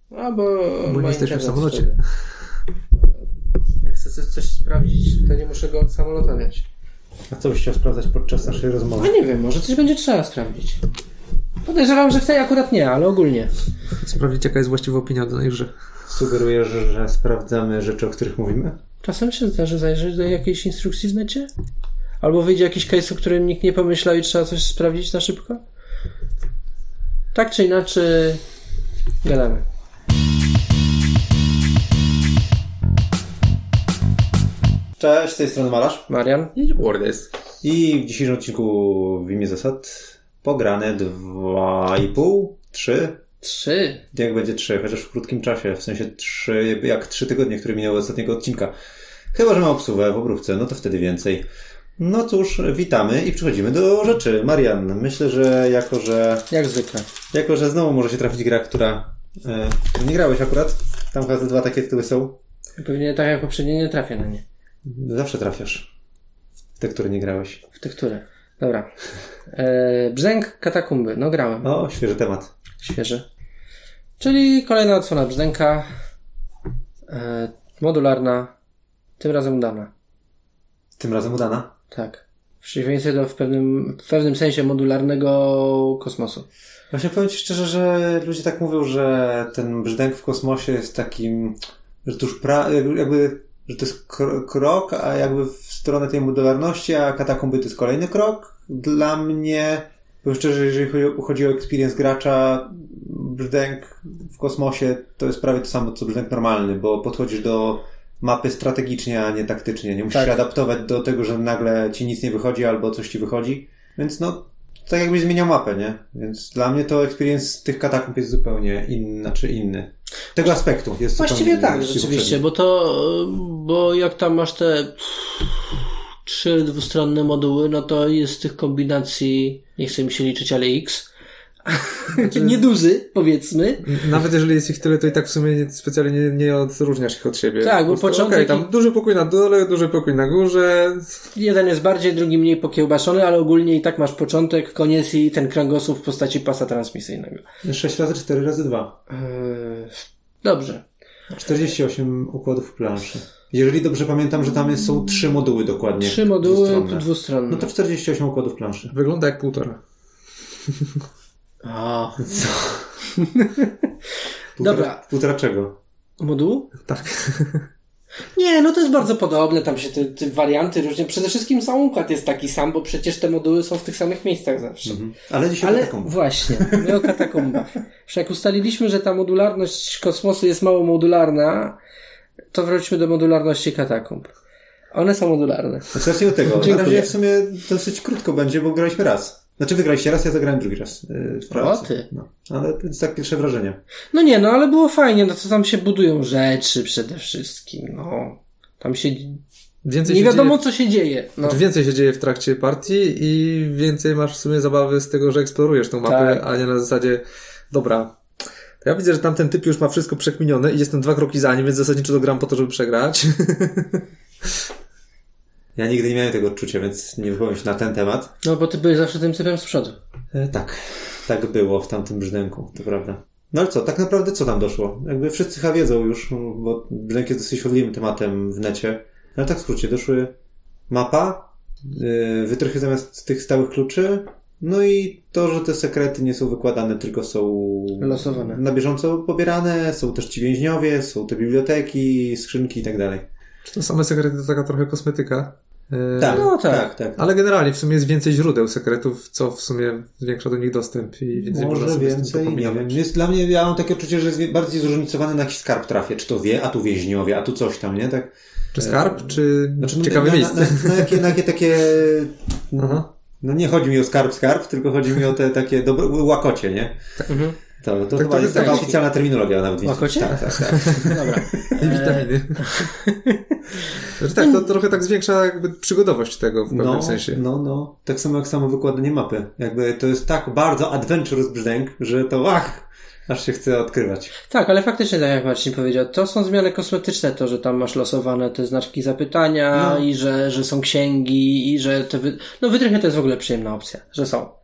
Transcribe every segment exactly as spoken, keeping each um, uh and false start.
Albo bo nie jesteśmy w samolocie. Wtedy. Jak chcę coś, coś sprawdzić, to nie muszę go odsamolotowiać. A co byś chciał sprawdzać podczas naszej rozmowy? No nie wiem, może coś będzie trzeba sprawdzić. Podejrzewam, że w tej akurat nie, ale ogólnie. Sprawdzić, jaka jest właściwa opinia o danej grze. Sugerujesz, że, że sprawdzamy rzeczy, o których mówimy? Czasem się zdarzy zajrzeć do jakiejś instrukcji w necie? Albo wyjdzie jakiś case, o którym nikt nie pomyślał i trzeba coś sprawdzić na szybko? Tak czy inaczej gadamy. Cześć, z tej strony Malarz. Marian. I Wordes. I w dzisiejszym odcinku w imię zasad pograne dwa i pół, trzy. Trzy. Jak będzie trzy, chociaż w krótkim czasie, w sensie trzy, jak trzy tygodnie, które minęły od ostatniego odcinka. Chyba, że ma obsługę w obrówce, no to wtedy więcej. No cóż, witamy i przechodzimy do rzeczy. Marian, myślę, że jako, że... Jak zwykle. Jako, że znowu może się trafić gra, która... E, nie grałeś akurat. Tam chyba te dwa takie tytuły są. Pewnie tak jak poprzednio nie trafię na nie. Zawsze trafiasz. W te, które nie grałeś. W te, które. Dobra. E, Brzdęk Katakumby. No grałem. O, świeży temat. Świeży. Czyli kolejna odsłona Brzdęka. E, modularna. Tym razem udana. Tym razem udana? Tak. W przeciwieństwie do w pewnym, w pewnym sensie modularnego kosmosu. Właśnie powiem Ci szczerze, że ludzie tak mówią, że ten brzdęk w kosmosie jest takim, że to już pra, jakby, że to jest krok, a jakby w stronę tej modularności, a katakumby to jest kolejny krok. Dla mnie, powiem szczerze, jeżeli chodzi o experience gracza, brzdęk w kosmosie to jest prawie to samo, co brzdęk normalny, bo podchodzisz do mapy strategicznie, a nie taktycznie. Nie musisz tak się adaptować do tego, że nagle ci nic nie wychodzi albo coś ci wychodzi. Więc no, tak jakbyś zmieniał mapę, nie? Więc dla mnie to experience tych katakumb jest zupełnie inny, czy inny. Tego aspektu jest właściwie tak, rzeczywiście, bo to, bo jak tam masz te trzy dwustronne moduły, no to jest tych kombinacji, nie chcę mi się liczyć, ale X. Znaczy, nieduży, powiedzmy. Nawet jeżeli jest ich tyle, to i tak w sumie nie, specjalnie nie, nie odróżniasz ich od siebie. Tak, bo początek... Okay, tam duży pokój na dole, duży pokój na górze. Jeden jest bardziej, drugi mniej pokiełbaszony, ale ogólnie i tak masz początek, koniec i ten kręgosłup w postaci pasa transmisyjnego. sześć razy cztery razy dwa. Eee, dobrze. czterdzieści osiem układów planszy. Jeżeli dobrze pamiętam, że tam jest, są trzy moduły dokładnie. Trzy moduły dwustronne. dwustronne. No to czterdzieści osiem układów planszy. Wygląda jak półtora. A, co? Półtora, dobra. Półtora czego? Modułu? Tak. Nie, no to jest bardzo podobne, tam się te, te warianty różnie. Przede wszystkim sam układ jest taki sam, bo przecież te moduły są w tych samych miejscach zawsze. Mhm. Ale dzisiaj Ale o katakumbach. Właśnie, my o katakumbach. Już jak ustaliliśmy, że ta modularność kosmosu jest mało modularna, to wróćmy do modularności katakumb. One są modularne. Zacznijmy od tego. Na razie w sumie dosyć krótko będzie, bo graliśmy raz. Znaczy wygraliście raz, ja zagrałem drugi raz. Yy, w o ty. No. Ale to jest tak pierwsze wrażenie. No nie, no ale było fajnie, no to tam się budują rzeczy przede wszystkim, no. Tam się... Więcej nie się wiadomo dzieje... co się dzieje. No. Znaczy więcej się dzieje w trakcie partii i więcej masz w sumie zabawy z tego, że eksplorujesz tą mapę, tak. A nie na zasadzie, dobra, to ja widzę, że tamten typ już ma wszystko przekminione i jestem dwa kroki za nim, więc zasadniczo to gram po to, żeby przegrać. Ja nigdy nie miałem tego odczucia, więc nie wypowiem się na ten temat. No bo ty byłeś zawsze tym typem z przodu. E, tak, tak było w tamtym brzdęku, to prawda. No ale co, tak naprawdę co tam doszło? Jakby wszyscy chyba wiedzą już, bo brzdęk jest dosyć odległym tematem w necie. Ale tak w skrócie, doszły mapa, yy, wytrychy zamiast tych stałych kluczy, no i to, że te sekrety nie są wykładane, tylko są losowane, na bieżąco pobierane, są też ci więźniowie, są te biblioteki, skrzynki i tak dalej. Czy to same sekrety to taka trochę kosmetyka? Yy, tak, no tak. tak, tak. Ale generalnie w sumie jest więcej źródeł sekretów, co w sumie zwiększa do nich dostęp i więcej może można więcej, nie wiem. Jest dla mnie, ja mam takie odczucie, że jest bardziej zróżnicowany na jakiś skarb trafia, czy to wie, a tu więźniowie, a tu coś tam, nie? Tak. Czy skarb, czy znaczy, ciekawe na, miejsce? Na, na, na, jakie, na jakie takie... Aha. No nie chodzi mi o skarb, skarb, tylko chodzi mi o te takie dobre, łakocie, nie? Tak. Mhm. To, to tak, chyba to jest taka tak oficjalna terminologia nawet. Łakocie? Tak, tak, tak. Dobra. I witaminy. Znaczy, tak, to trochę tak zwiększa jakby przygodowość tego w pewnym no, sensie. No, no. Tak samo jak samo wykładanie mapy. Jakby to jest tak bardzo adventurous brzdęk, że to ach, aż się chce odkrywać. Tak, ale faktycznie tak jak Marcin powiedział, to są zmiany kosmetyczne, to, że tam masz losowane te znaczki zapytania no. i że, że są księgi i że te wy... no wytrychy to jest w ogóle przyjemna opcja, że są.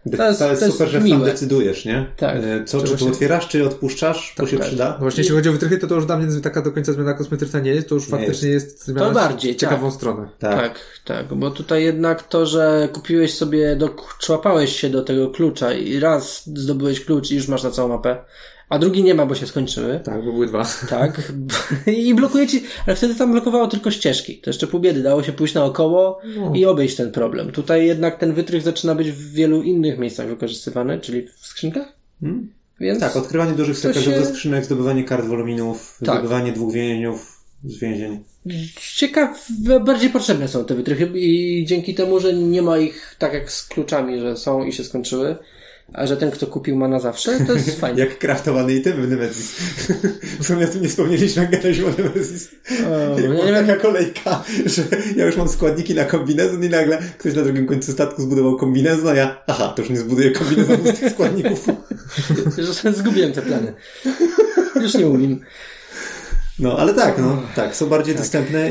To jest, to jest, to jest super, że miłe. Sam decydujesz, nie? Tak. Co, czy, czy tu otwierasz, czy odpuszczasz, tak, to się tak. przyda. No właśnie, jeśli chodzi o wytrychy, to to już dla mnie taka do końca zmiana kosmetyczna nie jest, to już nie faktycznie jest, jest zmiana to bardziej, w ciekawą tak. stronę. Tak. tak, tak, bo tutaj jednak to, że kupiłeś sobie, do, człapałeś się do tego klucza i raz zdobyłeś klucz i już masz na całą mapę, a drugi nie ma, bo się skończyły. Tak, bo były dwa. Tak. I blokuje ci, ale wtedy tam blokowało tylko ścieżki. To jeszcze pół biedy. Dało się pójść naokoło no. i obejść ten problem. Tutaj jednak ten wytrych zaczyna być w wielu innych miejscach wykorzystywany, czyli w skrzynkach. Hmm? Więc tak, odkrywanie dużych sekretów się... ze skrzynek, zdobywanie kart woluminów, tak. zdobywanie dwóch więźniów z więzień. Ciekaw, bardziej potrzebne są te wytrychy i dzięki temu, że nie ma ich tak jak z kluczami, że są i się skończyły, a że ten, kto kupił, ma na zawsze, to jest fajne. Jak kraftowany item w Nemesis. W sumie o tym nie wspomnieliśmy, jak gadaliśmy o Nemesis. O, ja nie taka wiem. Kolejka, że ja już mam składniki na kombinezon i nagle ktoś na drugim końcu statku zbudował kombinezon, a ja, aha, to już nie zbuduję kombinezonu z tych składników. Zgubiłem te plany. Już nie umiem. No, ale tak, no, tak, są bardziej tak. dostępne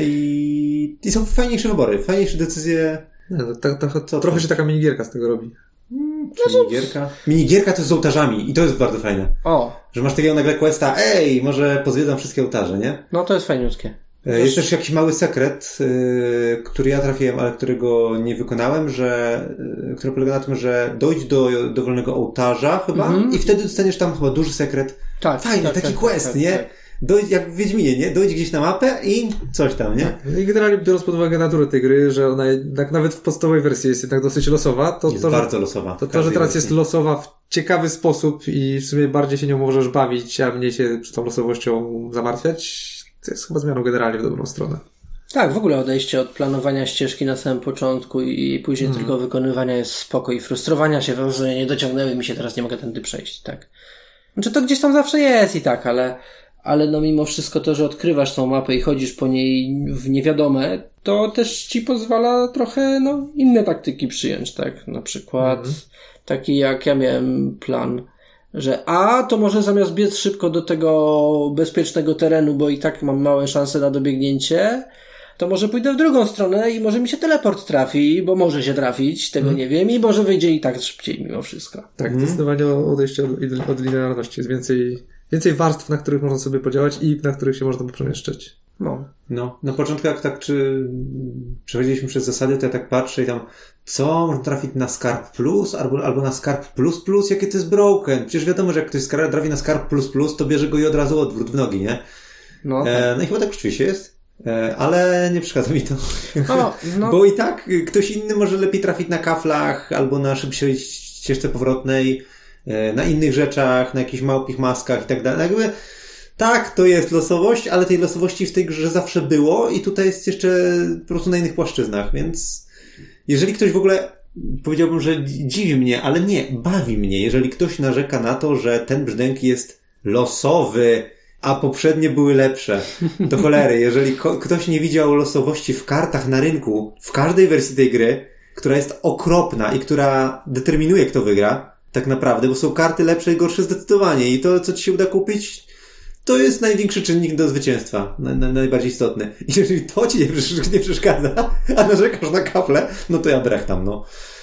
i, i są fajniejsze wybory, fajniejsze decyzje. Nie, no, ta, ta, ta, trochę się taka minigierka z tego robi. Hmm, minigierka? Minigierka to z ołtarzami i to jest bardzo fajne. O. Że masz takiego nagle questa, ej, może pozwiedzam wszystkie ołtarze, nie? No to jest fajniutkie. E, jest też jakiś mały sekret, yy, który ja trafiłem, ale którego nie wykonałem, że, yy, który polega na tym, że dojdź do dowolnego ołtarza chyba mm-hmm. i wtedy dostaniesz tam chyba duży sekret. Tak. Fajny, tak, taki tak, quest, tak, nie? Tak. Dojdź, jak w Wiedźminie, nie? Dojdź gdzieś na mapę i coś tam, nie? Tak. I generalnie biorąc pod uwagę naturę tej gry, że ona jednak nawet w podstawowej wersji jest jednak dosyć losowa, to jest to, bardzo że, losowa. To, to, że teraz wersji. Jest losowa w ciekawy sposób i w sumie bardziej się nią możesz bawić, a mniej się przy tą losowością zamartwiać, to jest chyba zmianą generalnie w dobrą stronę. Tak, w ogóle odejście od planowania ścieżki na samym początku i później mm. tylko wykonywania jest spoko i frustrowania się, że nie dociągnęły mi się, teraz nie mogę tędy przejść, tak. Znaczy to gdzieś tam zawsze jest i tak, ale ale no mimo wszystko to, że odkrywasz tą mapę i chodzisz po niej w niewiadome, to też ci pozwala trochę, no, inne taktyki przyjąć, tak? Na przykład mm. taki jak ja miałem plan, że a, to może zamiast biec szybko do tego bezpiecznego terenu, bo i tak mam małe szanse na dobiegnięcie, to może pójdę w drugą stronę i może mi się teleport trafi, bo może się trafić, tego mm. nie wiem, i może wyjdzie i tak szybciej mimo wszystko. Tak, mm. zdecydowanie odejście od, od linearności, jest więcej Więcej warstw, na których można sobie podziałać i na których się można przemieszczać. No. No, na początku jak tak czy przechodziliśmy przez zasady, to ja tak patrzę i tam co, można trafić na Skarb Plus albo, albo na Skarb Plus Plus, jakie to jest broken. Przecież wiadomo, że jak ktoś trafi na Skarb Plus Plus, to bierze go i od razu odwrót w nogi, nie? No, tak. e, no i chyba tak rzeczywiście jest. E, ale nie przeszkadza mi to. O, no. Bo i tak ktoś inny może lepiej trafić na kaflach albo na szybszej ścieżce powrotnej, na innych rzeczach, na jakichś małpich maskach i tak dalej. Jakby, tak, to jest losowość, ale tej losowości w tej grze zawsze było i tutaj jest jeszcze po prostu na innych płaszczyznach, więc jeżeli ktoś w ogóle, powiedziałbym, że dziwi mnie, ale nie, bawi mnie, jeżeli ktoś narzeka na to, że ten brzdęk jest losowy, a poprzednie były lepsze, to cholery, jeżeli ko- ktoś nie widział losowości w kartach na rynku, w każdej wersji tej gry, która jest okropna i która determinuje, kto wygra, tak naprawdę, bo są karty lepsze i gorsze zdecydowanie i to, co ci się uda kupić, to jest największy czynnik do zwycięstwa, na, na, najbardziej istotny. I jeżeli to ci nie, nie przeszkadza, a narzekasz na kafle, no to ja brechtam, no.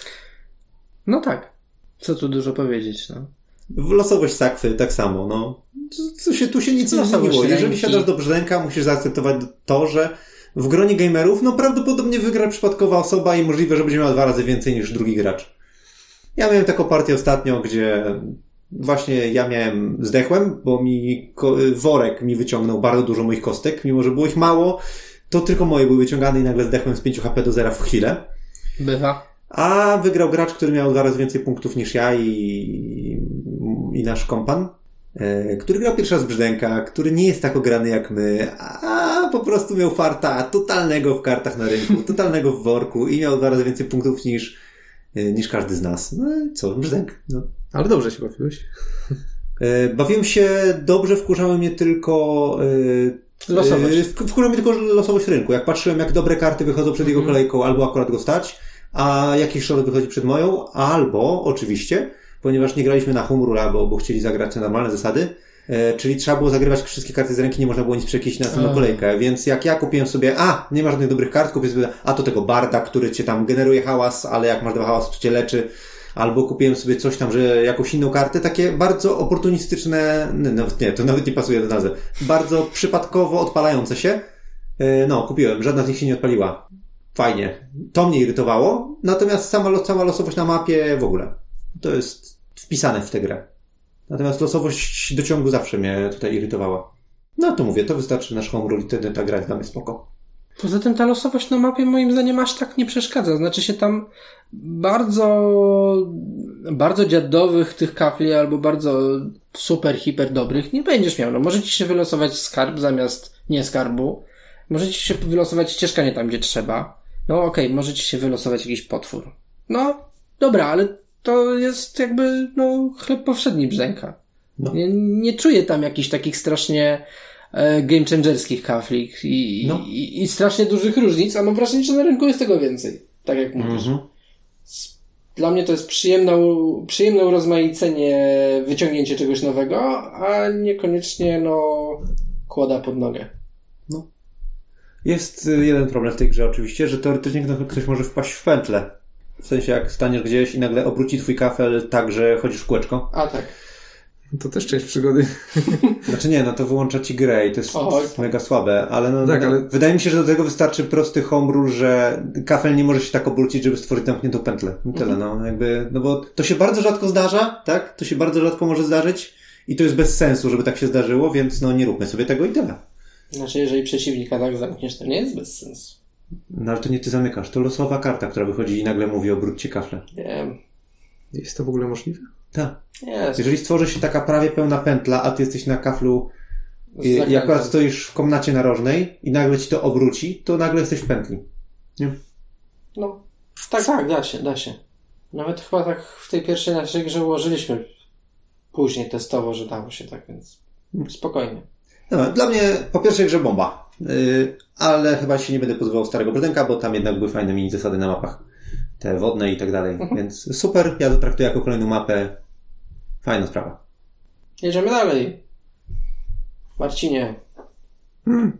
No tak. Co tu dużo powiedzieć, no. Losowość sakwy, tak samo, no. Co się, tu się nic nie zmieniło. Jeżeli siadasz do brzdęka, musisz zaakceptować to, że w gronie gamerów, no prawdopodobnie wygra przypadkowa osoba i możliwe, że będzie miała dwa razy więcej niż drugi gracz. Ja miałem taką partię ostatnio, gdzie właśnie ja miałem, zdechłem, bo mi ko- worek mi wyciągnął bardzo dużo moich kostek, mimo że było ich mało, to tylko moje były wyciągane i nagle zdechłem z pięć H P do zera w chwilę. Bywa. A wygrał gracz, który miał dwa razy więcej punktów niż ja i, i nasz kompan, e, który grał pierwszy raz brzdęka, który nie jest tak ograny jak my, a po prostu miał farta totalnego w kartach na rynku, totalnego w worku i miał dwa razy więcej punktów niż niż każdy z nas. No i co? Brzdęk. No. Ale dobrze się bawiłeś. Bawiłem się dobrze, wkurzały mnie tylko losowość. Wkurzały mnie tylko losowość rynku. Jak patrzyłem, jak dobre karty wychodzą przed jego mm. kolejką, albo akurat go stać, a jakiś short wychodzi przed moją, albo oczywiście, ponieważ nie graliśmy na home rule, bo, bo chcieli zagrać na normalne zasady, E, czyli trzeba było zagrywać wszystkie karty z ręki, nie można było nic przekieść na następną kolejkę, więc jak ja kupiłem sobie, a, nie ma żadnych dobrych kart, kupię sobie, a to tego barda, który cię tam generuje hałas, ale jak masz dwa hałasy, to cię leczy, albo kupiłem sobie coś tam, że jakąś inną kartę, takie bardzo oportunistyczne, nawet nie, to nawet nie pasuje do nazwy, bardzo przypadkowo odpalające się. No, kupiłem, żadna z nich się nie odpaliła. Fajnie. To mnie irytowało, natomiast sama, sama losowość na mapie w ogóle. To jest wpisane w tę grę. Natomiast losowość do ciągu zawsze mnie tutaj irytowała. No to mówię, to wystarczy nasz home rule i wtedy ta gra jest dla mnie spoko. Poza tym ta losowość na mapie moim zdaniem aż tak nie przeszkadza. Znaczy się tam bardzo bardzo dziadowych tych kafli albo bardzo super, hiper dobrych nie będziesz miał. No może ci się wylosować skarb zamiast nie skarbu. Może ci się wylosować ścieżka nie tam, gdzie trzeba. No okej, okay, może ci się wylosować jakiś potwór. No, dobra, ale to jest jakby, no, chleb powszedni brzęka. No. Nie, nie czuję tam jakichś takich strasznie e, game changerskich kafli i, no. i, i strasznie dużych różnic, a mam wrażenie, że na rynku jest tego więcej. Tak jak mówisz. Mm-hmm. Dla mnie to jest przyjemne, przyjemne urozmaicenie, wyciągnięcie czegoś nowego, a niekoniecznie, no, kłoda pod nogę. No. Jest jeden problem w tej grze oczywiście, że teoretycznie ktoś może wpaść w pętlę. W sensie jak staniesz gdzieś i nagle obróci twój kafel tak, że chodzisz w kółeczko. A tak. To też część przygody. Znaczy nie, no to wyłącza ci grę i to jest o, mega słabe, ale no, tak, no ale... wydaje mi się, że do tego wystarczy prosty home rule, że kafel nie może się tak obrócić, żeby stworzyć zamkniętą pętlę. No tyle, mhm. no jakby, no bo to się bardzo rzadko zdarza, tak? To się bardzo rzadko może zdarzyć i to jest bez sensu, żeby tak się zdarzyło, więc no nie róbmy sobie tego i tyle. Znaczy, jeżeli przeciwnika tak zamkniesz, to nie jest bez sensu. No ale to nie ty zamykasz, to losowa karta, która wychodzi i nagle mówi obróćcie kafle. Wiem. Jest to w ogóle możliwe? Tak. Jest. Jeżeli stworzy się taka prawie pełna pętla, a ty jesteś na kaflu i, i akurat stoisz w komnacie narożnej i nagle ci to obróci, to nagle jesteś w pętli. Nie? No. Tak, tak, da się, da się. Nawet chyba tak w tej pierwszej naszej grze ułożyliśmy później testowo, że dało się tak, więc spokojnie. No, dla mnie po pierwszej grze bomba. Yy, ale chyba się nie będę pozbywał starego brzdęka, bo tam jednak były fajne mini zasady na mapach. Te wodne i tak dalej. Mhm. Więc super, ja to traktuję jako kolejną mapę. Fajna sprawa. Jedziemy dalej. Marcinie. Hmm.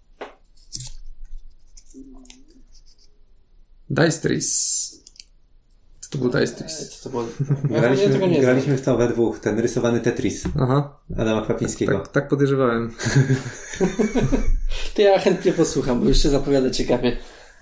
Dice Trees. Co to był Dice Trees? Co to było? Ja graliśmy, tego nie graliśmy w to we dwóch. Ten rysowany Tetris. Aha. Adama Kwapińskiego. Tak, tak podejrzewałem. To ja chętnie posłucham, bo już się zapowiada ciekawie.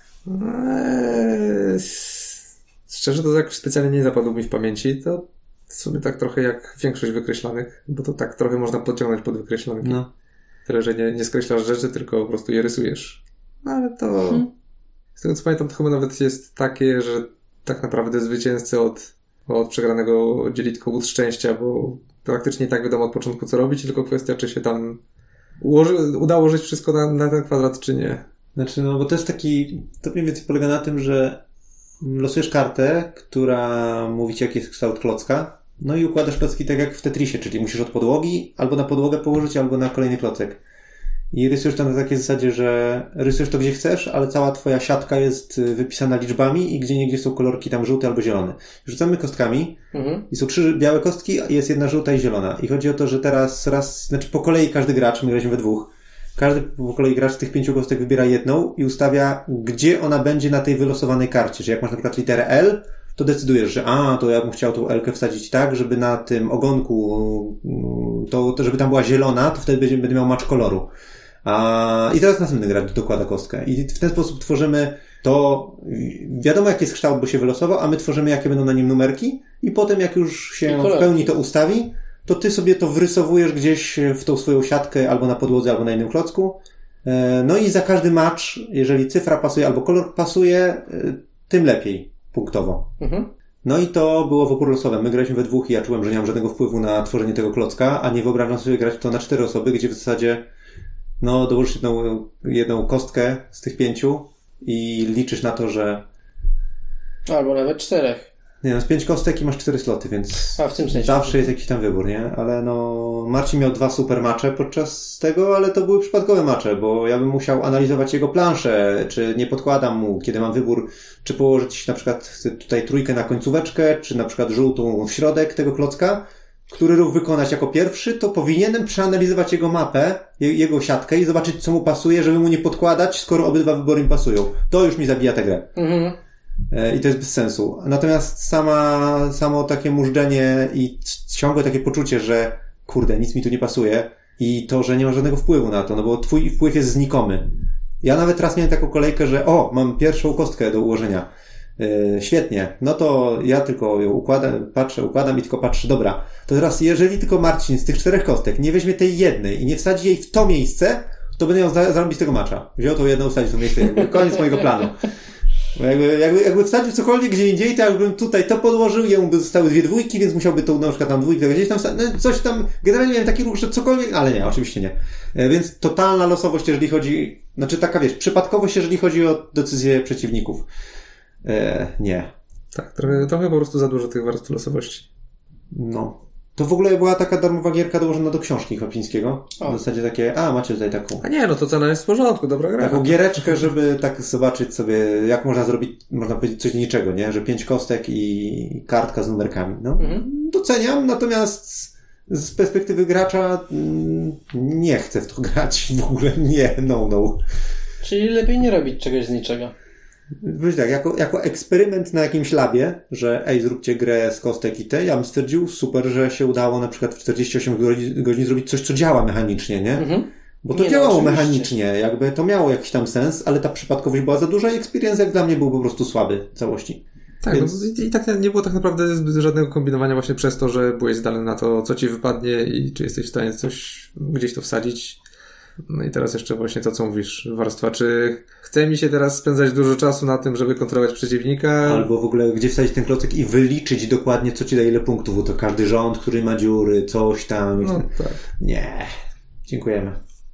Eee, szczerze to jakoś specjalnie nie zapadło mi w pamięci. To w sumie tak trochę jak większość wykreślanych, bo to tak trochę można podciągnąć pod wykreślanki. No. Tyle, że nie, nie skreślasz rzeczy, tylko po prostu je rysujesz. No ale to... Hmm. Z tego co pamiętam, to chyba nawet jest takie, że tak naprawdę zwycięzcy od, od przegranego dzieli tylko łód szczęścia, bo praktycznie tak wiadomo od początku co robić, tylko kwestia, czy się tam ułoży, udało użyć wszystko na, na ten kwadrat, czy nie. Znaczy, no bo to jest taki, to mniej więcej polega na tym, że losujesz kartę, która mówi ci, jaki jest kształt klocka, no i układasz klocki tak jak w Tetrisie, czyli musisz od podłogi albo na podłogę położyć, albo na kolejny klocek. I rysujesz to na takiej zasadzie, że rysujesz to gdzie chcesz, ale cała twoja siatka jest wypisana liczbami i gdzie niegdzie są kolorki tam żółte albo zielone. Rzucamy kostkami mhm. i są trzy białe kostki, a jest jedna żółta i zielona. I chodzi o to, że teraz raz, znaczy po kolei każdy gracz, my graliśmy we dwóch, każdy po kolei gracz z tych pięciu kostek wybiera jedną i ustawia, gdzie ona będzie na tej wylosowanej karcie. Czyli jak masz na przykład literę L, to decydujesz, że a, to ja bym chciał tą L-kę wsadzić tak, żeby na tym ogonku, to, to żeby tam była zielona, to wtedy będzie, będę miał match koloru. A, i teraz następny gracz dokłada kostkę. I w ten sposób tworzymy to, wiadomo jaki jest kształt, bo się wylosował, a my tworzymy jakie będą na nim numerki i potem jak już się w pełni to ustawi, to ty sobie to wrysowujesz gdzieś w tą swoją siatkę albo na podłodze, albo na innym klocku. No i za każdy match, jeżeli cyfra pasuje albo kolor pasuje, tym lepiej punktowo. Mhm. No i to było w opór losowym. My graliśmy we dwóch i ja czułem, że nie mam żadnego wpływu na tworzenie tego klocka, a nie wyobrażam sobie grać to na cztery osoby, gdzie w zasadzie no dołożysz jedną, jedną kostkę z tych pięciu i liczysz na to, że... Albo nawet czterech. Nie no, z pięć kostek i masz cztery sloty, więc a, w tym sensie zawsze jest jakiś tam wybór, nie? Ale no, Marcin miał dwa super mecze podczas tego, ale to były przypadkowe mecze, bo ja bym musiał analizować jego planszę, czy nie podkładam mu, kiedy mam wybór, czy położyć na przykład tutaj trójkę na końcóweczkę, czy na przykład żółtą w środek tego klocka, który ruch wykonać jako pierwszy, to powinienem przeanalizować jego mapę, jego siatkę i zobaczyć, co mu pasuje, żeby mu nie podkładać, skoro obydwa wybory mi pasują. To już mi zabija tę grę. Mhm. I to jest bez sensu. Natomiast sama, samo takie mużdżenie i ciągłe takie poczucie, że kurde, nic mi tu nie pasuje i to, że nie ma żadnego wpływu na to, no bo twój wpływ jest znikomy. Ja nawet raz miałem taką kolejkę, że o, mam pierwszą kostkę do ułożenia. Yy, świetnie. No to ja tylko ją układam, patrzę, układam i tylko patrzę, dobra. To teraz, jeżeli tylko Marcin z tych czterech kostek nie weźmie tej jednej i nie wsadzi jej w to miejsce, to będę ją zarobić z tego macza. Wziął tą jedną, wsadził w to miejsce. Jakby koniec mojego planu. Jakby, jakby, jakby wsadził cokolwiek gdzie indziej, to jakbym tutaj to podłożył, jemu by zostały dwie dwójki, więc musiałby tą na przykład tam dwójkę gdzieś tam, no coś tam, generalnie miałem taki ruch, że cokolwiek, ale nie, oczywiście nie. Więc totalna losowość, jeżeli chodzi, znaczy taka wiesz, przypadkowość, jeżeli chodzi o decyzje przeciwników. E, nie. Tak, trochę, trochę po prostu za dużo tych warstw losowości. No. To w ogóle była taka darmowa gierka dołożona do książki Chapińskiego. W zasadzie takie, a macie tutaj taką... A nie, no to cena jest w porządku, dobra gra. Taką giereczkę, żeby tak zobaczyć sobie, jak można zrobić, można powiedzieć, coś z niczego, nie? Że pięć kostek i kartka z numerkami. No, mhm. Doceniam, natomiast z perspektywy gracza nie chcę w to grać. W ogóle nie, no, no. Czyli lepiej nie robić czegoś z niczego. Wiesz tak, jako, jako eksperyment na jakimś labie, że ej, zróbcie grę z kostek i te, ja bym stwierdził, super, że się udało na przykład w czterdzieści osiem godzin zrobić coś, co działa mechanicznie, nie? Mhm. Bo to nie, działało no, mechanicznie, jakby to miało jakiś tam sens, ale ta przypadkowość była za duża i experience jak dla mnie był po prostu słaby w całości. Tak, Więc... no, i, i tak nie było tak naprawdę żadnego kombinowania właśnie przez to, że byłeś zdany na to, co ci wypadnie i czy jesteś w stanie coś gdzieś to wsadzić. No i teraz jeszcze właśnie to, co mówisz, warstwa, czy chce mi się teraz spędzać dużo czasu na tym, żeby kontrolować przeciwnika? Albo w ogóle gdzie wsadzić ten klocek i wyliczyć dokładnie, co ci da ile punktów, bo to każdy rząd, który ma dziury, coś tam. No tak. Nie. Dziękujemy.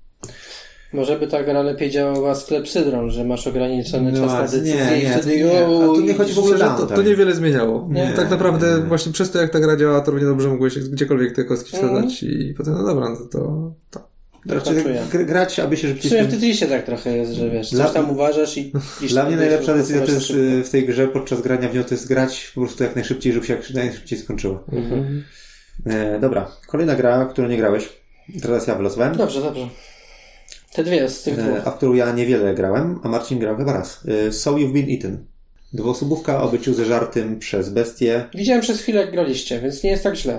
Może by ta gra lepiej działała z klepsydrą, że masz ograniczony no, czas na decyzję nie, i nie, wtedy nie, nie. A tu nie chodzi w ogóle o to. To niewiele zmieniało. Nie, tak naprawdę nie, nie. właśnie przez to, jak ta gra działa, to równie dobrze mogłeś gdziekolwiek te kostki wsadzać mm. i potem, no dobra, no to... to. Znaczy, gr- grać, aby się szybciej... W sumie w Tetrisie tak trochę jest, że wiesz, coś tam uważasz i... Dla mnie najlepsza decyzja to jest w tej grze podczas grania w nią, to jest grać po prostu jak najszybciej, żeby się jak najszybciej skończyło. Mhm. E, dobra, kolejna gra, w którą nie grałeś. Teraz ja wylosowałem. Dobrze, dobrze. Te dwie z tych dwóch. E, a w którą ja niewiele grałem, a Marcin grał chyba raz. E, So You've Been Eaten. Dwuosobówka o byciu zeżartym przez bestię. Widziałem przez chwilę, jak graliście, więc nie jest tak źle.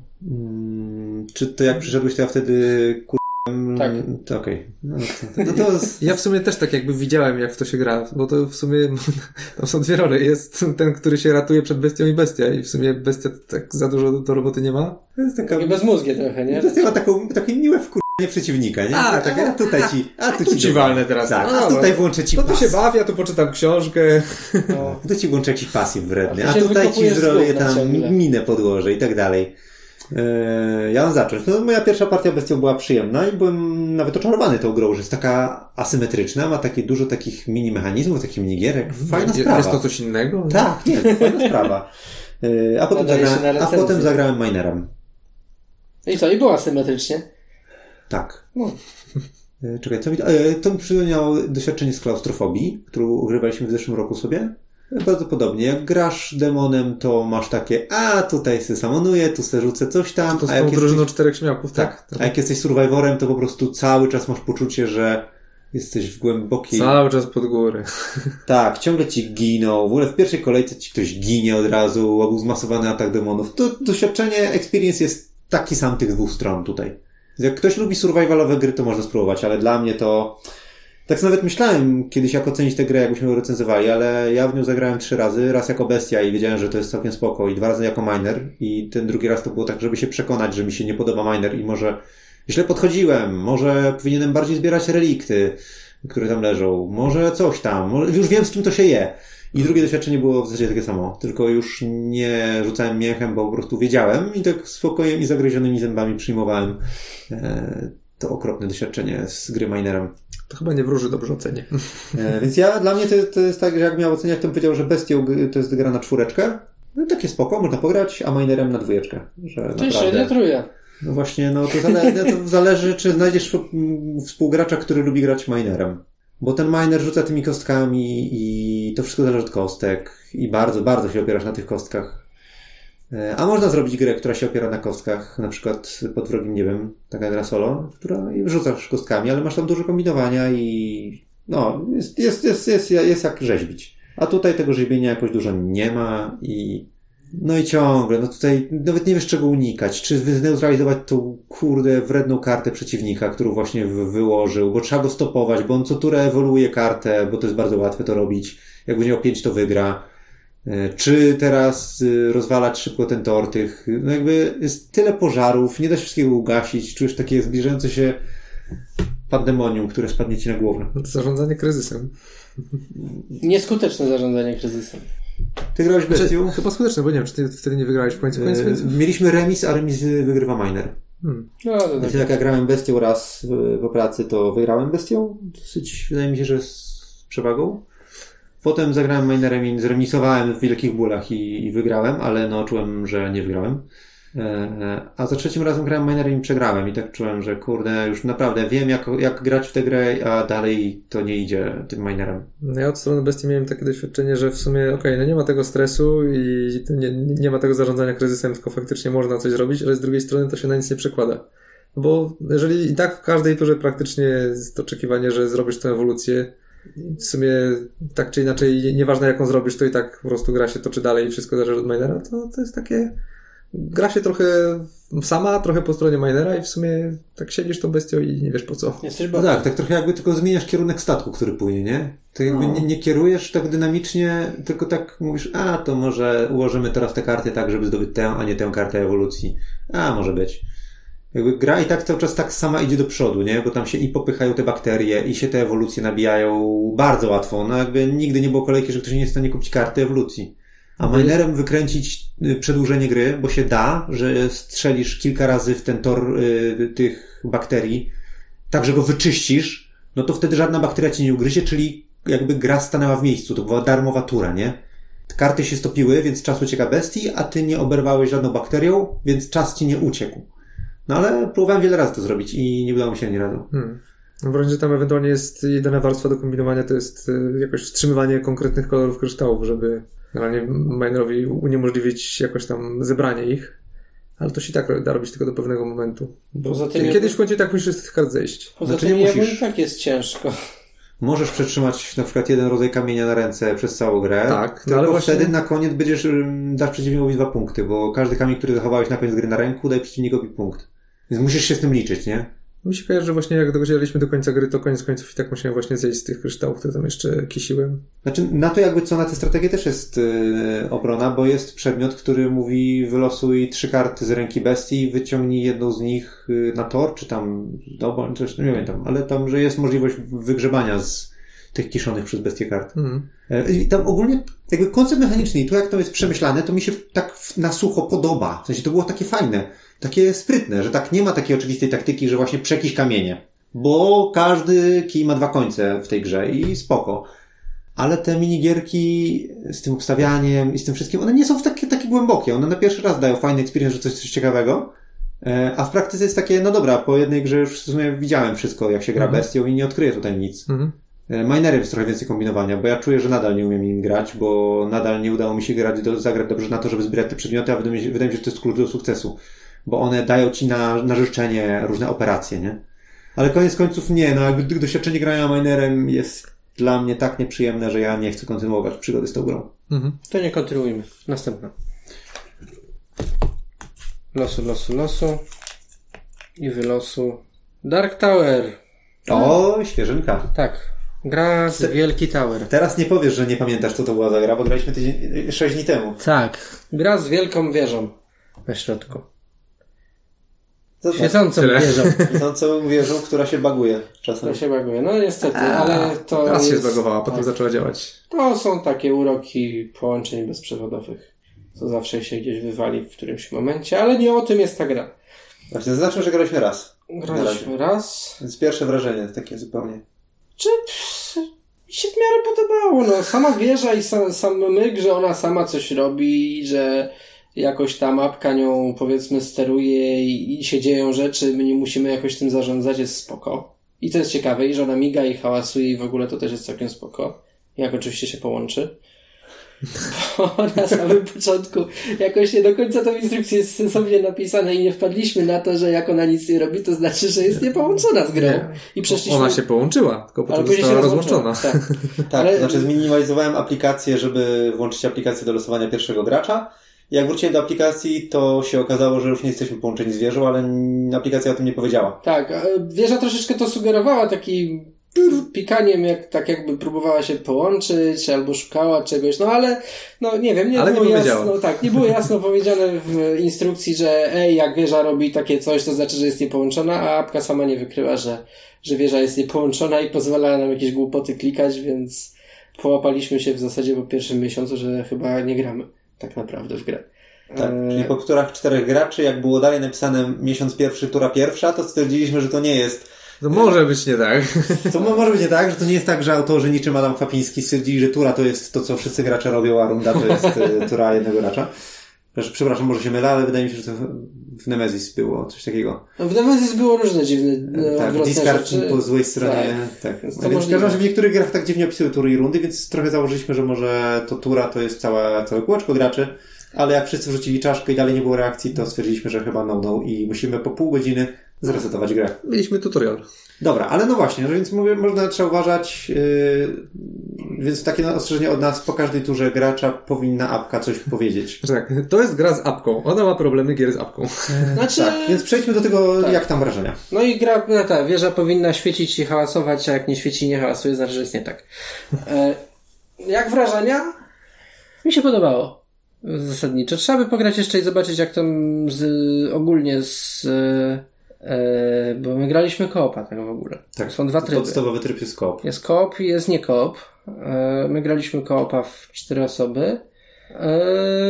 Hmm, czy to jak przyszedłeś, to ja wtedy kur... Tak. To okej. Okay. No, to, no to z... Ja w sumie też tak jakby widziałem, jak w to się gra, bo to w sumie tam są dwie role. Jest ten, który się ratuje przed bestią i bestia i w sumie bestia tak za dużo do roboty nie ma. To jest taka... I bezmózgie trochę, nie? Bestia ma taką, takie miłe wkurwienie przeciwnika, nie? A, tak, a tutaj ci, a tu, tu ci walnę teraz. Tak, no, a tutaj włączę ci no pas. To się bawię, a tu poczytam książkę. No. Tu ci włączę jakiś pasyw wredny, a, a tutaj ci zrobię tam ciągle. minę podłożę i tak dalej. Yy, ja mam zacząć. No, moja pierwsza partia bestią była przyjemna i byłem nawet oczarowany tą grą, że jest taka asymetryczna, ma takie dużo takich mini mechanizmów, takich minigierek. Fajna jest, sprawa. Jest to coś innego? Tak, nie, fajna sprawa. Yy, a potem, zagra... a potem zagrałem Minerem. I co? I było asymetrycznie? Tak. No. Yy, czekaj, co mi... Yy, to mi przypomniało doświadczenie z klaustrofobii, którą ugrywaliśmy w zeszłym roku sobie. Bardzo podobnie. Jak grasz demonem, to masz takie, a tutaj se samonuję, tu se rzucę coś tam. To z a jak tą drużyną jesteś... czterech śmiałków, tak. tak. tak. A jak jesteś survivorem, to po prostu cały czas masz poczucie, że jesteś w głębokiej... Cały czas pod górę. Tak, ciągle ci giną. W ogóle w pierwszej kolejce ci ktoś ginie od razu, był zmasowany atak demonów. To doświadczenie, experience jest taki sam tych dwóch stron tutaj. Jak ktoś lubi survivalowe gry, to można spróbować, ale dla mnie to... Tak nawet myślałem kiedyś, jak ocenić tę grę, jakbyśmy ją recenzowali, ale ja w nią zagrałem trzy razy. Raz jako bestia i wiedziałem, że to jest całkiem spoko, i dwa razy jako miner. I ten drugi raz to było tak, żeby się przekonać, że mi się nie podoba miner i może źle podchodziłem, może powinienem bardziej zbierać relikty, które tam leżą, może coś tam, może... już wiem, z czym to się je. I drugie doświadczenie było w zasadzie takie samo, tylko już nie rzucałem miechem, bo po prostu wiedziałem i tak spokojem i zagryzionymi zębami przyjmowałem e, to okropne doświadczenie z gry minerem. To chyba nie wróży dobrze ocenie. E, więc ja, dla mnie to, to jest tak, że jak miał oceniać, to bym powiedział, że Bestią to jest gra na czwóreczkę. No takie spoko, można pograć, a minerem na dwójeczkę. Że Ty średnia truja. No właśnie, no to, zale, to zależy, czy znajdziesz współgracza, który lubi grać minerem. Bo ten miner rzuca tymi kostkami i to wszystko zależy od kostek. I bardzo, bardzo się opierasz na tych kostkach. A można zrobić grę, która się opiera na kostkach, na przykład pod wrogiem niebem, taka gra solo, która i rzucasz kostkami, ale masz tam dużo kombinowania i no, jest, jest, jest, jest, jest jak rzeźbić. A tutaj tego żywienia jakoś dużo nie ma i no i ciągle, no tutaj nawet nie wiesz czego unikać. Czy zneutralizować tą kurde wredną kartę przeciwnika, którą właśnie wyłożył, bo trzeba go stopować, bo on co turę ewoluuje kartę, bo to jest bardzo łatwe to robić. Jak będzie miał pięć, to wygra. Czy teraz rozwalać szybko ten tor tych, no jakby jest tyle pożarów, nie da się wszystkiego ugasić, czujesz takie zbliżające się pandemonium, które spadnie ci na głowę. Zarządzanie kryzysem. Nieskuteczne zarządzanie kryzysem. Ty grałeś bestią? Znaczy, chyba skuteczne, bo nie wiem, czy ty wtedy nie wygrałeś w końcu końcu? Yy, mieliśmy remis, a remis wygrywa miner. Hmm. No, to tak. Jak ja grałem bestią raz po pracy, to wygrałem bestią. Dosyć, wydaje mi się, że z przewagą. Potem zagrałem minerem i zremisowałem w wielkich bólach i, i wygrałem, ale no czułem, że nie wygrałem. E, a za trzecim razem grałem minerem i przegrałem i tak czułem, że kurde, już naprawdę wiem jak, jak grać w tę grę, a dalej to nie idzie tym minerem. No ja od strony bestii miałem takie doświadczenie, że w sumie okej, okay, no nie ma tego stresu i nie, nie ma tego zarządzania kryzysem, tylko faktycznie można coś zrobić, ale z drugiej strony to się na nic nie przekłada. Bo jeżeli i tak w każdej turze praktycznie jest oczekiwanie, że zrobisz tę ewolucję, w sumie tak czy inaczej, nieważne jaką zrobisz, to i tak po prostu gra się toczy dalej i wszystko zależy od minera, to, to jest takie... Gra się trochę sama, trochę po stronie minera i w sumie tak siedzisz tą bestią i nie wiesz po co. No tak, tak trochę jakby tylko zmieniasz kierunek statku, który płynie, nie? To jakby no. nie, nie kierujesz tak dynamicznie, tylko tak mówisz, a to może ułożymy teraz te karty tak, żeby zdobyć tę, a nie tę kartę ewolucji. A, może być. Jakby gra i tak cały czas tak sama idzie do przodu, nie? Bo tam się i popychają te bakterie i się te ewolucje nabijają bardzo łatwo. No jakby nigdy nie było kolejki, że ktoś nie jest w stanie kupić karty ewolucji. A minerem wykręcić przedłużenie gry, bo się da, że strzelisz kilka razy w ten tor y, tych bakterii, tak, że go wyczyścisz, no to wtedy żadna bakteria ci nie ugryzie, czyli jakby gra stanęła w miejscu. To była darmowa tura, nie? Karty się stopiły, więc czas ucieka bestii, a ty nie oberwałeś żadną bakterią, więc czas ci nie uciekł. No ale próbowałem wiele razy to zrobić i nie udało mi się ani razu. Hmm. Wręcz, że tam ewentualnie jest jedyna warstwa do kombinowania, to jest jakoś wstrzymywanie konkretnych kolorów kryształów, żeby generalnie minerowi uniemożliwić jakoś tam zebranie ich. Ale to się tak da robić tylko do pewnego momentu. Bo Poza tym kiedyś w końcu tak musisz z tych kart zejść. Poza znaczy, tym nie musisz... i tak jest ciężko. Możesz przetrzymać na przykład jeden rodzaj kamienia na ręce przez całą grę. Tak, tylko ale właśnie... wtedy na koniec będziesz dasz przeciwnikowi dwa punkty, bo każdy kamień, który zachowałeś na koniec gry na ręku, daje przeciwnikowi punkt. Więc musisz się z tym liczyć, nie? Mi się kojarzy, że właśnie jak docielaliśmy do końca gry, to koniec końców i tak musiałem właśnie zejść z tych kryształów, które tam jeszcze kisiłem. Znaczy, na to jakby co, na tę strategię też jest yy, obrona, bo jest przedmiot, który mówi wylosuj trzy karty z ręki bestii, wyciągnij jedną z nich yy, na tor, czy tam no, coś, nie pamiętam, ale tam, że jest możliwość wygrzebania z tych kiszonych przez bestię kart. Mm. Yy, I tam ogólnie jakby koncept mechaniczny i to jak to jest przemyślane, to mi się tak na sucho podoba. W sensie to było takie fajne. Takie sprytne, że tak nie ma takiej oczywistej taktyki, że właśnie przekiś kamienie. Bo każdy kij ma dwa końce w tej grze i spoko. Ale te minigierki z tym obstawianiem i z tym wszystkim, one nie są takie, takie głębokie. One na pierwszy raz dają fajny experience, że coś, coś ciekawego. A w praktyce jest takie, no dobra, po jednej grze już w sumie widziałem wszystko, jak się gra mhm. bestią i nie odkryję tutaj nic. Mhm. Minerem jest trochę więcej kombinowania, bo ja czuję, że nadal nie umiem im grać, bo nadal nie udało mi się grać do, zagrać dobrze na to, żeby zbierać te przedmioty, a wydaje mi się, wydaje mi się że to jest klucz do sukcesu. Bo one dają ci na, na życzenie różne operacje, nie? Ale koniec końców nie, no jakby doświadczenie grania minerem jest dla mnie tak nieprzyjemne, że ja nie chcę kontynuować przygody z tą grą. Mhm. To nie kontynuujmy. Następna. Losu, losu, losu. I wylosu. Dark Tower. O, świeżynka. Tak. Gra z Wielki Tower. Teraz nie powiesz, że nie pamiętasz, co to była za gra, bo graliśmy tydzień, sześć dni temu. Tak. Gra z wielką wieżą na środku. Świecącą wieżą. Świecącą wieżą, która się baguje czasem. Która się baguje. No niestety, A, ale to Raz jest... się zbagowała, potem tak. zaczęła działać. To są takie uroki połączeń bezprzewodowych, co zawsze się gdzieś wywali w którymś momencie, ale nie o tym jest ta gra. Właśnie, zaznaczmy, że graliśmy raz. Graliśmy raz. Więc pierwsze wrażenie takie zupełnie. Czy mi się w miarę podobało. No, sama wieża i sam, sam myk, że ona sama coś robi, że jakoś ta mapka nią powiedzmy steruje i, i się dzieją rzeczy, my nie musimy jakoś tym zarządzać, jest spoko. I to jest ciekawe, i że ona miga i hałasuje i w ogóle to też jest całkiem spoko. Jak oczywiście się połączy. Bo na samym początku jakoś nie do końca tą instrukcję jest sensownie napisane i nie wpadliśmy na to, że jak ona nic nie robi, to znaczy, że jest niepołączona z grą. I przeszliśmy... Ona się połączyła, tylko potem została się rozłączona. Tak, tak ale... znaczy zminimalizowałem aplikację, żeby włączyć aplikację do losowania pierwszego gracza. Jak wróciłem do aplikacji, to się okazało, że już nie jesteśmy połączeni z wieżą, ale aplikacja o tym nie powiedziała. Tak, wieża troszeczkę to sugerowała takim pikaniem, jak, tak jakby próbowała się połączyć, albo szukała czegoś, no ale no nie wiem, nie ale było nie jasno, tak, nie było jasno powiedziane w instrukcji, że ej, jak wieża robi takie coś, to znaczy, że jest niepołączona, a apka sama nie wykryła, że, że wieża jest niepołączona i pozwalała nam jakieś głupoty klikać, więc połapaliśmy się w zasadzie po pierwszym miesiącu, że chyba nie gramy tak naprawdę w grę. Tak, czyli po których czterech graczy, jak było dalej napisane miesiąc pierwszy, tura pierwsza, to stwierdziliśmy, że to nie jest... To może być nie tak. To może być nie tak, że to nie jest tak, że autorzy niczym Adam Kwapiński stwierdzili, że tura to jest to, co wszyscy gracze robią, a runda to jest tura jednego gracza. Przepraszam, może się mylę, ale wydaje mi się, że to w Nemesis było coś takiego. W Nemesis było różne dziwne tak, discard po złej stronie. Tak. tak. Więc w każdym razie w niektórych grach tak dziwnie opisują tury i rundy, więc trochę założyliśmy, że może to tura to jest cała, całe kółeczko graczy, ale jak wszyscy wrzucili czaszkę i dalej nie było reakcji, to stwierdziliśmy, że chyba no no i musimy po pół godziny zresetować grę. Mieliśmy tutorial. Dobra, ale no właśnie, więc mówię, można, trzeba uważać, yy, więc takie ostrzeżenie od nas, po każdej turze gracza powinna apka coś powiedzieć. Tak, to jest gra z apką, ona ma problemy gier z apką. Znaczy... Tak, więc przejdźmy do tego, tak. Jak tam wrażenia. No i gra, no ta wieża powinna świecić i hałasować, a jak nie świeci i nie hałasuje, znaczy, że jest nie tak. E, jak wrażenia? Mi się podobało. Zasadniczo. Trzeba by pograć jeszcze i zobaczyć, jak tam z, ogólnie z... E, bo my graliśmy koopa tak w ogóle. Tak, są dwa tryby. Podstawowy tryb jest koop. Jest koop i jest nie koop. E, my graliśmy koopa w cztery osoby. E,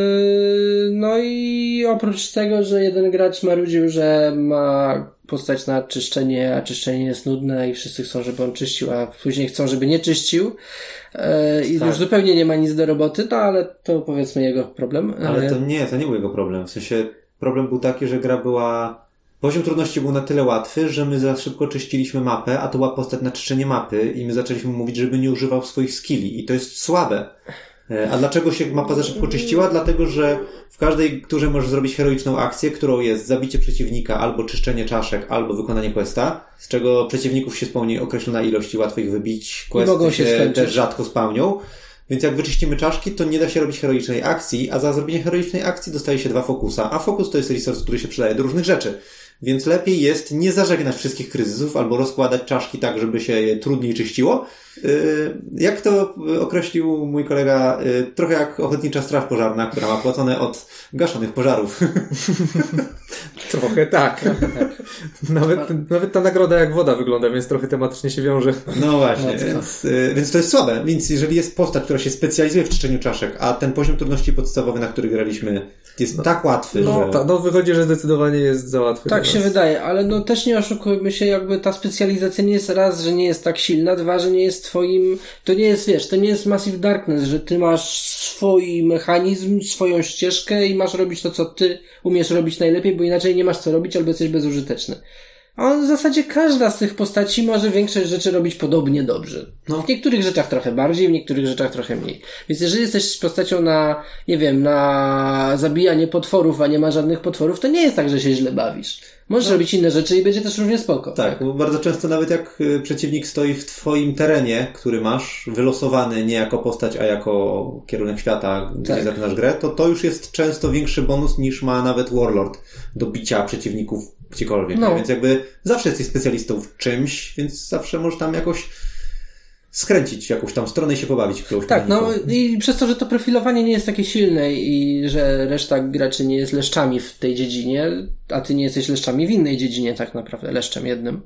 no i oprócz tego, że jeden gracz marudził, że ma postać na czyszczenie, a czyszczenie jest nudne i wszyscy chcą, żeby on czyścił, a później chcą, żeby nie czyścił. E, I tak. Już zupełnie nie ma nic do roboty, no ale to powiedzmy jego problem. Ale to nie, to nie był jego problem. W sensie problem był taki, że gra była... Poziom trudności był na tyle łatwy, że my za szybko czyściliśmy mapę, a to była postać na czyszczenie mapy i my zaczęliśmy mówić, żeby nie używał swoich skilli i to jest słabe. A dlaczego się mapa za szybko czyściła? Dlatego, że w każdej turze możesz zrobić heroiczną akcję, którą jest zabicie przeciwnika, albo czyszczenie czaszek, albo wykonanie questa, z czego przeciwników się spełni określona ilość i łatwo ich wybić. Questy się, się też rzadko spełnią. Więc jak wyczyścimy czaszki, to nie da się robić heroicznej akcji, a za zrobienie heroicznej akcji dostaje się dwa fokusa, a fokus to jest resource, który się przydaje do różnych rzeczy. Więc lepiej jest nie zażegnać wszystkich kryzysów albo rozkładać czaszki tak, żeby się je trudniej czyściło. Jak to określił mój kolega, trochę jak ochotnicza straż pożarna, która ma płacone od gaszonych pożarów. Trochę tak. Nawet, nawet ta nagroda jak woda wygląda, więc trochę tematycznie się wiąże. No właśnie, więc, więc to jest słabe. Więc jeżeli jest postać, która się specjalizuje w czyszczeniu czaszek, a ten poziom trudności podstawowy, na który graliśmy, jest no, tak łatwy, no, że... Ta, no wychodzi, że zdecydowanie jest za łatwy. Tak się wydaje, ale no też nie oszukujmy się, jakby ta specjalizacja nie jest raz, że nie jest tak silna, dwa, że nie jest twoim, to nie jest, wiesz, to nie jest Massive Darkness, że ty masz swój mechanizm, swoją ścieżkę i masz robić to, co ty umiesz robić najlepiej, bo inaczej nie masz co robić albo jesteś bezużyteczny. A w zasadzie każda z tych postaci może większość rzeczy robić podobnie dobrze. No. W niektórych rzeczach trochę bardziej, w niektórych rzeczach trochę mniej. Więc jeżeli jesteś postacią na, nie wiem, na zabijanie potworów, a nie ma żadnych potworów, to nie jest tak, że się źle bawisz. Możesz no. robić inne rzeczy i będzie też równie spoko. Tak, tak, bo bardzo często nawet jak przeciwnik stoi w twoim terenie, który masz, wylosowany nie jako postać, a jako kierunek świata, gdzie tak. zaczynasz grę, to to już jest często większy bonus niż ma nawet Warlord do bicia przeciwników gdziekolwiek. No. Więc jakby zawsze jesteś specjalistą w czymś, więc zawsze możesz tam jakoś skręcić w jakąś tam stronę i się pobawić. Tak, no i przez to, że to profilowanie nie jest takie silne i że reszta graczy nie jest leszczami w tej dziedzinie, a ty nie jesteś leszczami w innej dziedzinie tak naprawdę, leszczem jednym,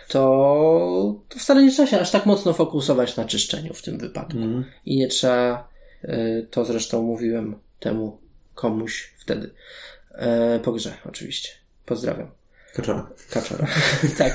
to, to wcale nie trzeba się aż tak mocno fokusować na czyszczeniu w tym wypadku. Mm. I nie trzeba, to zresztą mówiłem temu komuś wtedy, po grze oczywiście. Pozdrawiam. Kaczora. Kaczora. Tak.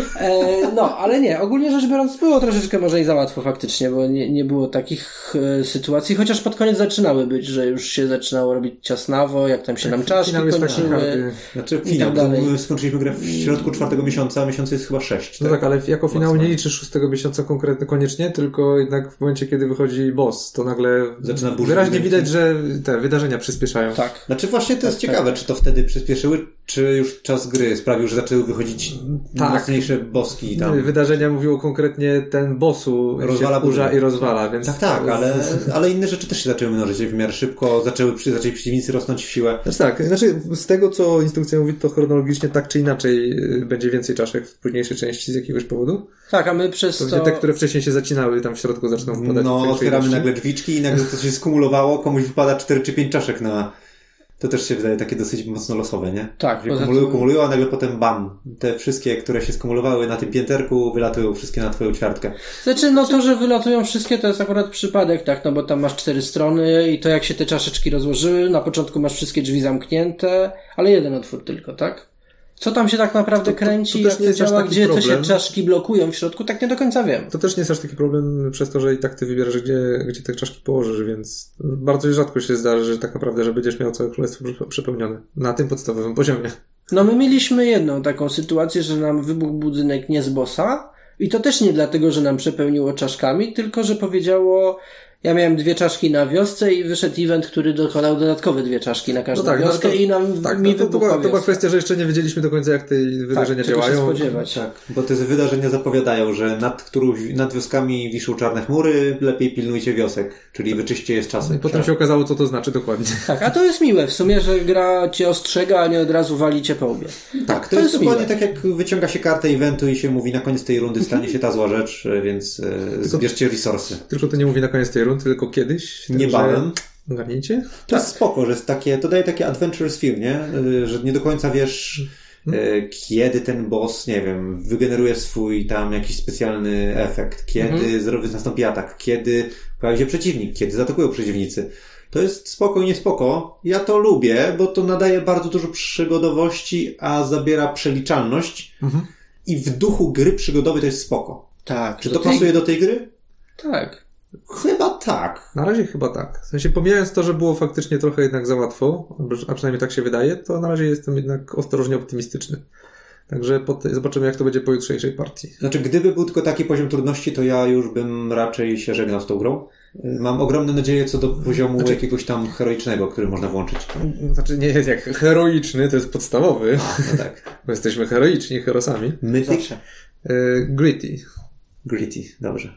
E, no, ale nie, ogólnie rzecz biorąc było troszeczkę może i za łatwo faktycznie, bo nie, nie było takich e, sytuacji, chociaż pod koniec zaczynały być, że już się zaczynało robić ciasnawo, jak tam się tak, nam czaszki kończyły. Znaczy finał, tak my skończyliśmy grę w środku czwartego miesiąca, a miesiąc jest chyba sześć. No tak, tak ale jako finał nie liczysz szóstego miesiąca konkretnie, koniecznie, tylko jednak w momencie, kiedy wychodzi boss, to nagle zaczyna wyraźnie widać, że te wydarzenia przyspieszają. Tak. Znaczy właśnie to jest tak, ciekawe, tak. Czy to wtedy przyspieszyły, czy już czas gry sprawił, że zaczęły wychodzić tak. mocniejsze boski tam. Wydarzenia mówiło konkretnie ten bossu rozwala się wkurza i rozwala, więc... Tak, tak, ale, ale inne rzeczy też się zaczęły mnożyć w miarę szybko, zaczęły, zaczęli przeciwnicy rosnąć w siłę. Znaczy tak, znaczy z tego co instrukcja mówi, to chronologicznie tak czy inaczej będzie więcej czaszek w późniejszej części z jakiegoś powodu. Tak, a my przez to... to... Te, które wcześniej się zacinały, tam w środku zaczną wpadać. No, otwieramy nagle drzwiczki i nagle to się skumulowało, komuś wypada cztery czy pięć czaszek na... To też się wydaje takie dosyć mocno losowe, nie? Tak. Kumulują, kumulują, a nagle potem bam. Te wszystkie, które się skumulowały na tym pięterku, wylatują wszystkie na twoją ćwiartkę. Znaczy, no to, że wylatują wszystkie, to jest akurat przypadek, tak? No bo tam masz cztery strony i to jak się te czaszeczki rozłożyły, na początku masz wszystkie drzwi zamknięte, ale jeden otwór tylko, tak? Co tam się tak naprawdę to, kręci, to, to jak to działa, gdzie problem. To się czaszki blokują w środku, tak nie do końca wiem. To też nie jest aż taki problem przez to, że i tak ty wybierasz, gdzie, gdzie te czaszki położysz, więc bardzo rzadko się zdarzy, że tak naprawdę, że będziesz miał całe królestwo przepełnione na tym podstawowym poziomie. No my mieliśmy jedną taką sytuację, że nam wybuchł budynek nie z bossa i to też nie dlatego, że nam przepełniło czaszkami, tylko że powiedziało... Ja miałem dwie czaszki na wiosce i wyszedł event, który dokładał dodatkowe dwie czaszki na każdą no tak, wioskę no to, i nam tak, mi no to, to, była, to była kwestia, że jeszcze nie wiedzieliśmy do końca, jak te wydarzenia tak, działają. Się spodziewać. Tak, bo te wydarzenia zapowiadają, że nad, którą, nad wioskami wiszą czarne chmury, lepiej pilnujcie wiosek, czyli wyczyście jest czasem. I potem się okazało, co to znaczy dokładnie. Tak, a to jest miłe w sumie, że gra cię ostrzega, a nie od razu wali cię po łbie. Tak, to, to jest, jest dokładnie tak, jak wyciąga się kartę eventu i się mówi, na koniec tej rundy stanie się ta zła rzecz, więc tylko, zbierzcie resursy. Tylko to nie mówi na koniec tej rundy, tylko kiedyś. Niebawem. Ogarnięcie? To tak. jest spoko, że jest takie, to daje takie adventurous feel, nie? Że nie do końca wiesz, hmm. kiedy ten boss, nie wiem, wygeneruje swój tam jakiś specjalny efekt, kiedy hmm. nastąpi atak, kiedy pojawi się przeciwnik, kiedy zaatakują przeciwnicy. To jest spoko i nie spoko. Ja to lubię, bo to nadaje bardzo dużo przygodowości, a zabiera przeliczalność hmm. i w duchu gry przygodowej to jest spoko. Tak. Czy to tej... pasuje do tej gry? Tak. Chyba tak. Na razie chyba tak. W sensie pomijając to, że było faktycznie trochę jednak za łatwo, a przynajmniej tak się wydaje, to na razie jestem jednak ostrożnie optymistyczny. Także po te, zobaczymy, jak to będzie po jutrzejszej partii. Znaczy, gdyby był tylko taki poziom trudności, to ja już bym raczej się żegnał z tą grą. Mam ogromne nadzieje co do poziomu znaczy... jakiegoś tam heroicznego, który można włączyć. Znaczy, nie jest jak heroiczny, to jest podstawowy. A, no tak. Bo jesteśmy heroiczni herosami. My zawsze. E, gritty. Gritty, dobrze.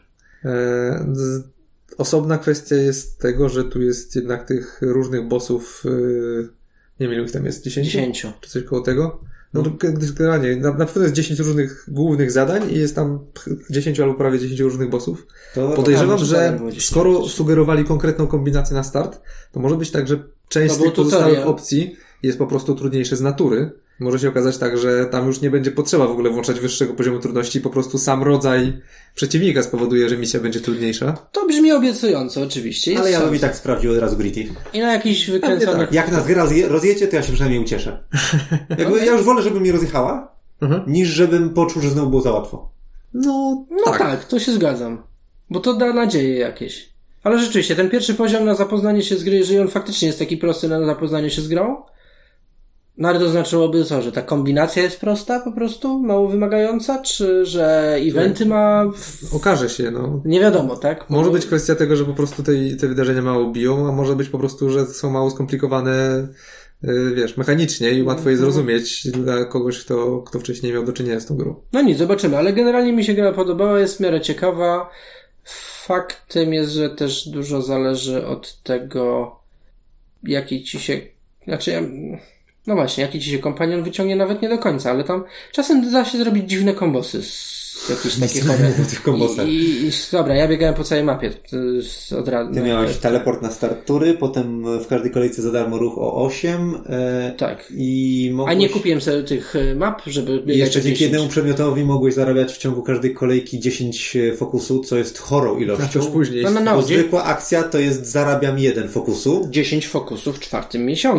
Osobna kwestia jest tego, że tu jest jednak tych różnych bossów, nie wiem ilu ich tam jest, dziesięciu? Dziesięciu. Czy coś koło tego? No to generalnie, na, na pewno jest dziesięć różnych głównych zadań i jest tam dziesięć albo prawie dziesięć różnych bossów. To podejrzewam, że skoro sugerowali konkretną kombinację na start, to może być tak, że część z tych pozostałych opcji jest po prostu trudniejsze z natury. Może się okazać tak, że tam już nie będzie potrzeba w ogóle włączać wyższego poziomu trudności, po prostu sam rodzaj przeciwnika spowoduje, że misja będzie trudniejsza. To brzmi obiecująco, oczywiście. Jest Ale ja bym i tak sprawdził od razu Gritty. I na jakiś wykręcony... Tak. Jak nas gra rozjecie, to ja się przynajmniej ucieszę. Jakby, ja już wolę, żeby mi rozjechała, mhm. niż żebym poczuł, że znowu było za łatwo. No, no tak. tak, to się zgadzam. Bo to da nadzieję jakieś. Ale rzeczywiście, ten pierwszy poziom na zapoznanie się z gry, jeżeli on faktycznie jest taki prosty na zapoznanie się z grą, no ale to znaczyłoby co, że ta kombinacja jest prosta po prostu, mało wymagająca, czy że eventy ma... W... Okaże się, no. Nie wiadomo, tak? Może być kwestia tego, że po prostu te, te wydarzenia mało biją, a może być po prostu, że są mało skomplikowane, yy, wiesz, mechanicznie i łatwo je zrozumieć dla kogoś, kto, kto wcześniej miał do czynienia z tą grą. No nic, zobaczymy, ale generalnie mi się gra podobała, jest w miarę ciekawa. Faktem jest, że też dużo zależy od tego, jaki ci się... Znaczy ja... No właśnie, jaki ci się kompanion wyciągnie nawet nie do końca, ale tam czasem da się zrobić dziwne kombosy z jakichś takich tych kombosach. I, i, dobra, ja biegałem po całej mapie od razu. Ty miałeś teleport na start tury, potem w każdej kolejce za darmo ruch o osiem. E, tak. I mogłeś... A nie kupiłem sobie tych map, żeby biegać. I jeszcze dzięki jednemu przedmiotowi mogłeś zarabiać w ciągu każdej kolejki dziesięć fokusu, co jest chorą ilością. A to później. No, no, no, Bo zwykła akcja to jest zarabiam jeden fokusu. dziesięć fokusów w czwartym miesiącu.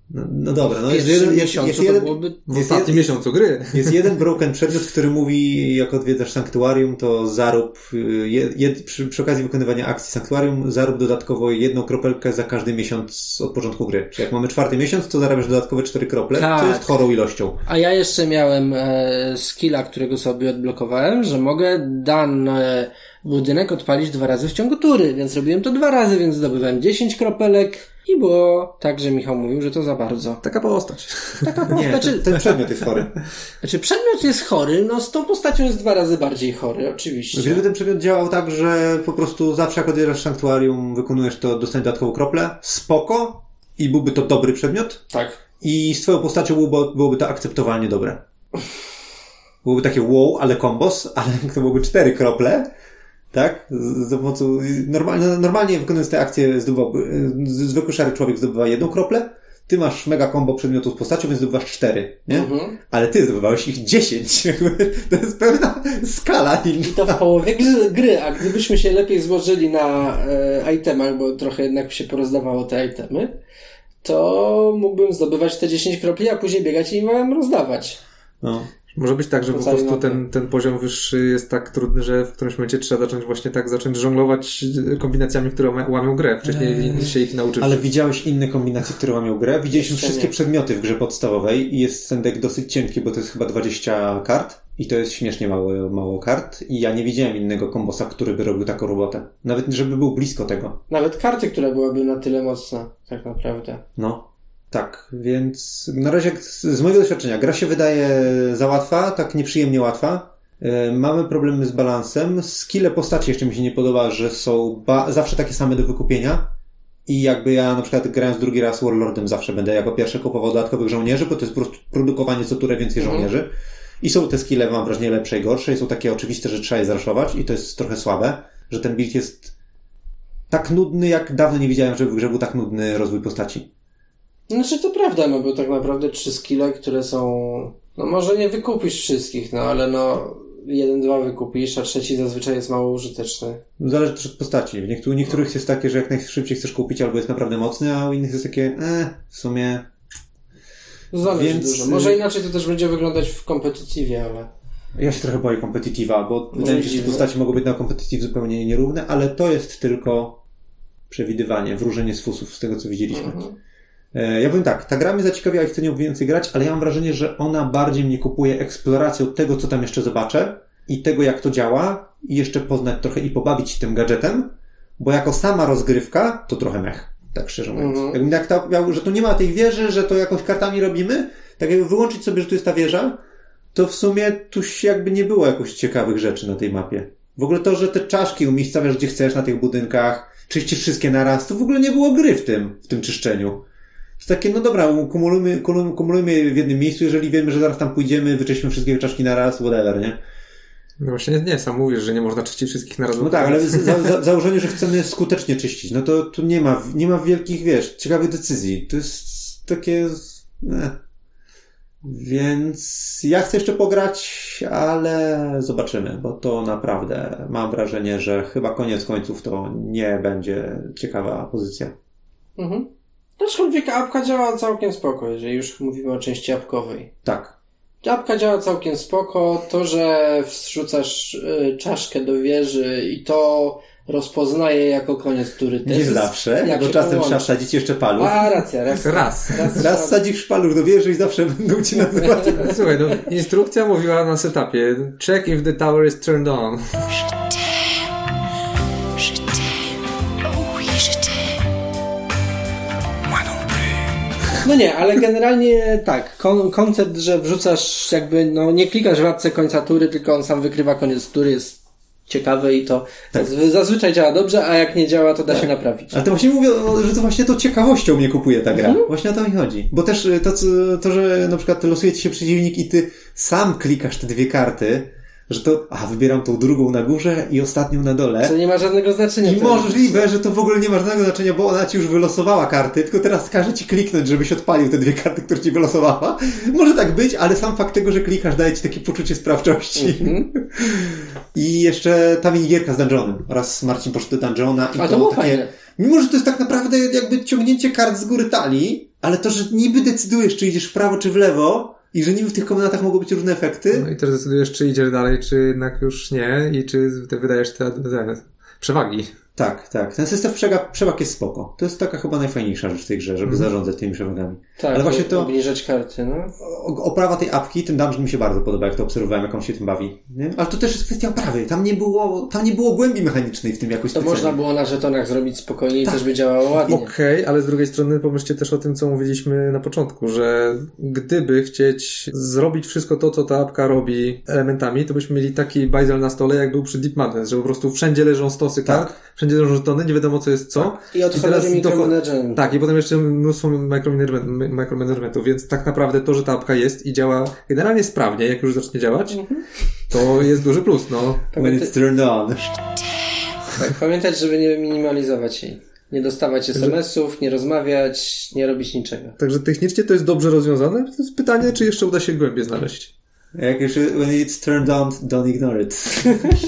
No, no dobra, no w jest jeden, jest, miesiącu jest to jeden, byłoby... W ostatnim miesiącu gry. Jest jeden broken przedmiot, który mówi, jak odwiedzasz sanktuarium, to zarób, jed, jed, przy, przy okazji wykonywania akcji sanktuarium, zarób dodatkowo jedną kropelkę za każdy miesiąc od początku gry. Czyli jak mamy czwarty miesiąc, to zarabiasz dodatkowe cztery krople, tak. co jest chorą ilością. A ja jeszcze miałem e, skilla, którego sobie odblokowałem, że mogę dany budynek odpalić dwa razy w ciągu tury, więc robiłem to dwa razy, więc zdobywałem dziesięć kropelek i było tak, że Michał mówił, że to za bardzo. Taka postać. Taka postać. Nie, ten, ten przedmiot jest chory. Znaczy przedmiot jest chory, no z tą postacią jest dwa razy bardziej chory, oczywiście. Gdyby ten przedmiot działał tak, że po prostu zawsze jak odjeżdżasz sanktuarium, wykonujesz to, dostaniesz dodatkową kroplę, spoko i byłby to dobry przedmiot. Tak. I z twoją postacią byłoby, byłoby to akceptowalnie dobre. Byłoby takie wow, ale kombos, ale to byłoby cztery krople, tak? Za pomocą, normalnie, normalnie wykonując tę akcję zdobywałby, zwykły szary człowiek zdobywa jedną kroplę, ty masz mega combo przedmiotu z postacią, więc zdobywasz cztery, nie? Mhm. Ale ty zdobywałeś ich dziesięć. To jest pewna skala. I to w połowie gry, a gdybyśmy się lepiej złożyli na e, itemach, bo trochę jednak się porozdawało te itemy, to mógłbym zdobywać te dziesięć kropli, a później biegać i im rozdawać. No. Może być tak, że po prostu ten, ten poziom wyższy jest tak trudny, że w którymś momencie trzeba zacząć właśnie tak zacząć żonglować kombinacjami, które łamią grę. Wcześniej eee, się ich nauczyć. Ale widziałeś inne kombinacje, które łamią grę? Widzieliśmy wszystkie nie. przedmioty w grze podstawowej i jest ten deck dosyć cienki, bo to jest chyba dwadzieścia kart i to jest śmiesznie mało, mało kart i ja nie widziałem innego kombosa, który by robił taką robotę. Nawet żeby był blisko tego. Nawet karty, które byłyby na tyle mocne, tak naprawdę. No. Tak, więc na razie z mojego doświadczenia gra się wydaje za łatwa, tak nieprzyjemnie łatwa. Yy, mamy problemy z balansem. Skille postaci jeszcze mi się nie podoba, że są ba- zawsze takie same do wykupienia. I jakby ja na przykład grając drugi raz Warlordem zawsze będę jako pierwszy kupował dodatkowych żołnierzy, bo to jest po prostu produkowanie co turę więcej mhm. żołnierzy. I są te skille, mam wrażenie, lepsze i gorsze. I są takie oczywiste, że trzeba je zraszować i to jest trochę słabe, że ten build jest tak nudny, jak dawno nie widziałem, żeby w grze był tak nudny rozwój postaci. Znaczy to prawda, no bo tak naprawdę trzy skille, które są... No może nie wykupisz wszystkich, no ale no jeden, dwa wykupisz, a trzeci zazwyczaj jest mało użyteczny. Zależy też od postaci. W niektórych, niektórych jest takie, że jak najszybciej chcesz kupić albo jest naprawdę mocny, a u innych jest takie, eh, w sumie... Zależy Więc... dużo. Może inaczej to też będzie wyglądać w competitive, ale... Ja się trochę boję competitive'a, bo wydaje mi się, że te postaci mogą być na competitive zupełnie nierówne, ale to jest tylko przewidywanie, wróżenie z fusów z tego, co widzieliśmy. Mhm. Ja powiem tak, ta gra mnie zaciekawiła i chcę nią więcej grać, ale ja mam wrażenie, że ona bardziej mnie kupuje eksploracją tego, co tam jeszcze zobaczę i tego, jak to działa i jeszcze poznać trochę i pobawić się tym gadżetem, bo jako sama rozgrywka to trochę mech, tak szczerze mówiąc. Mm-hmm. Jakbym jak ta, że tu nie ma tej wieży, że to jakoś kartami robimy, tak jakby wyłączyć sobie, że tu jest ta wieża, to w sumie tu jakby nie było jakoś ciekawych rzeczy na tej mapie. W ogóle to, że te czaszki umiejscawiasz gdzie chcesz na tych budynkach, czyścisz wszystkie naraz, to w ogóle nie było gry w tym, w tym czyszczeniu. To takie, no dobra, kumulujmy, kumulujmy w jednym miejscu, jeżeli wiemy, że zaraz tam pójdziemy, wyczyścimy wszystkie czaszki na raz, whatever, nie? No właśnie, nie, sam mówisz, że nie można czyścić wszystkich na raz. No tak, ale w za, za, założeniu, że chcemy skutecznie czyścić, no to tu nie ma, nie ma wielkich, wiesz, ciekawych decyzji. To jest takie... Eh. Więc ja chcę jeszcze pograć, ale zobaczymy, bo to naprawdę mam wrażenie, że chyba koniec końców to nie będzie ciekawa pozycja. Mhm. Aczkolwiek apka działa całkiem spoko, jeżeli już mówimy o części apkowej. Tak. Apka działa całkiem spoko. To, że wrzucasz y, czaszkę do wieży i to rozpoznaje jako koniec tury. Nie jest, zawsze, bo czasem trzeba wsadzić jeszcze paluch. A, racja, raz. Raz. Raz, raz wsadzisz paluch do wieży i zawsze będą ci nazywać. Słuchaj, no, instrukcja mówiła na setupie check if the tower is turned on. No nie, ale generalnie tak, kon- koncept, że wrzucasz jakby, no nie klikasz w łapce końca tury, tylko on sam wykrywa koniec tury, jest ciekawy i to tak. Zazwyczaj działa dobrze, a jak nie działa, to da tak. się naprawić. Ale to właśnie mówię, że to właśnie to ciekawością mnie kupuje ta gra. Mhm. Właśnie o to mi chodzi. Bo też to, to, że na przykład losuje ci się przeciwnik i ty sam klikasz te dwie karty, że to, a wybieram tą drugą na górze i ostatnią na dole. Co nie ma żadnego znaczenia. I możliwe, że to w ogóle nie ma żadnego znaczenia, bo ona ci już wylosowała karty, tylko teraz każe ci kliknąć, żebyś odpalił te dwie karty, które ci wylosowała. Może tak być, ale sam fakt tego, że klikasz, daje ci takie poczucie sprawczości. Mm-hmm. I jeszcze ta minigierka z dungeonem. Oraz Marcin poszedł do dungeona. I a to, to było takie, fajne. Mimo, że to jest tak naprawdę jakby ciągnięcie kart z góry talii, ale to, że niby decydujesz, czy idziesz w prawo, czy w lewo i że niby w tych komnatach mogą być różne efekty. No i też decydujesz, czy idziesz dalej, czy jednak już nie i czy ty wydajesz te, te przewagi. Tak, tak. Ten system przewag, przewag jest spoko. To jest taka chyba najfajniejsza rzecz w tej grze, żeby mm. zarządzać tymi przewagami. Tak, ale właśnie to obniżać karty, no. Oprawa tej apki, ten dungeon mi się bardzo podoba, jak to obserwowałem, jak on się tym bawi. Nie? Ale to też jest kwestia oprawy. Tam nie było, tam nie było głębi mechanicznej w tym jakoś to specjalnie. można było na żetonach zrobić spokojnie i tak. też by działało ładnie. Okej, okay, ale z drugiej strony pomyślcie też o tym, co mówiliśmy na początku, że gdyby chcieć zrobić wszystko to, co ta apka robi elementami, to byśmy mieli taki bajzel na stole, jak był przy Deep Madness, że po prostu wszędzie leżą stosy kart, tak. wszędzie leżą żetony, nie wiadomo co jest co. Tak. I odchodzenie mikromanagementu. Tak, i potem jeszcze mnóstwo micromanagementu, więc tak naprawdę to, że ta apka jest i działa generalnie sprawnie, jak już zacznie działać, mm-hmm. to jest duży plus, no. When it's turned on. Tak, pamiętać, żeby nie minimalizować jej. Nie dostawać es em esów, nie rozmawiać, nie robić niczego. Także technicznie to jest dobrze rozwiązane. To jest pytanie, czy jeszcze uda się głębiej znaleźć. Jak już when it's turned on, don't ignore it.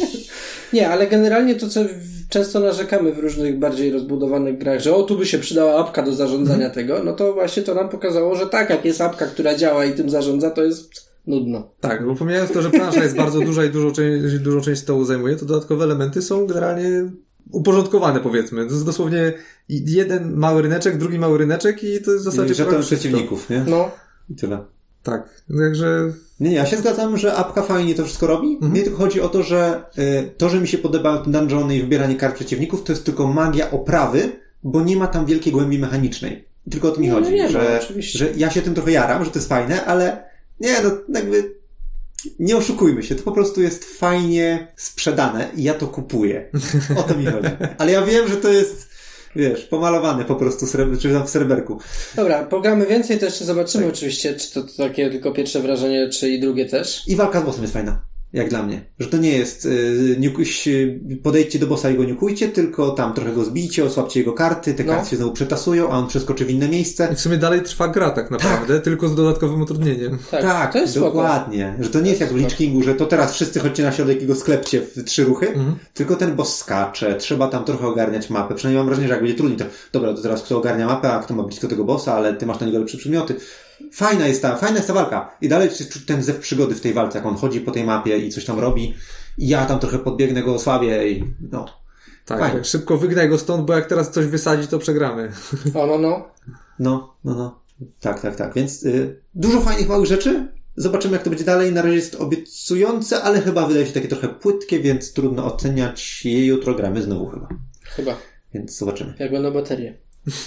Nie, ale generalnie to, co często narzekamy w różnych bardziej rozbudowanych grach, że o, tu by się przydała apka do zarządzania mm. tego, no to właśnie to nam pokazało, że tak, jak jest apka, która działa i tym zarządza, to jest nudno. Tak, bo pomijając to, że plansza jest bardzo duża i dużą część, dużą część stołu zajmuje, to dodatkowe elementy są generalnie uporządkowane, powiedzmy. To jest dosłownie jeden mały ryneczek, drugi mały ryneczek i to jest w zasadzie... Żeton przeciwników, nie? No. I tyle. Tak, także... Nie, nie, ja się zgadzam, że apka fajnie to wszystko robi. Mhm. Mnie tylko chodzi o to, że y, to, że mi się podobają dungeony i wybieranie kart przeciwników, to jest tylko magia oprawy, bo nie ma tam wielkiej głębi mechanicznej. Tylko o to mi nie, chodzi, nie, że, no, że ja się tym trochę jaram, że to jest fajne, ale nie, no jakby nie oszukujmy się, to po prostu jest fajnie sprzedane i ja to kupuję. O to mi chodzi. Ale ja wiem, że to jest... Wiesz, pomalowane po prostu srebr- czy tam w sreberku. Dobra, pogramy więcej, to jeszcze zobaczymy tak. oczywiście, czy to takie tylko pierwsze wrażenie, czy i drugie też. I walka z bossem jest fajna, jak dla mnie. Że to nie jest yy, niukuś, podejdźcie do bossa i go niukujcie, tylko tam trochę go zbijcie, osłabcie jego karty, te no. karty się znowu przetasują, a on przeskoczy w inne miejsce. I w sumie dalej trwa gra tak naprawdę, tak. tylko z dodatkowym utrudnieniem. Tak, tak to jest dokładnie. spoko. Że to nie to jest jak w Lich Kingu, że to teraz wszyscy chodźcie na środek i go sklepcie w trzy ruchy, mhm. tylko ten boss skacze, trzeba tam trochę ogarniać mapę. Przynajmniej mam wrażenie, że jak będzie trudniej, to dobra, to teraz kto ogarnia mapę, a kto ma blisko tego bossa, ale ty masz na niego lepsze przedmioty. Fajna jest ta, fajna jest ta walka. I dalej ten zew przygody w tej walce, jak on chodzi po tej mapie i coś tam robi. I ja tam trochę podbiegnę go osłabię i no. Tak, tak, szybko wygnaj go stąd, bo jak teraz coś wysadzi, to przegramy. O, no, no. No, no, no. Tak, tak, tak. Więc y, dużo fajnych małych rzeczy. Zobaczymy, jak to będzie dalej. Na razie jest obiecujące, ale chyba wydaje się takie trochę płytkie, więc trudno oceniać je. Jutro gramy znowu chyba. Chyba. Więc zobaczymy. Jak będą baterie.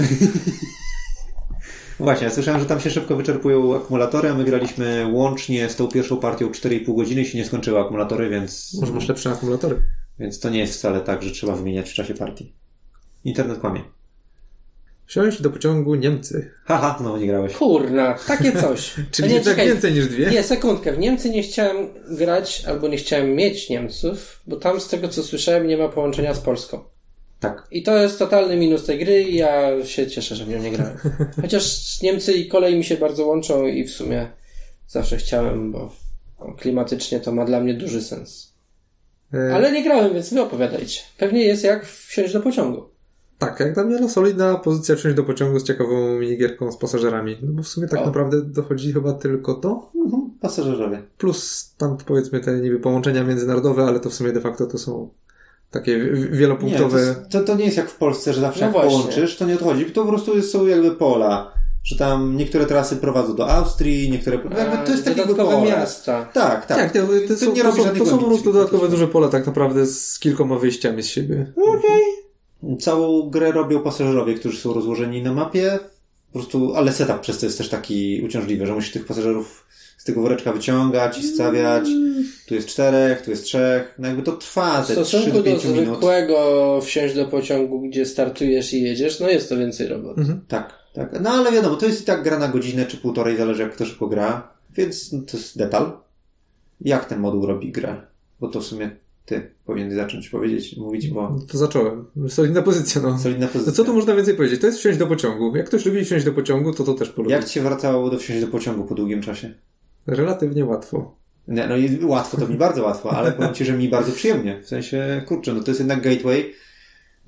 Właśnie, ja słyszałem, że tam się szybko wyczerpują akumulatory, a my graliśmy łącznie z tą pierwszą partią cztery i pół godziny i się nie skończyły akumulatory, więc... Może masz lepsze akumulatory. Więc to nie jest wcale tak, że trzeba wymieniać w czasie partii. Internet kłamie. Wsiąść do pociągu Niemcy. Haha, znowu nie grałeś. Kurna, takie coś. Czyli nie, tak czekaj, więcej niż dwie? Nie, sekundkę. W Niemcy nie chciałem grać, albo nie chciałem mieć Niemców, bo tam z tego co słyszałem nie ma połączenia z Polską. Tak. I to jest totalny minus tej gry i ja się cieszę, że w nią nie grałem. Chociaż Niemcy i kolej mi się bardzo łączą i w sumie zawsze chciałem, bo klimatycznie to ma dla mnie duży sens. E... Ale nie grałem, więc wy opowiadajcie. Pewnie jest jak wsiąść do pociągu. Tak, jak dla mnie no, solidna pozycja wsiąść do pociągu z ciekawą minigierką z pasażerami. No bo w sumie tak o. naprawdę dochodzi chyba tylko to. Mhm, pasażerowie. Plus tam powiedzmy te niby połączenia międzynarodowe, ale to w sumie de facto to są takie wielopunktowe... Nie, to, to, to nie jest jak w Polsce, że zawsze no jak właśnie. połączysz, to nie odchodzi. To po prostu są jakby pola. Że tam niektóre trasy prowadzą do Austrii, niektóre... Jakby to jest takie dodatkowe miasta. Tak, tak. tak to, to, to, są, nie to, są, to są po prostu dodatkowe duże pola tak naprawdę z kilkoma wyjściami z siebie. Okej. Okay. Całą grę robią pasażerowie, którzy są rozłożeni na mapie. Po prostu, ale setup przez to jest też taki uciążliwy, że musisz tych pasażerów z tego woreczka wyciągać i stawiać. Tu jest czterech, tu jest trzech. No jakby to trwa te trzy do pięciu minut. W stosunku do zwykłego wsiąść do pociągu, gdzie startujesz i jedziesz, no jest to więcej robot. Mhm. Tak, tak. No ale wiadomo, to jest i tak gra na godzinę czy półtorej, zależy jak kto szybko gra. Więc no, to jest detal. Jak ten moduł robi grę? Bo to w sumie ty powinien zacząć powiedzieć, mówić, bo... No to zacząłem. Solidna pozycja, no. Solidna pozycja. To co tu można więcej powiedzieć? To jest wsiąść do pociągu. Jak ktoś lubi wsiąść do pociągu, to to też polubi. Jak ci się wracało do wsiąść do pociągu po długim czasie? Relatywnie łatwo. Nie, no i łatwo, to mi bardzo łatwo, ale powiem ci, że mi bardzo przyjemnie. W sensie, kurczę, no to jest jednak gateway.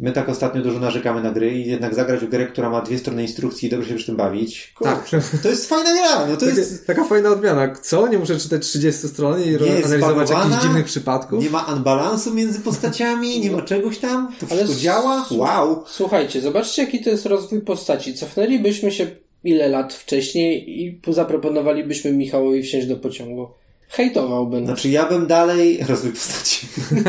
My tak ostatnio dużo narzekamy na gry i jednak zagrać w grę, która ma dwie strony instrukcji i dobrze się przy tym bawić. Kurczę, tak. To jest fajna gra. No to Taka, jest... taka fajna odmiana. Co? Nie muszę czytać trzydzieści stron i nie analizować jakichś dziwnych przypadków? Nie ma unbalansu między postaciami, nie ma czegoś tam. To wszystko Ale działa. Wow. Słuchajcie, zobaczcie jaki to jest rozwój postaci. Cofnęlibyśmy się ile lat wcześniej i zaproponowalibyśmy Michałowi wsiąść do pociągu. Hejtowałbym. Znaczy ja bym dalej... Rozwój postaci.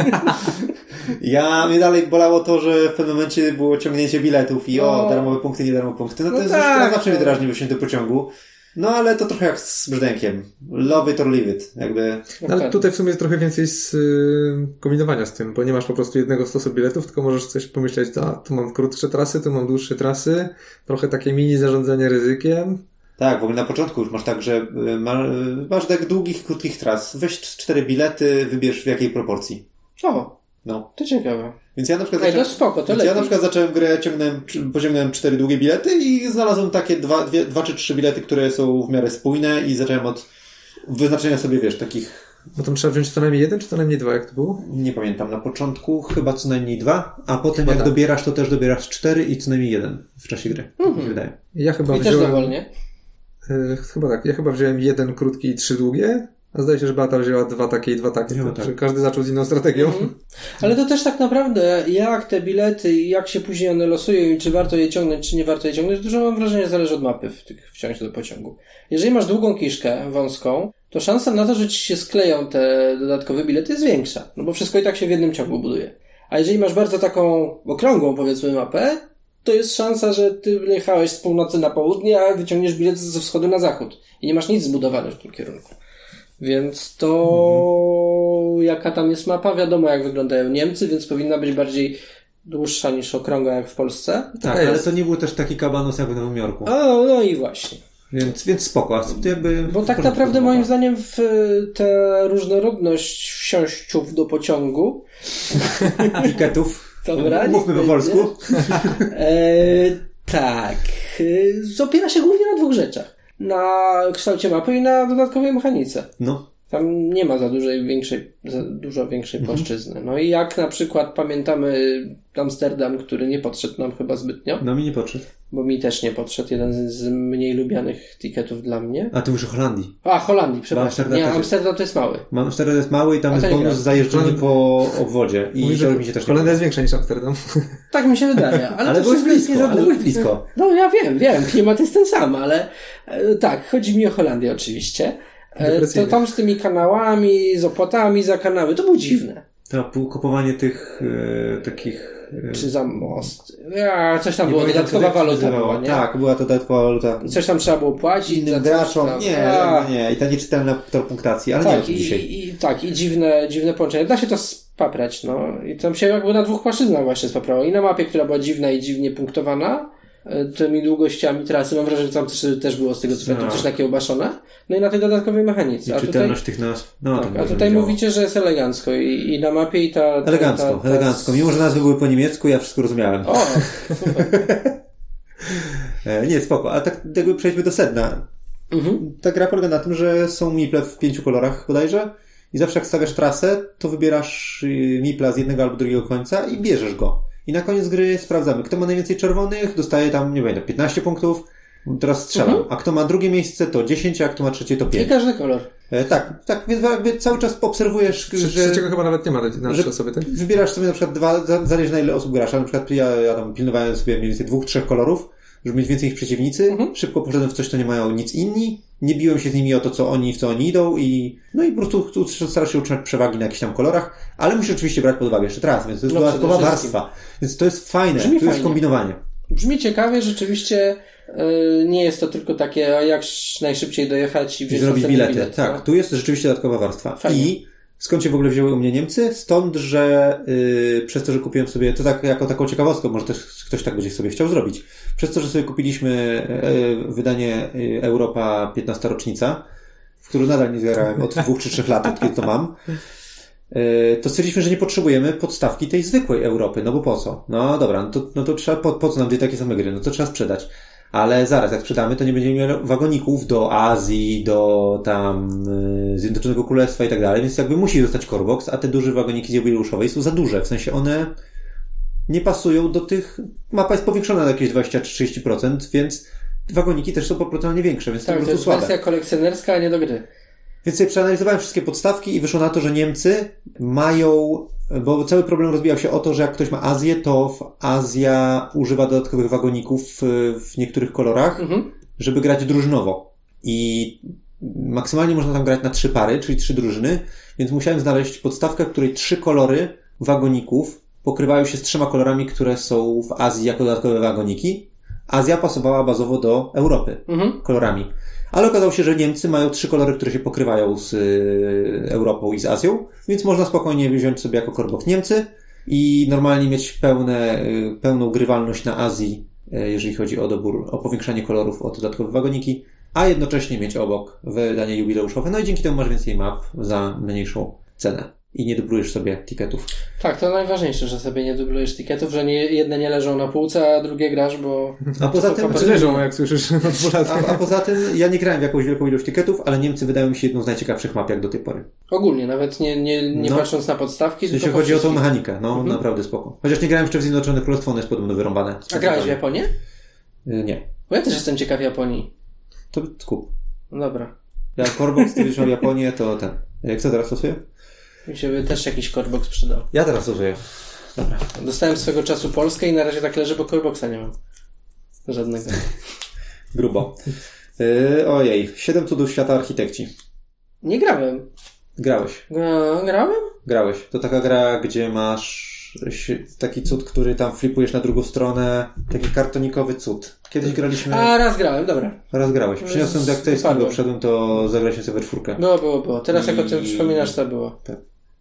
ja... Mnie dalej bolało to, że w pewnym momencie było ciągnięcie biletów i no. o, darmowe punkty, nie darmowe punkty. No to no jest tak, już zawsze mnie drażni wysiąść do pociągu. No ale to trochę jak z brzdękiem. Love it or leave it. Jakby... No, ale tutaj w sumie jest trochę więcej z, y, kombinowania z tym, bo nie masz po prostu jednego stosu biletów, tylko możesz coś pomyśleć, a tu mam krótsze trasy, tu mam dłuższe trasy, trochę takie mini zarządzanie ryzykiem. Tak, w ogóle na początku już masz tak, że masz, masz tak długich, krótkich tras. Weź cztery bilety, wybierz w jakiej proporcji. O, no. To ciekawe. Więc ja na przykład Ej, zacząłem, to spoko, to więc lepiej. ja na przykład zacząłem grę, ciągnąłem, pociągnąłem cztery długie bilety i znalazłem takie dwa, dwie, dwa czy trzy bilety, które są w miarę spójne i zacząłem od wyznaczenia sobie, wiesz, takich... Bo tam trzeba wziąć co najmniej jeden, czy co najmniej dwa, jak to było? Nie pamiętam, na początku chyba co najmniej dwa, a potem chyba jak tak. dobierasz, to też dobierasz cztery i co najmniej jeden w czasie gry. Mhm. Mi się wydaje. Ja chyba I wziąłem... też dowolnie? Yy, chyba tak. Ja chyba wziąłem jeden krótki i trzy długie, a zdaje się, że Beata wzięła dwa takie i dwa takie. No, to, tak. Że każdy zaczął z inną strategią. Mhm. Ale to też tak naprawdę, jak te bilety i jak się później one losują i czy warto je ciągnąć, czy nie warto je ciągnąć, dużo mam wrażenie zależy od mapy w tych wciąż do pociągu. Jeżeli masz długą kiszkę, wąską, to szansa na to, że ci się skleją te dodatkowe bilety jest większa. No bo wszystko i tak się w jednym ciągu buduje. A jeżeli masz bardzo taką okrągłą, powiedzmy, mapę, to jest szansa, że ty jechałeś z północy na południe, a wyciągniesz bilet ze wschodu na zachód. I nie masz nic zbudowane w tym kierunku. Więc to mhm. jaka tam jest mapa, wiadomo jak wyglądają Niemcy, więc powinna być bardziej dłuższa niż okrągła jak w Polsce. Tak, ale to nie był też taki kabanos jak w Nowym Jorku. O, no i właśnie. Więc, więc spoko. Jakby Bo tak naprawdę moim zdaniem w tę różnorodność wsiąściów do pociągu tiketów. Dobra, mówmy po polsku. e, tak. E, opiera się głównie na dwóch rzeczach. Na kształcie mapy i na dodatkowej mechanice. No. Tam nie ma za dużej, większej, za dużo większej mhm. płaszczyzny. No i jak na przykład pamiętamy Amsterdam, który nie podszedł nam chyba zbytnio. No mi nie podszedł. Bo mi też nie podszedł. Jeden z mniej lubianych tiketów dla mnie. A ty mówisz o Holandii. A, Holandii, przepraszam. Amsterdam nie, Amsterdam to jest mały. Amsterdam jest mały i tam jest bonus zajeżdżony po obwodzie. I Mówi, to mi się też Holandia jest większa niż Amsterdam. Tak mi się wydaje. Ale, ale to byłeś blisko, nie za ale byłeś blisko. No ja wiem, wiem. Klimat jest ten sam, ale e, tak, chodzi mi o Holandię oczywiście. E, to tam z tymi kanałami, z opłatami za kanały, to było dziwne. To kupowanie tych e, takich... E, Czy za most. Ja, coś tam było, dodatkowa waluta była, nie? Tak, była to dodatkowa waluta. I coś tam trzeba było płacić. Innym graczom. Nie, A. nie. I ta nieczytelna tor punktacji, ale tak, nie i, dzisiaj. I, i, tak, i dziwne, dziwne połączenie. Da się to spaprać, no. I tam się jakby na dwóch płaszczyznach właśnie spaprało. I na mapie, która była dziwna i dziwnie punktowana, tymi długościami trasy. Mam wrażenie, że tam też, też było z tego co pamiętam, coś takiego baszone. No i na tej dodatkowej mechanice. I czytelność tutaj, tych nazw. No, tak, a tutaj mówicie, że jest elegancko i, i na mapie i ta... ta elegancko, ta, ta, elegancko. Mimo, że nazwy były po niemiecku, ja wszystko rozumiałem. O, super. Nie, spoko. Ale tak jakby przejdźmy do sedna. Mhm. Ta gra polega na tym, że są miple w pięciu kolorach bodajże i zawsze jak stawiasz trasę, to wybierasz mipla z jednego albo drugiego końca i bierzesz go. I na koniec gry sprawdzamy, kto ma najwięcej czerwonych, dostaje tam, nie wiem, piętnaście punktów, teraz strzelam. Mhm. A kto ma drugie miejsce, to dziesięć, a kto ma trzecie, to pięć. I każdy kolor. E, tak, tak, więc jakby cały czas obserwujesz, Trze- że... Trzeciego chyba nawet nie ma na trzy osoby, tak? Wybierasz sobie na przykład dwa, zależy na ile osób grasz, ale na przykład ja, ja tam pilnowałem sobie mniej więcej dwóch, trzech kolorów, żeby mieć więcej ich przeciwnicy. Mhm. Szybko poszedłem w coś, co nie mają nic inni. Nie biłem się z nimi o to, co oni, w co oni idą i no i po prostu tu starasz się utrzymać przewagi na jakichś tam kolorach, ale musisz oczywiście brać pod uwagę jeszcze teraz, więc to jest no, dodatkowa warstwa. Więc to jest fajne, Brzmi to fajnie. jest kombinowanie. Brzmi ciekawie, rzeczywiście yy, nie jest to tylko takie, jak najszybciej dojechać i wziąć zrobić bilety. bilet, tak, no? Tu jest rzeczywiście dodatkowa warstwa. Fajnie. I skąd się w ogóle wzięły u mnie Niemcy? Stąd, że yy, przez to, że kupiłem sobie, to tak jako taką ciekawostkę, może też ktoś tak będzie sobie chciał zrobić. Przez to, że sobie kupiliśmy yy, wydanie yy, Europa piętnasta rocznica, w którą nadal nie zgrałem od dwóch czy trzech lat, od kiedy to mam, yy, to stwierdziliśmy, że nie potrzebujemy podstawki tej zwykłej Europy, no bo po co? No dobra, no to, no to trzeba, po, po co nam dwie takie same gry? No to trzeba sprzedać. Ale zaraz, jak sprzedamy, to nie będziemy mieli wagoników do Azji, do tam yy, Zjednoczonego Królestwa i tak dalej, więc jakby musi zostać Corebox, a te duże wagoniki z jubileuszowej są za duże, w sensie one nie pasują do tych... Mapa jest powiększona na jakieś dwadzieścia czy trzydzieści procent, więc wagoniki też są proporcjonalnie większe, więc tak, to po prostu prostu słabe. Tak, to jest wersja kolekcjonerska, a nie do gry. Więc sobie przeanalizowałem wszystkie podstawki i wyszło na to, że Niemcy mają... Bo cały problem rozbijał się o to, że jak ktoś ma Azję, to Azja używa dodatkowych wagoników w, w niektórych kolorach, mhm. żeby grać drużynowo. I maksymalnie można tam grać na trzy pary, czyli trzy drużyny, więc musiałem znaleźć podstawkę, w której trzy kolory wagoników pokrywają się z trzema kolorami, które są w Azji jako dodatkowe wagoniki. Azja pasowała bazowo do Europy mhm. kolorami. Ale okazało się, że Niemcy mają trzy kolory, które się pokrywają z Europą i z Azją, więc można spokojnie wziąć sobie jako korbok Niemcy i normalnie mieć pełne, pełną grywalność na Azji, jeżeli chodzi o dobór, o powiększanie kolorów, o dodatkowe wagoniki, a jednocześnie mieć obok wydanie jubileuszowe. No i dzięki temu masz więcej map za mniejszą cenę. I nie dublujesz sobie tiketów. Tak, to najważniejsze, że sobie nie dublujesz tiketów, że nie, jedne nie leżą na półce, a drugie grasz, bo... A poza tym... leżą, jak słyszysz od dwóch lat. A, a poza tym ja nie grałem w jakąś wielką ilość tiketów, ale Niemcy wydają mi się jedną z najciekawszych map jak do tej pory. Ogólnie, nawet nie, nie, nie no, patrząc na podstawki. Jeśli chodzi o tą mechanikę, no mhm. naprawdę spoko. Chociaż nie grałem jeszcze w Zjednoczone Królestwo, one jest podobno wyrąbane. A grałeś w Japonię? Nie. Bo ja też jestem ciekaw Japonii. To kup. No dobra. Ja Corbox, ty wiesz o Japonię, to ten. Kto teraz stosuje? Mi się by też jakiś Corbox przydał. Ja teraz stosuję. Dobra. Dostałem swego czasu Polskę i na razie tak leży, bo Corboxa nie mam. Żadnego. Grubo. Yy, ojej. Siedem cudów świata architekci. Nie grałem. Grałeś. Gra- grałem? Grałeś. To taka gra, gdzie masz taki cud, który tam flipujesz na drugą stronę. Taki kartonikowy cud. Kiedyś graliśmy... A, raz grałem, dobra. Raz grałeś. Przyniosłem jak tej bo wszedłem, to zagraliśmy sobie we czwórkę. Było, było, było. Teraz I... jak o tym przypominasz, to było. Tak.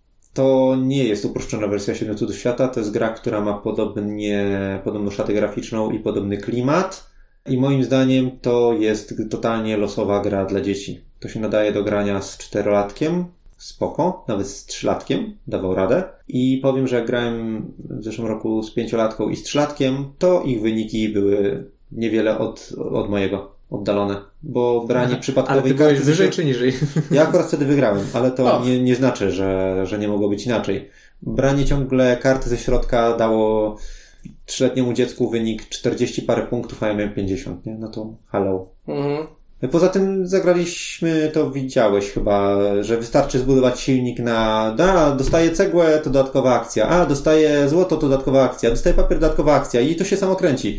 To nie jest uproszczona wersja Siedmiu Cudów Świata. To jest gra, która ma podobnie, podobną szatę graficzną i podobny klimat. I moim zdaniem to jest totalnie losowa gra dla dzieci. To się nadaje do grania z czterolatkiem. Spoko, nawet z trzylatkiem dawał radę. I powiem, że jak grałem w zeszłym roku z pięciolatką i z trzylatkiem, to ich wyniki były niewiele od, od mojego, oddalone. Bo branie przypadkowej karty... Ale ty byłeś wyżej czy niżej? Ja akurat wtedy wygrałem, ale to nie, nie znaczy, że, że nie mogło być inaczej. Branie ciągle karty ze środka dało trzyletniemu dziecku wynik czterdzieści parę punktów, a ja miałem pięćdziesiąt, nie? No to hello. Mhm. Poza tym zagraliśmy, to widziałeś chyba, że wystarczy zbudować silnik na, da, dostaje cegłę, to dodatkowa akcja, a, dostaje złoto, to dodatkowa akcja, dostaje papier, dodatkowa akcja i to się samo kręci.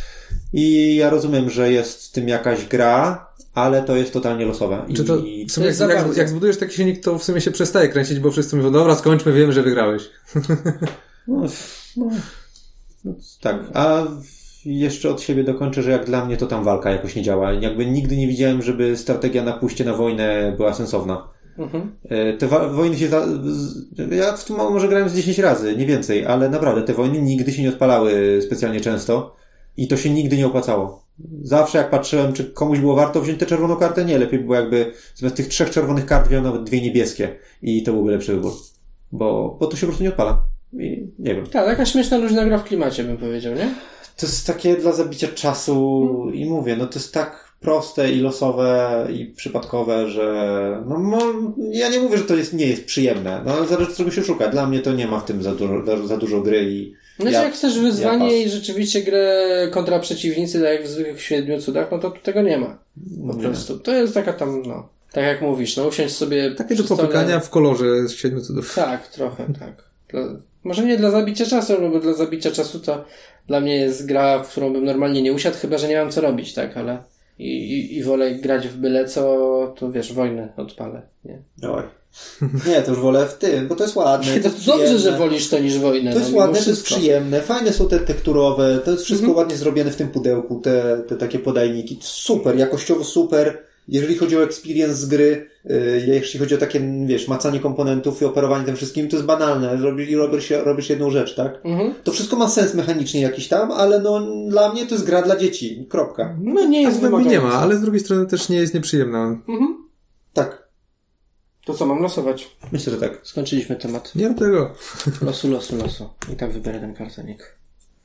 I ja rozumiem, że jest w tym jakaś gra, ale to jest totalnie losowe. Czy to, w sumie jak, jak, jak zbudujesz taki silnik, to w sumie się przestaje kręcić, bo wszyscy mówią, dobra, skończmy, wiemy, że wygrałeś. No, no, no tak, a jeszcze od siebie dokończę, że jak dla mnie to tam walka jakoś nie działa. Jakby nigdy nie widziałem, żeby strategia na pójście na wojnę była sensowna. Mhm. Te wa- wojny się... Za- ja w tym może grałem z dziesięć razy, nie więcej, ale naprawdę te wojny nigdy się nie odpalały specjalnie często i to się nigdy nie opłacało. Zawsze jak patrzyłem, czy komuś było warto wziąć tę czerwoną kartę, nie, lepiej było jakby zamiast tych trzech czerwonych kart wziął nawet dwie niebieskie i to byłby lepszy wybór. Bo, bo to się po prostu nie odpala. I nie wiem. Tak, taka śmieszna, luźna gra w klimacie, bym powiedział, nie? To jest takie dla zabicia czasu hmm. i mówię, no to jest tak proste i losowe i przypadkowe, że no, no ja nie mówię, że to jest, nie jest przyjemne, no ale zależy czego się szuka. Dla mnie to nie ma w tym za dużo, za dużo gry i znaczy ja, jak chcesz wyzwanie ja i rzeczywiście grę kontra przeciwnicy, tak jak w zwykłych Siedmiu Cudach, no to tu tego nie ma. Po nie. prostu. To jest taka tam, no, tak jak mówisz, no usiąść sobie... Takie do popykania w kolorze z Siedmiu Cudów. Tak, trochę, tak. Dla, może nie dla zabicia czasu, no bo dla zabicia czasu to dla mnie jest gra, w którą bym normalnie nie usiadł, chyba że nie mam co robić, tak, ale i, i, i wolę grać w byle co, to wiesz, wojnę odpalę, nie? Oj. Nie, to już wolę w tym, bo to jest ładne. To, to dobrze, że wolisz to niż wojnę. To jest no, ładne, to jest przyjemne, fajne są te tekturowe, to jest wszystko mm-hmm. ładnie zrobione w tym pudełku, te, te takie podajniki, super, jakościowo super. Jeżeli chodzi o experience z gry, yy, jeśli chodzi o takie, wiesz, macanie komponentów i operowanie tym wszystkim, to jest banalne. Robisz, robisz, robisz jedną rzecz, tak? Mm-hmm. To wszystko ma sens mechanicznie jakiś tam, ale no dla mnie to jest gra dla dzieci. Kropka. No nie jest wymagająca. Nie ma, ale z drugiej strony też nie jest nieprzyjemna. Mm-hmm. Tak. To co, mam losować? Myślę, że tak. Skończyliśmy temat. Nie ma tego. Losu, losu, losu. I tak wybiorę ten kartonik.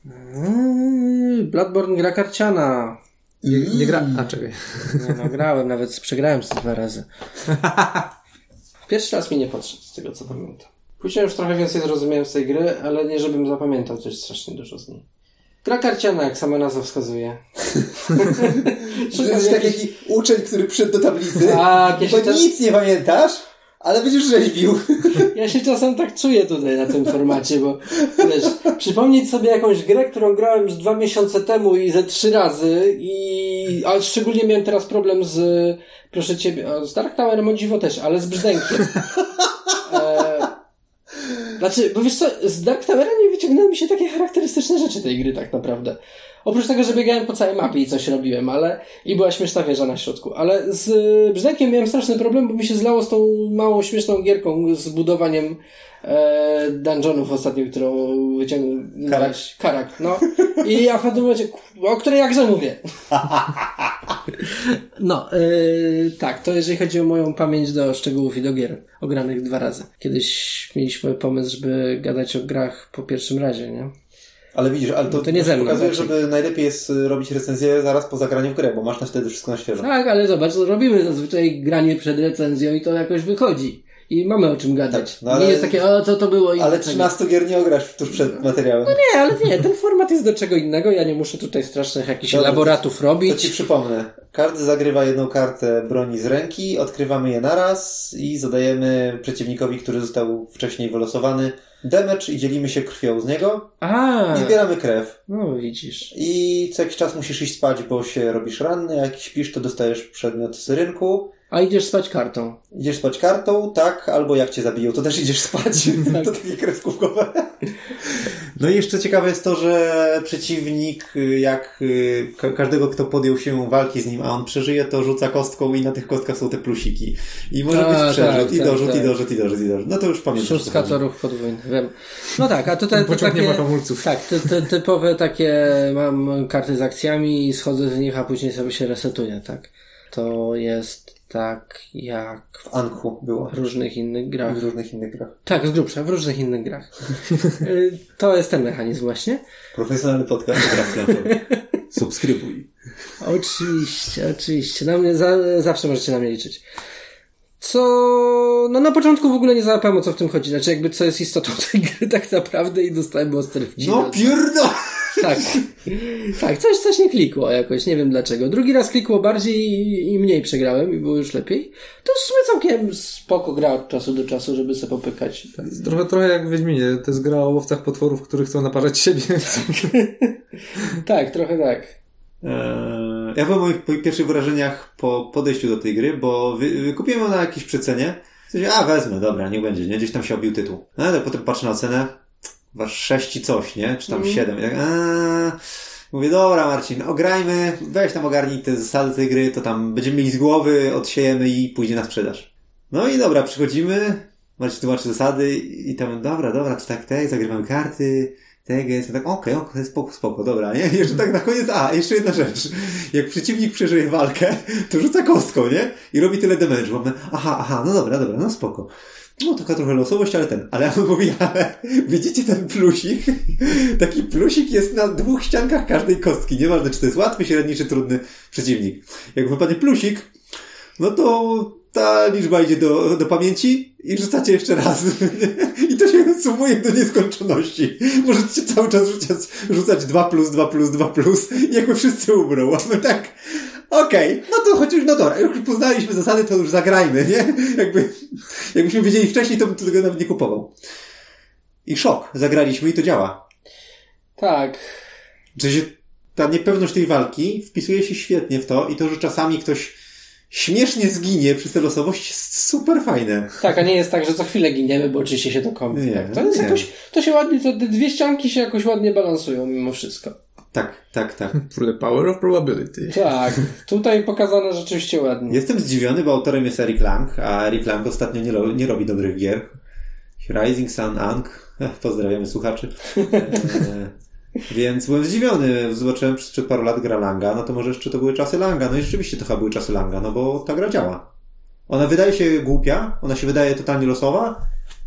Yy, Bloodborne gra karciana. Nie, nie gra... A, czekaj. Nie no, grałem, nawet przegrałem z dwa razy. Pierwszy raz mi nie podszedł, z tego co pamiętam. Później już trochę więcej zrozumiałem z tej gry, ale nie żebym zapamiętał coś strasznie dużo z niej. Gra karciana, jak sama nazwa wskazuje. To jest tak jakiś uczeń, który przyszedł do tablicy, tak, ja bo czas... nic nie pamiętasz, ale będziesz rzeźbił. Ja się czasem tak czuję tutaj na tym formacie, bo wiesz, przypomnieć sobie jakąś grę, którą grałem już dwa miesiące temu i ze trzy razy i a szczególnie miałem teraz problem z, proszę ciebie, z Dark Towerem o dziwo też, ale z brzdękiem. E... Znaczy, bo wiesz co, z Dark Towera nie wyciągnęły mi się takie charakterystyczne rzeczy tej gry tak naprawdę. Oprócz tego, że biegałem po całej mapie i coś robiłem, ale i była śmieszna wieża na środku. Ale z brzdękiem miałem straszny problem, bo mi się zlało z tą małą, śmieszną gierką z budowaniem e, dungeonów ostatnio, którą wyciągnąłem. Karak. Karak, no. I ja w pewnym momencie, o której jakże mówię. No, yy, tak, to jeżeli chodzi o moją pamięć do szczegółów i do gier ogranych dwa razy. Kiedyś mieliśmy pomysł, żeby gadać o grach po pierwszym razie, nie? Ale widzisz, ale to, to nie ze mną, pokazuje, raczej. żeby najlepiej jest robić recenzję zaraz po zagraniu grę, bo masz na wtedy wszystko na świeżo. Tak, ale zobacz, robimy zazwyczaj granie przed recenzją i to jakoś wychodzi. I mamy o czym gadać. Tak, no ale... Nie jest takie, o co to było i ale trzynastu gier nie ograsz tuż przed materiałem. No nie, ale nie, ten format jest do czego innego. Ja nie muszę tutaj strasznych jakichś Dobrze, laboratów to, robić. To ci przypomnę. Każdy zagrywa jedną kartę broni z ręki, odkrywamy je naraz i zadajemy przeciwnikowi, który został wcześniej wylosowany, damage i dzielimy się krwią z niego. A, I zbieramy krew. no widzisz. I co jakiś czas musisz iść spać, bo się robisz ranny, jak śpisz, to dostajesz przedmiot z rynku. A idziesz spać kartą. Idziesz spać kartą, tak, albo jak cię zabiją, to też idziesz spać. Tak. To takie kreskówkowe. No i jeszcze ciekawe jest to, że przeciwnik, jak ka- każdego, kto podjął się walki z nim, a on przeżyje, to rzuca kostką i na tych kostkach są te plusiki. I może A, być przerzut, tak, i tak, dorzut, tak. i dorzut, i dorzut, i dorzut. No to już pamiętam. Szóstka to ruch podwójny, wiem. No tak, a tutaj to Pociąg takie... nie ma hamulców. Tak, ty, ty, typowe takie mam karty z akcjami i schodzę z nich, a później sobie się resetuję, tak. To jest tak jak W Anku było. w różnych innych grach. W różnych innych grach. Tak, z grubsza, w różnych innych grach. Y, to jest ten mechanizm właśnie. Profesjonalny podcast o grach planszowych. Subskrybuj. Oczywiście, oczywiście. Na mnie za, zawsze możecie na mnie liczyć. Co... No na początku w ogóle nie załapałem, o co w tym chodzi. Znaczy jakby co jest istotą tej gry tak naprawdę i dostałem ostry wcinek. No pierdo! Tak. Tak, coś, coś nie klikło jakoś, nie wiem dlaczego. Drugi raz klikło bardziej i, i mniej przegrałem i było już lepiej. To jest w sumie całkiem spoko gra od czasu do czasu, żeby sobie popykać. Tak. Trochę, trochę jak w Wiedźminie. To jest gra o łowcach potworów, którzy chcą naparzać siebie. Tak, trochę tak. Eee, ja byłem o moich, moich pierwszych wrażeniach po podejściu do tej gry, bo wy, wykupiłem ją na jakieś przecenie. W sensie, a wezmę, dobra, niech będzie, nie? Gdzieś tam się obił tytuł. No ale potem patrzę na cenę, wasz sześć i coś, nie? Czy tam Mm. siedem. I tak, aaa, mówię, dobra Marcin, ograjmy, weź tam ogarnij te zasady tej gry, to tam będziemy mieli z głowy, odsiejemy i później na sprzedaż. No i dobra, przychodzimy, Marcin tłumaczy zasady i tam, dobra, dobra, to tak, tak, zagrywamy karty, tego jest, tak, okej, okay, okej, spoko, spoko, dobra, nie? Jeszcze tak na koniec, a, jeszcze jedna rzecz. Jak przeciwnik przeżyje walkę, to rzuca kostką, nie? I robi tyle damage'u. Mamy, aha, aha, no dobra, dobra, no spoko. No taka trochę losowość, ale ten. Ale ja mówię, ale widzicie ten plusik? Taki plusik jest na dwóch ściankach każdej kostki. Nieważne, czy to jest łatwy, średni, czy trudny przeciwnik. Jak wypadnie plusik, no to ta liczba idzie do, do pamięci i rzucacie jeszcze raz. I to się sumuje do nieskończoności. Możecie cały czas rzucać, rzucać dwa plus, dwa plus, dwa plus i jakby wszyscy umrą. A my tak, okej, okay, no to chociaż, no dobra, już poznaliśmy zasady, to już zagrajmy, nie? Jakby, jakbyśmy wiedzieli wcześniej, to bym tego nawet nie kupował. I szok, zagraliśmy i to działa. Tak. Że się, ta niepewność tej walki wpisuje się świetnie w to i to, że czasami ktoś śmiesznie zginie przy tej losowości jest super fajne. Tak, a nie jest tak, że co chwilę giniemy, bo oczywiście się to kończy. Nie, Tak. To jest nie. jakoś, to się ładnie, to te dwie ścianki się jakoś ładnie balansują mimo wszystko. Tak, tak, tak. For the power of probability. Tak, tutaj pokazane rzeczywiście ładnie. Jestem zdziwiony, bo autorem jest Eric Lang, a Eric Lang ostatnio nie, ro- nie robi dobrych gier. Rising Sun Ang. Pozdrawiamy słuchaczy. E, więc byłem zdziwiony. Zobaczyłem przed paru lat gra Langa, no to może jeszcze to były czasy Langa. No i rzeczywiście to chyba były czasy Langa, no bo ta gra działa. Ona wydaje się głupia, ona się wydaje totalnie losowa,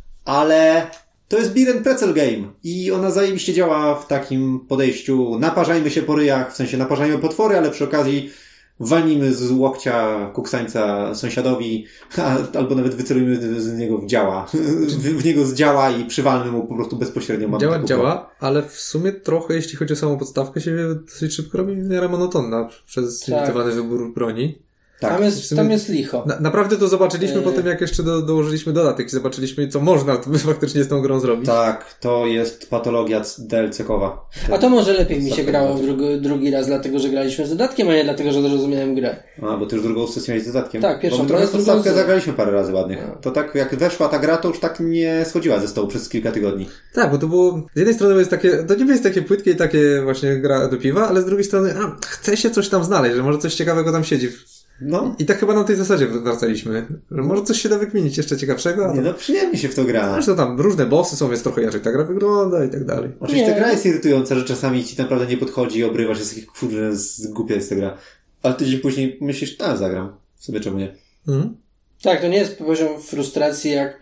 ale to jest beer and pretzel game i ona zajebiście działa w takim podejściu naparzajmy się po ryjach, w sensie naparzajmy potwory, ale przy okazji walnijmy z łokcia kuksańca sąsiadowi, a, albo nawet wycelujmy z niego w działa. W, w niego z działa i przywalmy mu po prostu bezpośrednio. Działa, działa, ale w sumie trochę, jeśli chodzi o samą podstawkę, się dosyć szybko robi w miarę monotonna przez tak. limitowany wybór broni. Tak. Tam, jest, tam jest licho. Na, naprawdę to zobaczyliśmy eee. potem, jak jeszcze do, dołożyliśmy dodatek i zobaczyliśmy, co można faktycznie z tą grą zrobić. Tak, to jest patologia D L C-kowa. A to może lepiej mi się grało drugi, drugi raz, dlatego że graliśmy z dodatkiem, a nie dlatego, że zrozumiałem grę. A, bo ty już drugą sesję miałeś z dodatkiem. Tak, pierwszą. Bo my podstawkę zagraliśmy parę razy ładnych. A. To tak, jak weszła ta gra, to już tak nie schodziła ze stołu przez kilka tygodni. Tak, bo to było, z jednej strony jest takie, to nie jest takie płytkie i takie właśnie gra do piwa, ale z drugiej strony, a, chce się coś tam znaleźć, że może coś ciekawego tam siedzi. No. I tak chyba na tej zasadzie wracaliśmy. Że może coś się da wykminić jeszcze ciekawszego. A nie, no przyjemnie się w to gra. Zresztą tam różne bossy są, więc trochę inaczej ta gra wygląda i tak dalej. Oczywiście ta gra jest irytująca, że czasami ci naprawdę nie podchodzi i obrywasz, jest taki kurde, głupia jest ta gra. Ale tydzień później myślisz, a zagram. Sobie czemu nie? Mhm. Tak, to nie jest poziom frustracji jak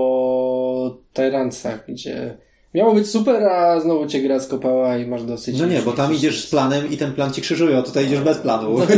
po Tyrancach, gdzie miało być super, a znowu cię gra skopała i masz dosyć... No nie, bo tam idziesz z planem i ten plan ci krzyżuje, a tutaj idziesz bez planu. No,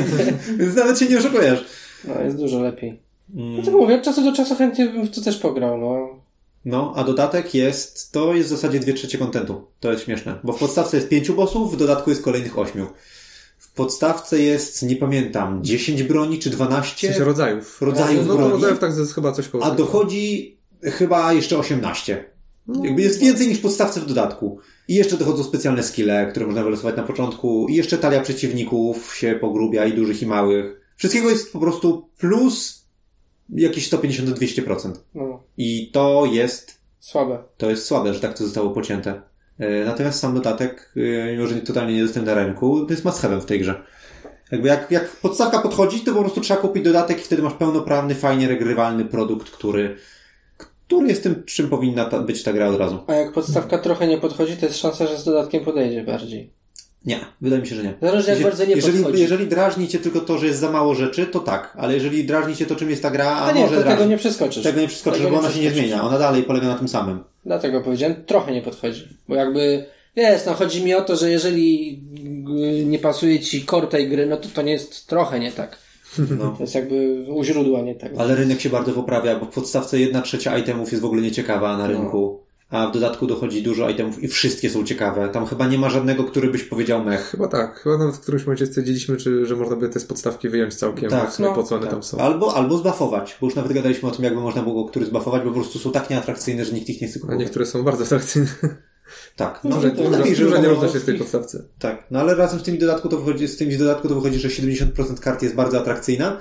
więc nawet się nie oszukujesz. No, jest dużo lepiej. Mm. No to mówię, od czasu do czasu chętnie bym w to też pograł, no. No, a dodatek jest, to jest w zasadzie dwie trzecie kontentu. To jest śmieszne. Bo w podstawce jest pięciu bossów, w dodatku jest kolejnych ośmiu. W podstawce jest, nie pamiętam, dziesięć broni czy dwanaście? W sensie rodzajów. Rodzajów no, broni. rodzajów tak jest chyba coś koło. A dochodzi chyba jeszcze osiemnaście. No, jakby jest więcej niż w podstawce w dodatku. I jeszcze dochodzą specjalne skille, które można wylosować na początku. I jeszcze talia przeciwników się pogrubia i dużych i małych. Wszystkiego jest po prostu plus jakieś sto pięćdziesiąt do dwieście procent. No. I to jest słabe. To jest słabe, że tak to zostało pocięte. Natomiast sam dodatek, mimo że totalnie niedostępny na rynku, to jest must have'em w tej grze. Jakby jak, jak podstawka podchodzi, to po prostu trzeba kupić dodatek i wtedy masz pełnoprawny, fajnie regrywalny produkt, który który jest tym, czym powinna ta, być ta gra od razu. A jak podstawka trochę nie podchodzi, to jest szansa, że z dodatkiem podejdzie bardziej. Nie, wydaje mi się, że nie. Zależy jak jeżeli, bardzo nie jeżeli, podchodzi. Jeżeli drażni cię tylko to, że jest za mało rzeczy, to tak. Ale jeżeli drażni cię to, czym jest ta gra, a, a nie, może to drażni, tego nie przeskoczysz. Tego nie przeskoczysz, tego bo ona się nie zmienia. Ona dalej polega na tym samym. Dlatego powiedziałem, trochę nie podchodzi. Bo jakby, wiesz, no chodzi mi o to, że jeżeli nie pasuje ci core tej gry, no to to nie jest trochę nie tak. No. To jest jakby u źródła nie tak. Ale rynek się bardzo poprawia, bo w podstawce jedna trzecia itemów jest w ogóle nieciekawa na rynku. No. A w dodatku dochodzi dużo itemów i wszystkie są ciekawe. Tam chyba nie ma żadnego, który byś powiedział mech. Chyba tak. Chyba nawet w którymś momencie stwierdziliśmy, czy, że można by te z podstawki wyjąć całkiem. Tak, w sumie no, po co one tak. tam są. Albo, albo zbuffować, bo już nawet gadaliśmy o tym, jakby można było który zbuffować, bo po prostu są tak nieatrakcyjne, że nikt ich nie chce kupować. A niektóre są bardzo atrakcyjne. Tak. No, że, to lepiej, że nie równa się w tej podstawce. Tak. No ale razem z tymi dodatku to wychodzi, z tymi z dodatku to wychodzi, że siedemdziesiąt procent kart jest bardzo atrakcyjna,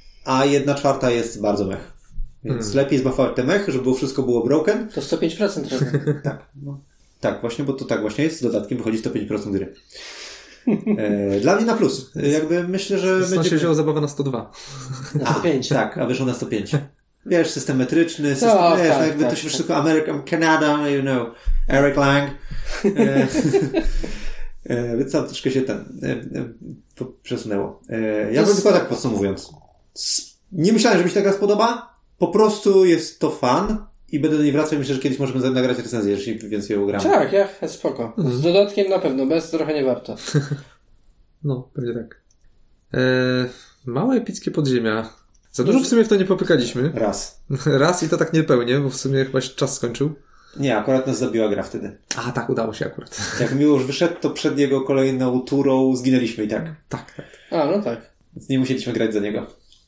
a jedna czwarta jest bardzo mech. Więc hmm. lepiej zbuffować te mech, żeby wszystko było broken. To sto pięć procent razem. Tak. No. Tak, właśnie, bo to tak właśnie jest. Z dodatkiem wychodzi sto pięć procent gry. E, dla mnie na plus. Jakby myślę, że... Stąd będzie... się wzięła zabawa na sto dwa. Na sto pięć. A, tak, a wyszło na sto pięć. Wiesz, system metryczny, system, no, wiesz, tak, jakby tak, to się tak. wszystko American, Canada, you know, Eric Lang. E, e, więc tam troszkę się ten e, e, przesunęło. E, ja bym tylko tak podsumowując. Nie myślałem, że mi się ta gra spodoba. Po prostu jest to fan i będę do niej wracał i myślę, że kiedyś możemy nagrać recenzję, jeśli więcej ją gram. Tak, ja, spoko. Mhm. Z dodatkiem na pewno, bez trochę nie warto. No, pewnie tak. E, małe epickie podziemia. Za dużo w sumie w to nie popykaliśmy. Raz. Raz i to tak niepełnie, bo w sumie chyba się czas skończył. Nie, akurat nas zabiła gra wtedy. A, tak, udało się akurat. Jak Miłosz wyszedł, to przed jego kolejną turą zginęliśmy i tak. Tak, tak. A, no tak. Więc nie musieliśmy grać za niego.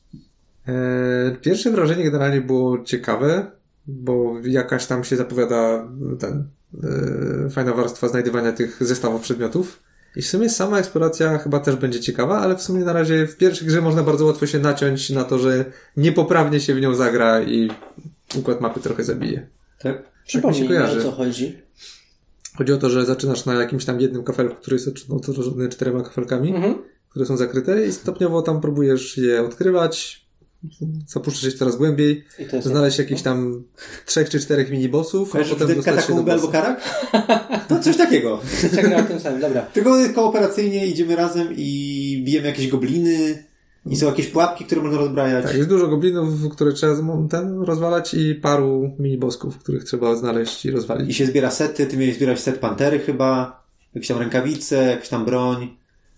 Eee, pierwsze wrażenie generalnie było ciekawe, bo jakaś tam się zapowiada ten e, fajna warstwa znajdywania tych zestawów przedmiotów. I w sumie sama eksploracja chyba też będzie ciekawa, ale w sumie na razie w pierwszej grze można bardzo łatwo się naciąć na to, że niepoprawnie się w nią zagra i układ mapy trochę zabije. Tak? Przypomnij mi, o co chodzi. Chodzi o to, że zaczynasz na jakimś tam jednym kafelku, który jest otoczony czterema kafelkami, mhm. które są zakryte i stopniowo tam próbujesz je odkrywać, zapuszczasz się coraz głębiej, znaleźć jakieś tam trzech czy czterech minibossów, a potem dostać się do bossa. Albo Karak? To coś takiego. Czekaj na tym samym, dobra. Tylko kooperacyjnie idziemy razem i bijemy jakieś gobliny i są jakieś pułapki, które można rozbrajać. Tak, jest dużo goblinów, które trzeba ten rozwalać i paru minibosków, których trzeba znaleźć i rozwalić. I się zbiera sety, ty miałeś zbierać set pantery chyba, jakieś tam rękawice, jakieś tam broń.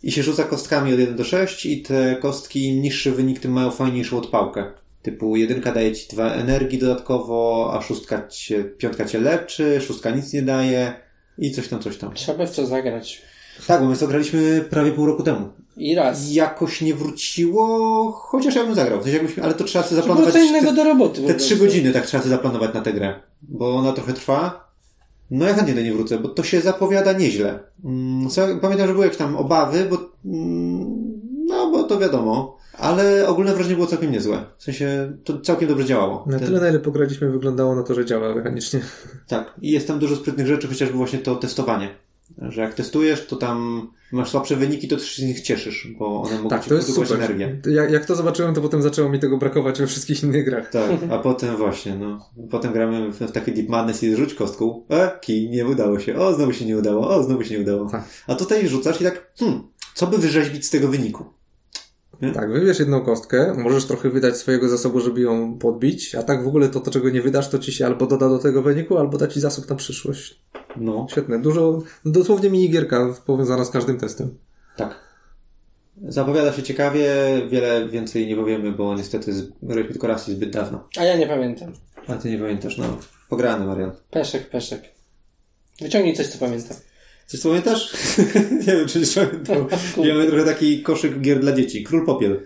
i się rzuca kostkami od jeden do sześciu i te kostki im niższy wynik, tym mają fajniejszą odpałkę. Typu jedynka daje ci dwa energii dodatkowo, a szóstka cię, piątka cię leczy, szóstka nic nie daje i coś tam, coś tam. Trzeba w co zagrać. Tak, bo my to graliśmy prawie pół roku temu. I raz. Jakoś nie wróciło, chociaż ja bym zagrał. W sensie jakbyśmy, ale to trzeba sobie zaplanować. To było co innego te, do roboty. Te trzy godziny tak trzeba sobie zaplanować na tę grę. Bo ona trochę trwa. No ja chętnie do niej wrócę, bo to się zapowiada nieźle. Mm, pamiętam, że były jakieś tam obawy, bo mm, no bo to wiadomo. Ale ogólne wrażenie było całkiem niezłe. W sensie to całkiem dobrze działało. Na Ten... tyle, na ile pograliśmy, wyglądało na to, że działa mechanicznie. Tak. I jest tam dużo sprytnych rzeczy, chociażby właśnie to testowanie. Że jak testujesz, to tam masz słabsze wyniki, to też się z nich cieszysz, bo one mogą tak, ci to jest produkować super. energię. Jak, jak to zobaczyłem, to potem zaczęło mi tego brakować we wszystkich innych grach. Tak, a potem właśnie, no. Potem gramy w, w taki Deep Madness i rzuć kostką. E, kij, nie udało się. O, znowu się nie udało. O, znowu się nie udało. Tak. A tutaj rzucasz i tak, hmm, co by wyrzeźbić z tego wyniku? Nie? Tak, wybierz jedną kostkę, możesz trochę wydać swojego zasobu, żeby ją podbić, a tak w ogóle to, to czego nie wydasz, to ci się albo doda do tego wyniku, albo da ci zasób na przyszłość. No. Świetne, dużo, dosłownie minigierka powiązana z każdym testem. Tak. Zapowiada się ciekawie, wiele więcej nie powiemy, bo niestety graliśmy tylko raz i zbyt dawno. A ja nie pamiętam. A ty nie pamiętasz, no. Pograny, Marian. Peszek, peszek. Wyciągnij coś, co pamiętam. Coś pamiętasz? Nie wiem, czy coś pamiętam. Mamy trochę taki koszyk gier dla dzieci. Król Popiel.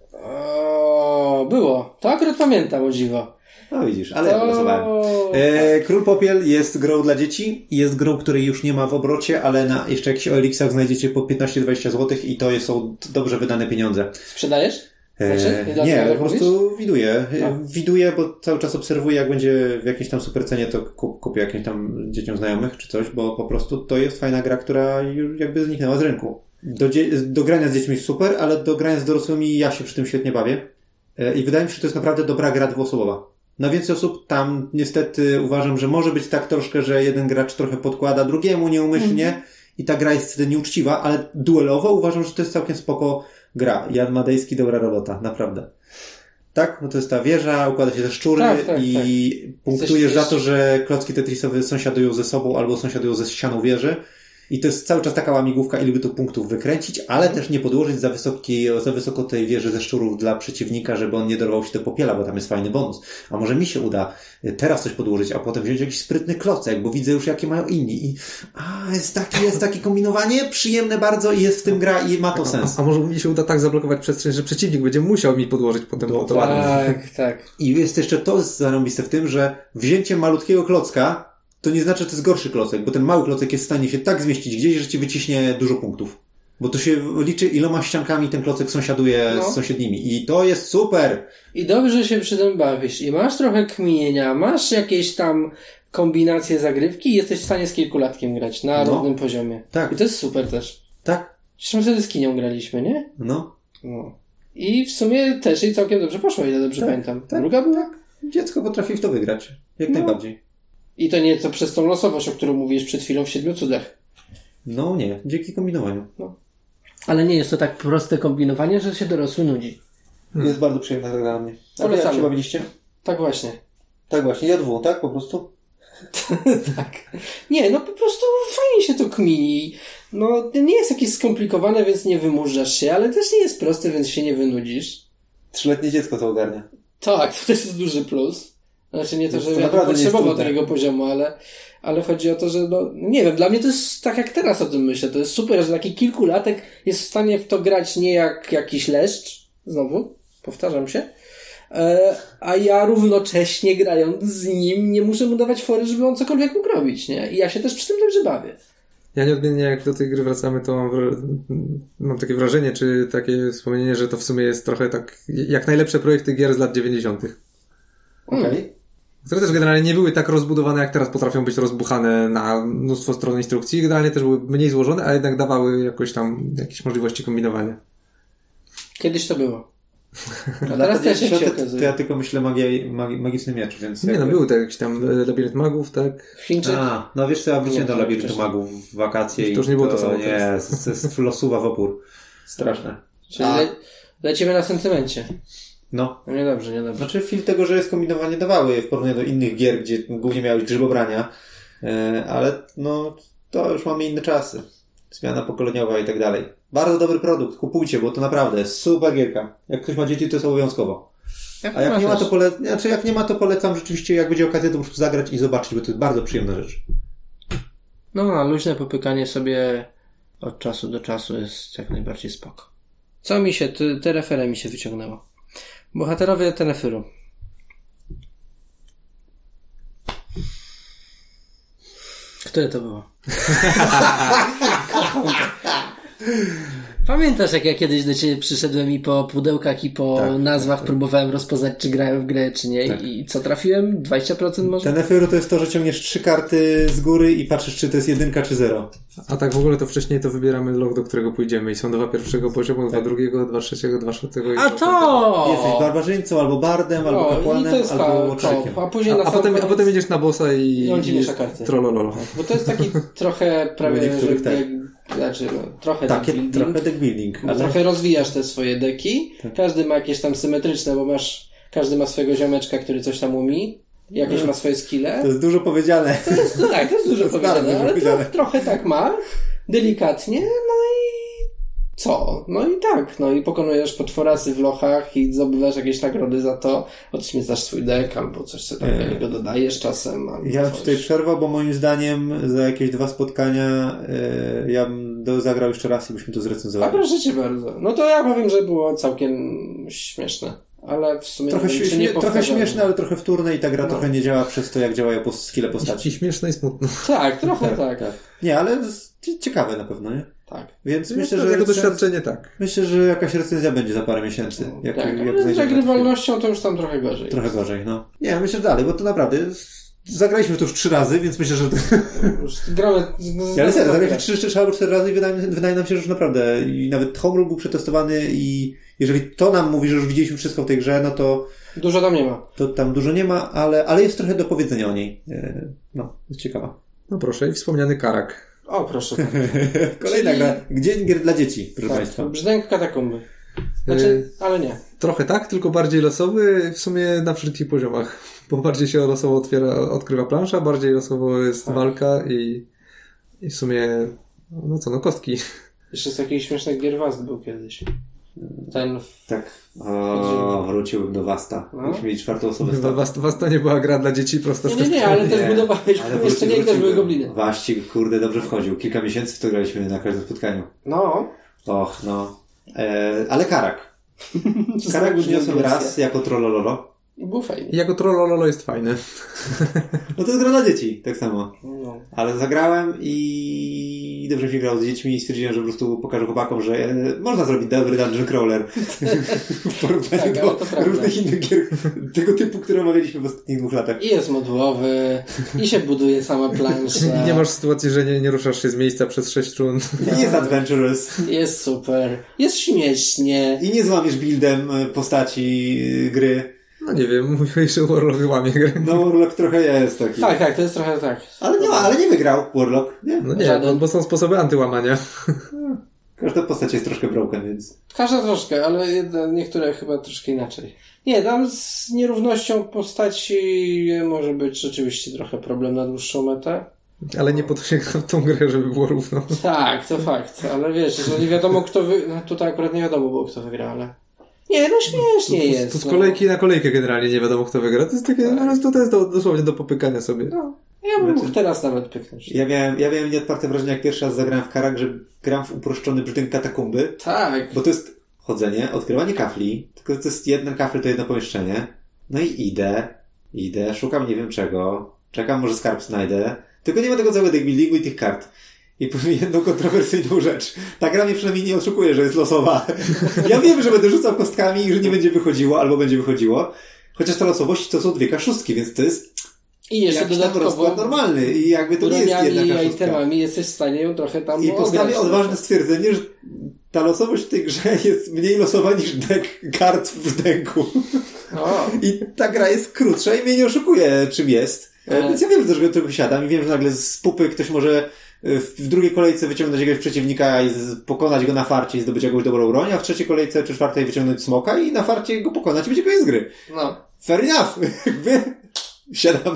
O, było. To akurat pamiętam, o dziwo. No widzisz, ale ja wylosowałem. E, Król Popiel jest grą dla dzieci. Jest grą, której już nie ma w obrocie, ale na jeszcze jakichś O L X-ach znajdziecie po piętnaście do dwudziestu złotych i to są dobrze wydane pieniądze. Sprzedajesz? Znaczy, e, nie, po prostu mówisz? widuję. A. Widuję, bo cały czas obserwuję, jak będzie w jakiejś tam super cenie, to kup, kupię jakimś tam dzieciom znajomych czy coś, bo po prostu to jest fajna gra, która już jakby zniknęła z rynku. Do, dzie- do grania z dziećmi jest super, ale do grania z dorosłymi ja się przy tym świetnie bawię. E, I wydaje mi się, że to jest naprawdę dobra gra dwuosobowa. Na więcej osób tam niestety uważam, że może być tak troszkę, że jeden gracz trochę podkłada drugiemu nieumyślnie mm. i ta gra jest wtedy nieuczciwa, ale duelowo uważam, że to jest całkiem spoko gra. Jan Madejski, dobra robota, naprawdę. Tak? Bo to jest ta wieża, układa się ze szczury tak, tak, i tak. punktujesz Coś, za to, że klocki tetrisowe sąsiadują ze sobą albo sąsiadują ze ścianą wieży. I to jest cały czas taka łamigłówka, ile by to punktów wykręcić, ale też nie podłożyć za, wysoki, za wysoko tej wieży ze szczurów dla przeciwnika, żeby on nie dorwał się do popiela, bo tam jest fajny bonus. A może mi się uda teraz coś podłożyć, a potem wziąć jakiś sprytny klocek, bo widzę już jakie mają inni. I a, jest taki, jest takie kombinowanie, przyjemne bardzo i jest w tym gra i ma to sens. A, a może mi się uda tak zablokować przestrzeń, że przeciwnik będzie musiał mi podłożyć potem Do, to Tak, tak. I jest jeszcze to zarąbiste w tym, że wzięcie malutkiego klocka to nie znaczy, że to jest gorszy klocek, bo ten mały klocek jest w stanie się tak zmieścić gdzieś, że ci wyciśnie dużo punktów. Bo to się liczy, iloma ściankami ten klocek sąsiaduje no. z sąsiednimi. I to jest super! I dobrze się przy tym bawisz. I masz trochę kminienia, masz jakieś tam kombinacje zagrywki i jesteś w stanie z kilkulatkiem grać na no. równym poziomie. Tak. I to jest super też. Tak. Zresztą wtedy z Kinią graliśmy, nie? No. no. I w sumie też jej całkiem dobrze poszło, ile dobrze tak, pamiętam. Tak, Druga była? Tak. Dziecko potrafi w to wygrać. Jak no. najbardziej. I to nie co przez tą losowość, o którą mówiłeś przed chwilą w Siedmiu Cudach. No nie, dzięki kombinowaniu. No. Ale nie jest to tak proste kombinowanie, że się dorosły nudzi. Hmm. Jest bardzo przyjemna gra dla mnie. A wy jak się bawiliście? Tak właśnie. Tak właśnie, ja dwu, tak? Po prostu? Tak. Nie, no po prostu fajnie się to kmini. No nie jest jakieś skomplikowane, więc nie wymurzasz się, ale też nie jest proste, więc się nie wynudzisz. Trzyletnie dziecko to ogarnia. Tak, to też jest duży plus. Znaczy nie to, że ja bym potrzebował takiego poziomu, ale, ale chodzi o to, że no, nie wiem, dla mnie to jest tak jak teraz o tym myślę, to jest super, że taki kilkulatek jest w stanie w to grać nie jak jakiś leszcz, znowu, powtarzam się, e, a ja równocześnie grając z nim nie muszę mu dawać fory, żeby on cokolwiek mógł robić, nie? I ja się też przy tym dobrze bawię. Ja nieodmiennie jak do tej gry wracamy, to mam, wra- mam takie wrażenie, czy takie wspomnienie, że to w sumie jest trochę tak jak najlepsze projekty gier z lat dziewięćdziesiątych. Okej. Okay. Które też generalnie nie były tak rozbudowane, jak teraz potrafią być rozbuchane na mnóstwo stron instrukcji. Generalnie też były mniej złożone, a jednak dawały jakoś tam jakieś możliwości kombinowania. Kiedyś to było. A teraz też się okazuje. To ja tylko myślę magia, magi, magiczny miecz, więc... Nie jakby... no, były te jakieś tam labirynt magów, tak? Chińczyk? A, no wiesz co, ja wróciłem do labiryntu magów w wakacje i to już nie było to, to samo. Nie, to jest losuwa w opór. Straszne. Czyli le- lecimy na sentymencie. No. no. Niedobrze, niedobrze. Znaczy film tego, że jest kombinowanie dawały w porównaniu do innych gier, gdzie głównie miały grzybobrania, ale no to już mamy inne czasy. zmiana pokoleniowa i tak dalej. Bardzo dobry produkt, kupujcie, bo to naprawdę jest super gierka. Jak ktoś ma dzieci, to jest obowiązkowo. A jak nie ma, to pole... znaczy, jak nie ma, to polecam rzeczywiście, jak będzie okazja, to po prostu zagrać i zobaczyć, bo to jest bardzo przyjemna rzecz. No, no, luźne popykanie sobie od czasu do czasu jest jak najbardziej spoko. Co mi się, te, te referę mi się wyciągnęło. Bohaterowie Teneferu. Które to było? Pamiętasz, jak ja kiedyś do ciebie przyszedłem i po pudełkach i po tak, nazwach tak, próbowałem rozpoznać, czy grałem w grę, czy nie. Tak. I co trafiłem? dwadzieścia procent może? Teneferu to jest to, że ciągniesz trzy karty z góry i patrzysz, czy to jest jedynka, czy zero. A tak w ogóle to wcześniej to wybieramy log, do którego pójdziemy i są dwa pierwszego poziomu, tak. dwa drugiego, dwa trzeciego, dwa czwartego i A to! Jesteś barbarzyńcą, albo bardem, albo kapłanem, albo łotrzykiem. A, później a, na a, potem, koniec... a potem jedziesz na bossa i... I on ci miesza karty. Trollololo. Tak, bo to jest taki trochę prawie, że... Tak. Znaczy, no, trochę Takie, deck building. trochę deck building. Ale... Trochę rozwijasz te swoje deki. Tak. Każdy ma jakieś tam symetryczne, bo masz, każdy ma swojego ziomeczka, który coś tam umie. Jakieś no. ma swoje skille. To jest dużo powiedziane. To jest, tak, to jest dużo to powiedziane, ale to, trochę tak ma. Delikatnie, no i co? No i tak, no i pokonujesz potworasy w lochach i zdobywasz jakieś nagrody za to. Odśmiecasz swój dek albo coś sobie tam do niego dodajesz czasem. Ja coś. Tutaj przerwę, bo moim zdaniem za jakieś dwa spotkania yy, ja bym do, zagrał jeszcze raz i byśmy to zrecenzowali. A proszę cię bardzo. No to ja powiem, że było całkiem śmieszne. Ale w sumie trochę, nie, śmie- nie trochę śmieszne, ale trochę wtórne i ta gra no. trochę nie działa przez to, jak działają pos- skille postaci. I śmieszne i smutne. Tak, trochę tak. tak. Nie, ale ciekawe na pewno, nie? Tak. Więc no myślę, że tego recen... doświadczenie tak. Myślę, że jakaś recenzja będzie za parę miesięcy. No, jak, tak, jak ale z zagrywalnością to już tam trochę gorzej. Trochę jest. gorzej, no. Nie, myślę, że dalej, bo to naprawdę zagraliśmy to już trzy razy, więc myślę, że... Już gramy... Ja, ale serio, zagraliśmy trzy, trzy albo cztery razy i wydaje, wydaje nam się, że już naprawdę i nawet Homebrew był przetestowany i jeżeli to nam mówi, że już widzieliśmy wszystko w tej grze, no to... Dużo tam nie ma. To tam dużo nie ma, ale, ale jest trochę do powiedzenia o niej. No, jest ciekawa. No proszę, i wspomniany Karak. O, proszę. Tak. Kolejna Czyli... gra. Dzień gier dla dzieci, proszę tak, Państwa. Brzdęk katakumby. Znaczy, ale nie. Trochę tak, tylko bardziej losowy, w sumie na wszystkich poziomach. Bo bardziej się losowo otwiera, odkrywa plansza, bardziej losowo jest tak. walka i, i w sumie, no co, no kostki. Jeszcze z takich śmiesznych gier Wast był kiedyś. Ten... W... Tak. O, wróciłbym do Wasta. No? Myśmy mieli czwartą osobę. Wast, Wast to nie była gra dla dzieci, prosto. Nie, nie, nie, ale też budowałeś. Jeszcze nie, też były gobliny. Waścik, kurde, dobrze wchodził. Kilka miesięcy w to graliśmy na każdym spotkaniu. No. Och, no. E, ale Karak. Karak wniosłem raz jako trollololo. I był fajny. Jako trollololo jest fajny. No to jest gra dla dzieci, tak samo. No. Ale zagrałem i dobrze się grało z dziećmi i stwierdziłem, że po prostu pokażę chłopakom, że można zrobić dobry dungeon crawler w porównaniu tak, do różnych innych gier tego typu, które omawialiśmy w ostatnich dwóch latach. I jest modułowy, i się buduje sama plansza. I nie masz sytuacji, że nie, nie ruszasz się z miejsca przez sześć rund. I jest adventurous. Jest super. Jest śmiesznie. I nie złamiesz buildem postaci gry. No nie wiem, mówiłeś, że Warlock łamie grę. No Warlock trochę jest taki. Tak, tak, to jest trochę tak. Ale nie ma, ale nie wygrał Warlock. Nie? No nie, bo, bo są sposoby antyłamania. Każda postać jest troszkę broken, więc... Każda troszkę, ale jedne, niektóre chyba troszkę inaczej. Nie, tam z nierównością postaci może być rzeczywiście trochę problem na dłuższą metę. Ale nie po to się gra w tą grę, żeby było równo. Tak, to fakt, ale wiesz, że nie wiadomo kto wy... No tutaj akurat nie wiadomo było kto wygra, ale... Nie, no śmiesznie to, jest. To z kolejki no. na kolejkę generalnie nie wiadomo kto wygra. To jest takie, tak. no, to jest do, dosłownie do popykania sobie. No, ja bym mógł teraz nawet pyknąć. Ja miałem, ja miałem nieodparte wrażenie, jak pierwszy raz zagrałem w Karak, że gram w uproszczony brzdęk katakumby. Tak. Bo to jest chodzenie, odkrywanie kafli, tylko to jest jeden kafel, to jedno pomieszczenie. No i idę, idę, szukam nie wiem czego, czekam, może skarb znajdę. Tylko nie ma tego całego deck buildingu i tych kart. I powiem jedną kontrowersyjną rzecz. Ta gra mnie przynajmniej nie oszukuje, że jest losowa. Ja wiem, że będę rzucał kostkami i że nie będzie wychodziło, albo będzie wychodziło. Chociaż ta losowość to są dwie kaszustki, więc to jest i jeszcze dodatkowo normalny. I jakby to nie jest jedna kaszustka. I itemami jesteś w stanie ją trochę tam I postawię odważne stwierdzenie, że ta losowość w tej grze jest mniej losowa niż deck kart w deku. O. I ta gra jest krótsza i mnie nie oszukuje, czym jest. E. Więc ja wiem, że do tego siadam i wiem, że nagle z pupy ktoś może w drugiej kolejce wyciągnąć jakiegoś przeciwnika i pokonać go na farcie i zdobyć jakąś dobrą broń, a w trzeciej kolejce czy czwartej wyciągnąć smoka i na farcie go pokonać i będzie koniec gry. No. Fair enough. Jakby siadamy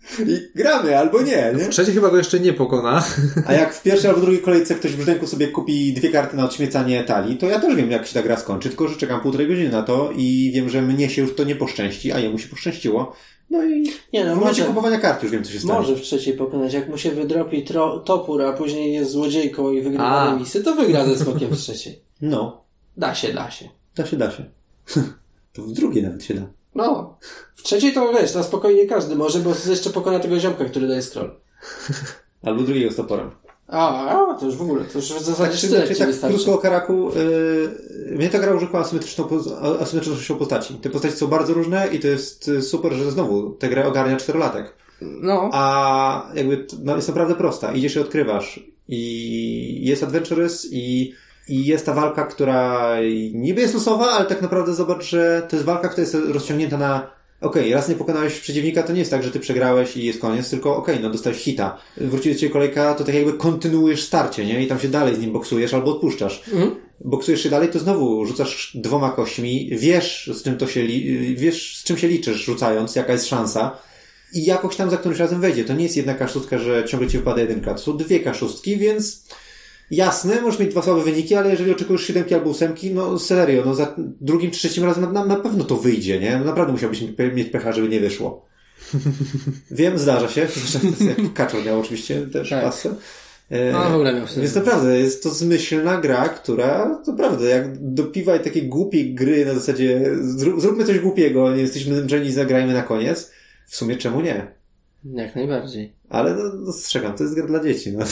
I gramy, albo nie, nie? W trzeciej chyba go jeszcze nie pokona. A jak w pierwszej albo drugiej kolejce ktoś w brzdęku sobie kupi dwie karty na odśmiecanie talii, to ja też wiem, jak się ta gra skończy, tylko że czekam półtorej godziny na to i wiem, że mnie się już to nie poszczęści, a jemu się poszczęściło. No i nie, no w momencie może, kupowania kart już wiem, co się stanie. Może w trzeciej pokonać. Jak mu się wydropi tro, topór, a później jest złodziejką i wygrywa remisy, to wygra ze skokiem w trzeciej. No. Da się, da się. Da się, da się. To w drugiej nawet się da. No. W trzeciej to wiesz, na spokojnie każdy może, bo jeszcze pokona tego ziomka, który daje scroll. Albo drugiego z toporem. A, a, to już w ogóle, to już w zasadzie tak, sztylet znaczy, ci tak wystarczy. krótko o Karaku. Yy, mnie ta gra urzekła asymetryczną, asymetrycznością postaci. Te postaci są bardzo różne i to jest super, że znowu tę grę ogarnia czterolatek. No. A jakby no, jest naprawdę prosta. Idziesz i odkrywasz. I jest adventurous i, i jest ta walka, która niby jest losowa, ale tak naprawdę zobacz, że to jest walka, która jest rozciągnięta na okej, okay, raz nie pokonałeś przeciwnika, to nie jest tak, że ty przegrałeś i jest koniec, tylko okej, okay, no dostałeś hita. Wróci do ciebie kolejka, to tak jakby kontynuujesz starcie, nie? I tam się dalej z nim boksujesz albo odpuszczasz. Mhm. Boksujesz się dalej, to znowu rzucasz dwoma kośćmi, wiesz z czym to się li- wiesz z czym się liczysz rzucając, jaka jest szansa i jakoś tam za którymś razem wejdzie. To nie jest jedna kaszustka, że ciągle ci wypada jedynka, to są dwie kaszustki, więc jasne, możesz mieć dwa słabe wyniki, ale jeżeli oczekujesz siódemki albo ósemki, no serio, no za drugim czy trzecim razem na, na pewno to wyjdzie, nie? No naprawdę musiałbyś mieć pecha, żeby nie wyszło. Wiem, zdarza się. Jak Kaczor miał oczywiście też tak. pasę. No w ogóle miał wtedy. Więc naprawdę jest to zmyślna gra, która naprawdę jak do piwa i takiej głupiej gry na zasadzie zrób, zróbmy coś głupiego, nie jesteśmy zmęczeni, zagrajmy na koniec. W sumie czemu nie? Jak najbardziej. Ale no, no strzegam, to jest gra dla dzieci. No.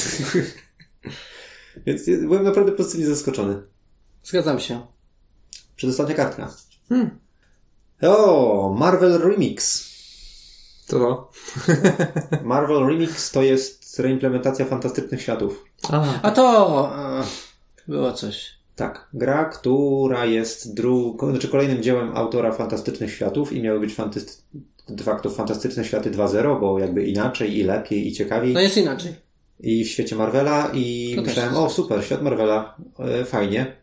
Więc byłem naprawdę pozytywnie zaskoczony. Zgadzam się. Przedostatnia kartka. Hmm. O, Marvel Remix. Co to? Marvel Remix to jest reimplementacja Fantastycznych Światów. A, A to... A, było coś. Tak. Gra, która jest dru... znaczy kolejnym dziełem autora Fantastycznych Światów i miały być fantasty... de facto Fantastyczne Światy dwa zero, bo jakby inaczej i lepiej i ciekawiej. No jest inaczej. I w świecie Marvela i to myślałem, o super, świat Marvela, e, fajnie.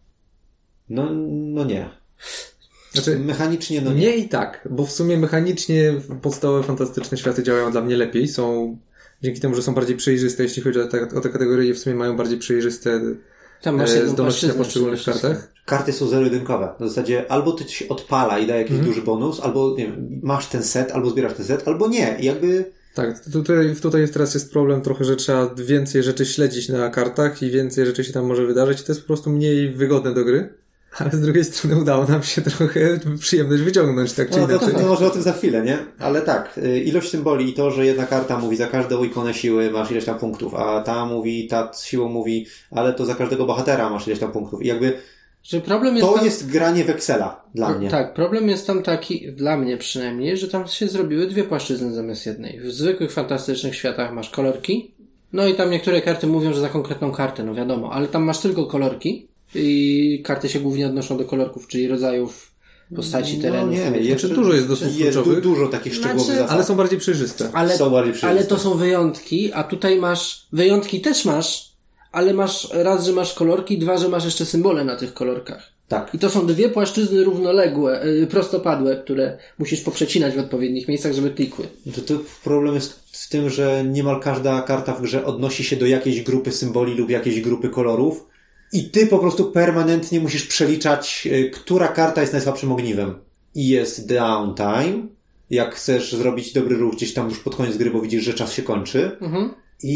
No, no nie. Znaczy, mechanicznie no nie. Nie i tak, bo w sumie mechanicznie podstawowe Fantastyczne Światy działają dla mnie lepiej. Są, dzięki temu, że są bardziej przejrzyste, jeśli chodzi o te, o te kategorie, w sumie mają bardziej przejrzyste Tam masz e, zdolności na poszczególnych kartach. Karty są zero-jedynkowe. W zasadzie albo ty się odpala i da jakiś mm. duży bonus, albo nie wiem, masz ten set, albo zbierasz ten set, albo nie. I jakby... Tak, tutaj, tutaj jest teraz jest problem trochę, że trzeba więcej rzeczy śledzić na kartach i więcej rzeczy się tam może wydarzyć i to jest po prostu mniej wygodne do gry. Ale z drugiej strony udało nam się trochę przyjemność wyciągnąć, tak czy no, inaczej. To, to może o tym za chwilę, nie? Ale tak, ilość symboli i to, że jedna karta mówi za każdą ikonę siły masz ileś tam punktów, a ta mówi, ta z siłą mówi, ale to za każdego bohatera masz ileś tam punktów. I jakby że problem jest to tam... jest granie w Excela dla mnie. Tak, problem jest tam taki, dla mnie przynajmniej, że tam się zrobiły dwie płaszczyzny zamiast jednej. W zwykłych Fantastycznych Światach masz kolorki, no i tam niektóre karty mówią, że za konkretną kartę, no wiadomo, ale tam masz tylko kolorki i karty się głównie odnoszą do kolorków, czyli rodzajów postaci, terenów. No nie, jeszcze dużo jest dosyć jest kluczowych. du- dużo takich szczegółowych Znaczy, zasad. Ale są bardziej przejrzyste. Ale, są bardziej przejrzyste. ale to są wyjątki, a tutaj masz, wyjątki też masz, ale masz raz, że masz kolorki, dwa, że masz jeszcze symbole na tych kolorkach. Tak. I to są dwie płaszczyzny równoległe, yy, prostopadłe, które musisz poprzecinać w odpowiednich miejscach, żeby klikły. To, to problem jest z tym, że niemal każda karta w grze odnosi się do jakiejś grupy symboli lub jakiejś grupy kolorów i ty po prostu permanentnie musisz przeliczać, yy, która karta jest najsłabszym ogniwem. I jest downtime, jak chcesz zrobić dobry ruch gdzieś tam już pod koniec gry, bo widzisz, że czas się kończy. Mhm.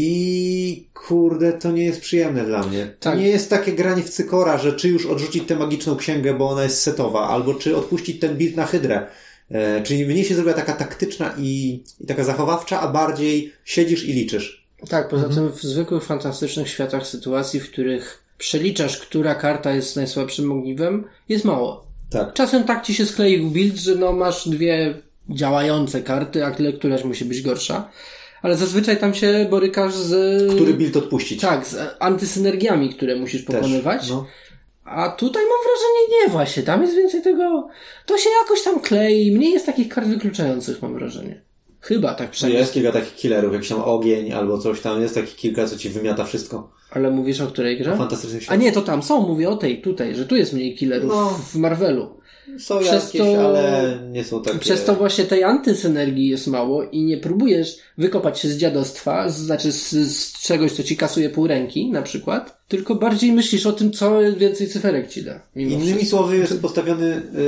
I kurde, to nie jest przyjemne dla mnie. To tak. Nie jest takie granie w cykora, że czy już odrzucić tę magiczną księgę, bo ona jest setowa, albo czy odpuścić ten build na hydrę. E, czyli mniej się zrobiła taka taktyczna i, i taka zachowawcza, a bardziej siedzisz i liczysz. Tak, poza mhm. tym w zwykłych Fantastycznych Światach sytuacji, w których przeliczasz, która karta jest najsłabszym ogniwem, jest mało. Tak. Czasem tak ci się skleił build, że no masz dwie działające karty, a tyle któraś musi być gorsza. Ale zazwyczaj tam się borykasz z... Który build odpuścić. Tak, z antysynergiami, które musisz pokonywać. Też, no. A tutaj mam wrażenie, nie właśnie, tam jest więcej tego... To się jakoś tam klei, mniej jest takich kart wykluczających, mam wrażenie. Chyba tak przynajmniej. Jest kilka takich killerów, jakiś tam ogień albo coś tam, jest takich kilka, co ci wymiata wszystko. Ale mówisz o której grze? Fantastyczny świat. A nie, to tam są, mówię o tej tutaj, że tu jest mniej killerów no, w Marvelu. Są przez jakieś, to, ale nie są takie... Przez to właśnie tej antysynergii jest mało i nie próbujesz wykopać się z dziadostwa, znaczy z, z czegoś, co ci kasuje pół ręki na przykład, tylko bardziej myślisz o tym, co więcej cyferek ci da. Innymi wszystko. słowy jest postawiony...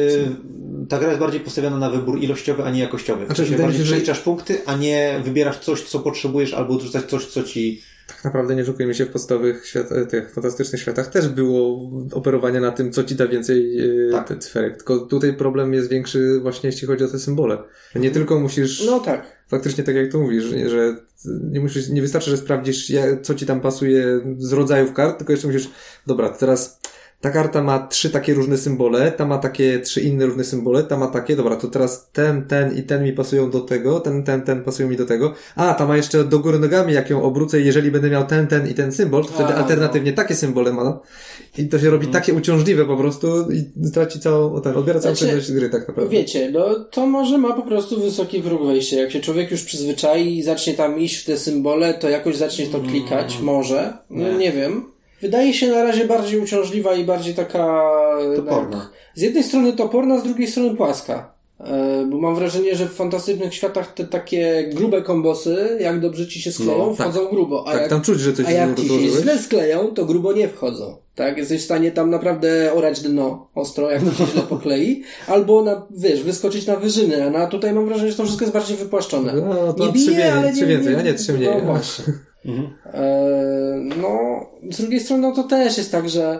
Yy, ta gra jest bardziej postawiona na wybór ilościowy, a nie jakościowy. Znaczy, znaczy bardziej przeliczasz że... punkty, a nie wybierasz coś, co potrzebujesz, albo odrzucać coś, co ci... Tak naprawdę nie oszukujmy się, w podstawowych świat, tych fantastycznych światach też było operowanie na tym, co ci da więcej tak. ten cyferek. Tylko tutaj problem jest większy właśnie jeśli chodzi o te symbole. Nie mhm. tylko musisz... No tak. Faktycznie tak jak tu mówisz, że nie musisz, nie wystarczy, że sprawdzisz, co ci tam pasuje z rodzajów kart, tylko jeszcze musisz, dobra, teraz ta karta ma trzy takie różne symbole, ta ma takie trzy inne różne symbole, ta ma takie, dobra, to teraz ten, ten i ten mi pasują do tego, ten, ten, ten pasują mi do tego, a ta ma jeszcze do góry nogami, jak ją obrócę, jeżeli będę miał ten, ten i ten symbol, to wtedy a, alternatywnie no. takie symbole ma i to się robi hmm. takie uciążliwe po prostu i traci całą, ten, odbiera całą znaczy, przyjemność gry tak naprawdę. Wiecie, no to może ma po prostu wysoki próg wejścia, jak się człowiek już przyzwyczai i zacznie tam iść w te symbole, to jakoś zacznie to klikać, hmm. może, no nie. nie wiem. Wydaje się na razie bardziej uciążliwa i bardziej taka... Toporna. Tak, z jednej strony toporna, z drugiej strony płaska. E, bo mam wrażenie, że w fantastycznych światach te takie grube kombosy, jak dobrze ci się skleją, no, wchodzą tak. grubo. A tak, jak, tam czuć, że coś a jak ci się źle skleją, to grubo nie wchodzą. Tak? Jesteś w stanie tam naprawdę orać dno ostro, jak to się źle poklei. Albo, na, wiesz, wyskoczyć na wyżyny. A na, tutaj mam wrażenie, że to wszystko jest bardziej wypłaszczone. No, to nie bije, trzy, ale trzy nie, więcej, nie, a nie trzy mniej. No właśnie. Mhm. E, no, z drugiej strony no, to też jest tak, że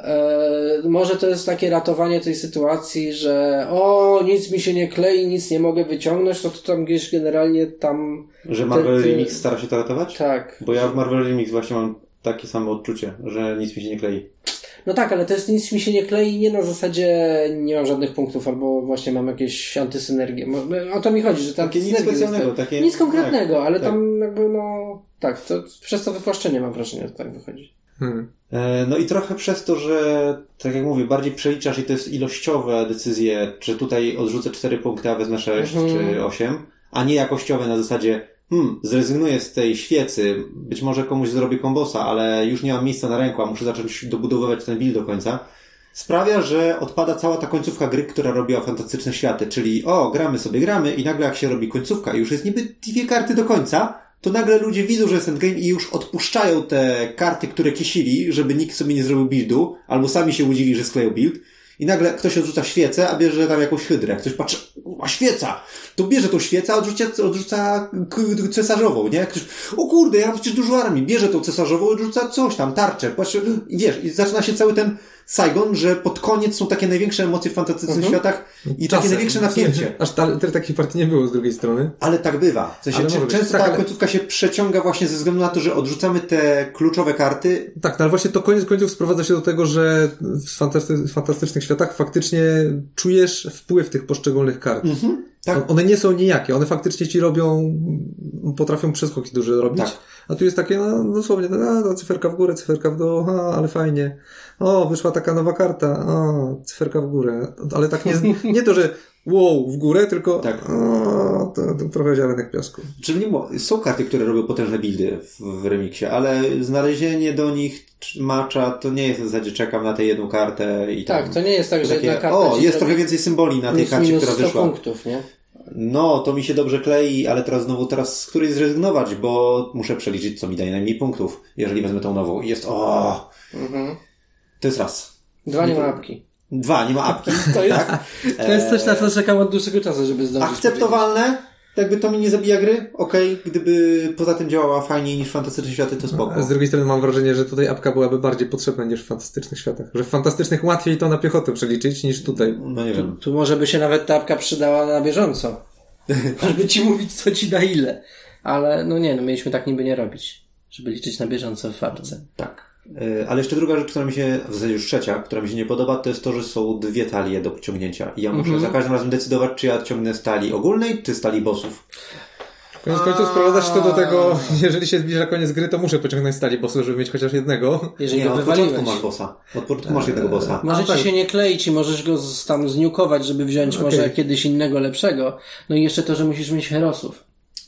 e, może to jest takie ratowanie tej sytuacji, że o, nic mi się nie klei, nic nie mogę wyciągnąć, to, to tam gdzieś generalnie tam... Że Marvel te, te... Remix stara się to ratować? Tak. Bo ja w Marvel Remix właśnie mam takie samo odczucie, że nic mi się nie klei. No tak, ale to jest nic mi się nie klei nie na zasadzie nie mam żadnych punktów, albo właśnie mam jakieś antysynergie. O to mi chodzi, że tam takie nic specjalnego, takie... Nic konkretnego, tak, ale tak. tam jakby no... Tak, to przez to wypłaszczenie mam wrażenie, że tak wychodzi. Hmm. E, no i trochę przez to, że tak jak mówię, bardziej przeliczasz i to jest ilościowe decyzje, czy tutaj odrzucę cztery punkty, a wezmę sześć mhm. czy osiem, a nie jakościowe na zasadzie hmm, zrezygnuję z tej świecy, być może komuś zrobię kombosa, ale już nie mam miejsca na ręku, a muszę zacząć dobudowywać ten build do końca, sprawia, że odpada cała ta końcówka gry, która robiła fantastyczne światy, czyli o, gramy sobie, gramy i nagle jak się robi końcówka i już jest niby dwie karty do końca, to nagle ludzie widzą, że jest endgame i już odpuszczają te karty, które kisili, żeby nikt sobie nie zrobił buildu, albo sami się łudzili, że skleją build. I nagle ktoś odrzuca świecę, a bierze tam jakąś hydrę. Ktoś patrzy, a świeca! To bierze tą świecę, a odrzuca, odrzuca cesarzową, nie? Ktoś, o kurde, ja mam przecież dużo armii. Bierze tą cesarzową i odrzuca coś tam, tarczę. Patrzy, i wiesz, i zaczyna się cały ten Saigon, że pod koniec są takie największe emocje w fantastycznych mhm. światach i Czasem. takie największe napięcie. Aż ta, takiej partii nie było z drugiej strony. Ale tak bywa. W sensie, czy, często tak, ta ale... końcówka się przeciąga właśnie ze względu na to, że odrzucamy te kluczowe karty. Tak, no ale właśnie to koniec końców sprowadza się do tego, że w, fantasty- w fantastycznych światach faktycznie czujesz wpływ tych poszczególnych kart. Mhm. Tak. One nie są nijakie, one faktycznie ci robią, potrafią przeskoki duże robić. Tak. A tu jest takie, no dosłownie, no, no cyferka w górę, cyferka w dół, a, ale fajnie. O, wyszła taka nowa karta, o, cyferka w górę. Ale tak nie, nie to, że wow, w górę, tylko tak. o, to, to trochę ziarenek piasku. Czyli nie, są karty, które robią potężne buildy w, w remiksie, ale znalezienie do nich matcha to nie jest w zasadzie czekam na tę jedną kartę i tak, tam, to nie jest tak, że takie, jedna karta o, jest trochę więcej symboli na tej karcie, która wyszła. punktów, nie? No, to mi się dobrze klei, ale teraz znowu, teraz z której zrezygnować, bo muszę przeliczyć, co mi daje najmniej punktów, jeżeli wezmę tą nową. I jest, o, mhm. To jest raz. Dwa, nie ma apki. Dwa, nie ma apki. To jest, tak? to jest coś, na co czekam od dłuższego czasu, żeby zdążyć. Akceptowalne? Powiedzieć. Jakby to mi nie zabija gry? Okej, okay. Gdyby poza tym działała fajniej niż Fantastyczne Światy, to spoko. A z drugiej strony mam wrażenie, że tutaj apka byłaby bardziej potrzebna niż w Fantastycznych Światach. Że w Fantastycznych łatwiej to na piechotę przeliczyć niż tutaj. No nie wiem. Tu, tu może by się nawet ta apka przydała na bieżąco. Żeby ci mówić, co ci da ile. Ale no nie, no mieliśmy tak niby nie robić. Żeby liczyć na bieżąco w apce. Tak. Ale jeszcze druga rzecz, która mi się, w zasadzie już trzecia, która mi się nie podoba, to jest to, że są dwie talie do ciągnięcia. I ja muszę mm-hmm. za każdym razem decydować, czy ja ciągnę z talii ogólnej, czy z talii bossów. Koniec końców sprowadza się to do tego, jeżeli się zbliża koniec gry, to muszę pociągnąć z talii bossów, żeby mieć chociaż jednego. Jeżeli nie, go od początku masz bossa. Od początku masz jednego bossa. Może ci tak. się nie kleić i możesz go z, tam zniukować, żeby wziąć okay. może kiedyś innego, lepszego. No i jeszcze to, że musisz mieć herosów.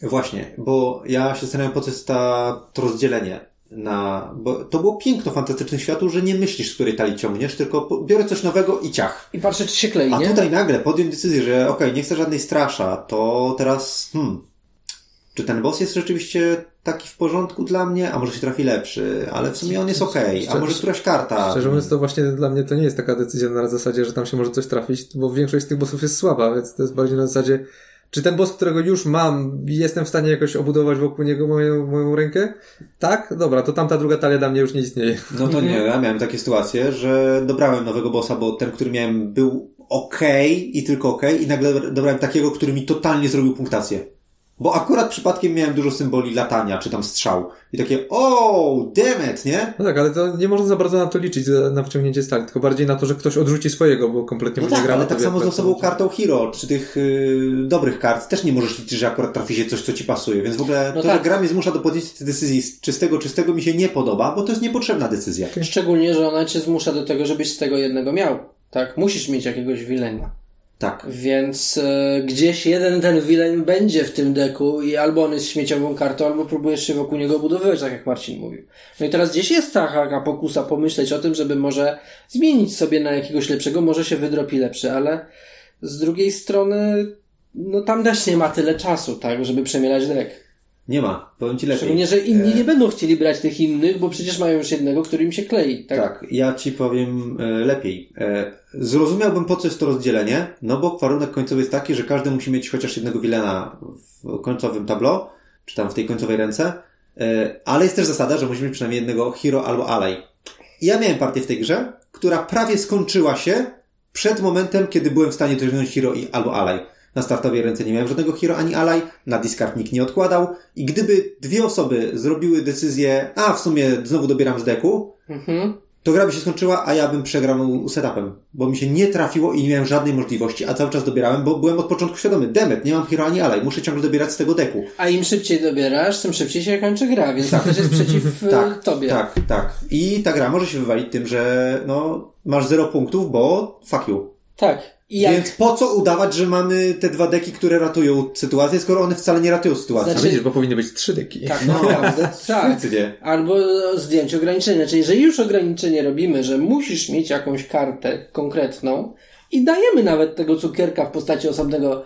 Właśnie, bo ja się zastanawiam, po co jest ta, to rozdzielenie na, bo to było piękno fantastycznych światów, że nie myślisz, z której talii ciągniesz, tylko biorę coś nowego i ciach. I patrzę, czy się klei, A nie? tutaj nagle podjąłem decyzję, że okej, okay, nie chcę żadnej strasza, to teraz, hmm, czy ten boss jest rzeczywiście taki w porządku dla mnie, a może się trafi lepszy, ale w sumie on jest okej, okay, a może któraś karta. Szczerze mówiąc, to właśnie dla mnie to nie jest taka decyzja na zasadzie, że tam się może coś trafić, bo większość z tych bossów jest słaba, więc to jest bardziej na zasadzie, czy ten boss, którego już mam, jestem w stanie jakoś obudować wokół niego moją, moją rękę? Tak? Dobra, to tamta druga talia dla mnie już nie istnieje. No to nie, ja miałem takie sytuacje, że dobrałem nowego bossa, bo ten, który miałem, był okej okay i tylko okej okay, i nagle dobrałem takiego, który mi totalnie zrobił punktację. Bo akurat przypadkiem miałem dużo symboli latania, czy tam strzał. I takie, o, damn it, nie? No tak, ale to nie można za bardzo na to liczyć, na wciągnięcie stali, tylko bardziej na to, że ktoś odrzuci swojego, bo kompletnie no mu nie tak, gra. ale tak samo z osobą kartą Hero, czy tych yy, dobrych kart, też nie możesz liczyć, że akurat trafi się coś, co ci pasuje. Więc w ogóle no to, tak. że gra mnie zmusza do podjęcia tej decyzji z czystego, czystego mi się nie podoba, bo to jest niepotrzebna decyzja. Szczególnie, że ona cię zmusza do tego, żebyś z tego jednego miał. Tak? Musisz mieć jakiegoś wilena. Tak. Więc y, gdzieś jeden ten villain będzie w tym deku i albo on jest śmieciową kartą, albo próbujesz się wokół niego budowywać, tak jak Marcin mówił. No i teraz gdzieś jest taka pokusa pomyśleć o tym, żeby może zmienić sobie na jakiegoś lepszego, może się wydropi lepszy, ale z drugiej strony no tam też nie ma tyle czasu, tak, żeby przemielać dek. Nie ma, powiem ci lepiej. Szczególnie, że inni nie będą chcieli brać tych innych, bo przecież mają już jednego, który im się klei. Tak, tak ja ci powiem e, lepiej. E, zrozumiałbym, po co jest to rozdzielenie, no bo warunek końcowy jest taki, że każdy musi mieć chociaż jednego wilena w końcowym tableau, czy tam w tej końcowej ręce, e, ale jest też zasada, że musi mieć przynajmniej jednego hero albo ally. I ja miałem partię w tej grze, która prawie skończyła się przed momentem, kiedy byłem w stanie dociągnąć hero i albo ally. Na startowej ręce nie miałem żadnego hero ani ally, na discard nikt nie odkładał i gdyby dwie osoby zrobiły decyzję, a w sumie znowu dobieram z deku, mhm. to gra by się skończyła, a ja bym przegrał setupem, bo mi się nie trafiło i nie miałem żadnej możliwości, a cały czas dobierałem, bo byłem od początku świadomy, demet, nie mam hero ani ally, muszę ciągle dobierać z tego deku. A im szybciej dobierasz, tym szybciej się kończy gra, więc to też jest przeciw tak, tobie. Tak, tak. I ta gra może się wywalić tym, że no masz zero punktów, bo fuck you. Tak. Jak... Więc po co udawać, że mamy te dwa deki, które ratują sytuację, skoro one wcale nie ratują sytuacji? Znaczy... Widzisz, bo powinny być trzy deki. Tak, no, naprawdę, tak. Albo zdjąć ograniczenia. Czyli jeżeli już ograniczenie robimy, że musisz mieć jakąś kartę konkretną i dajemy nawet tego cukierka w postaci osobnego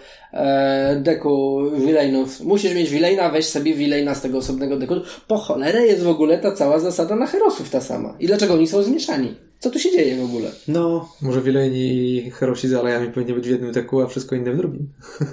e, deku villainów. Musisz mieć villaina, weź sobie villaina z tego osobnego deku. Po cholerę jest w ogóle ta cała zasada na herosów ta sama. I dlaczego oni są zmieszani? Co tu się dzieje w ogóle? No, może villaini i herosi z alejami powinni być w jednym deku, a wszystko inne w drugim.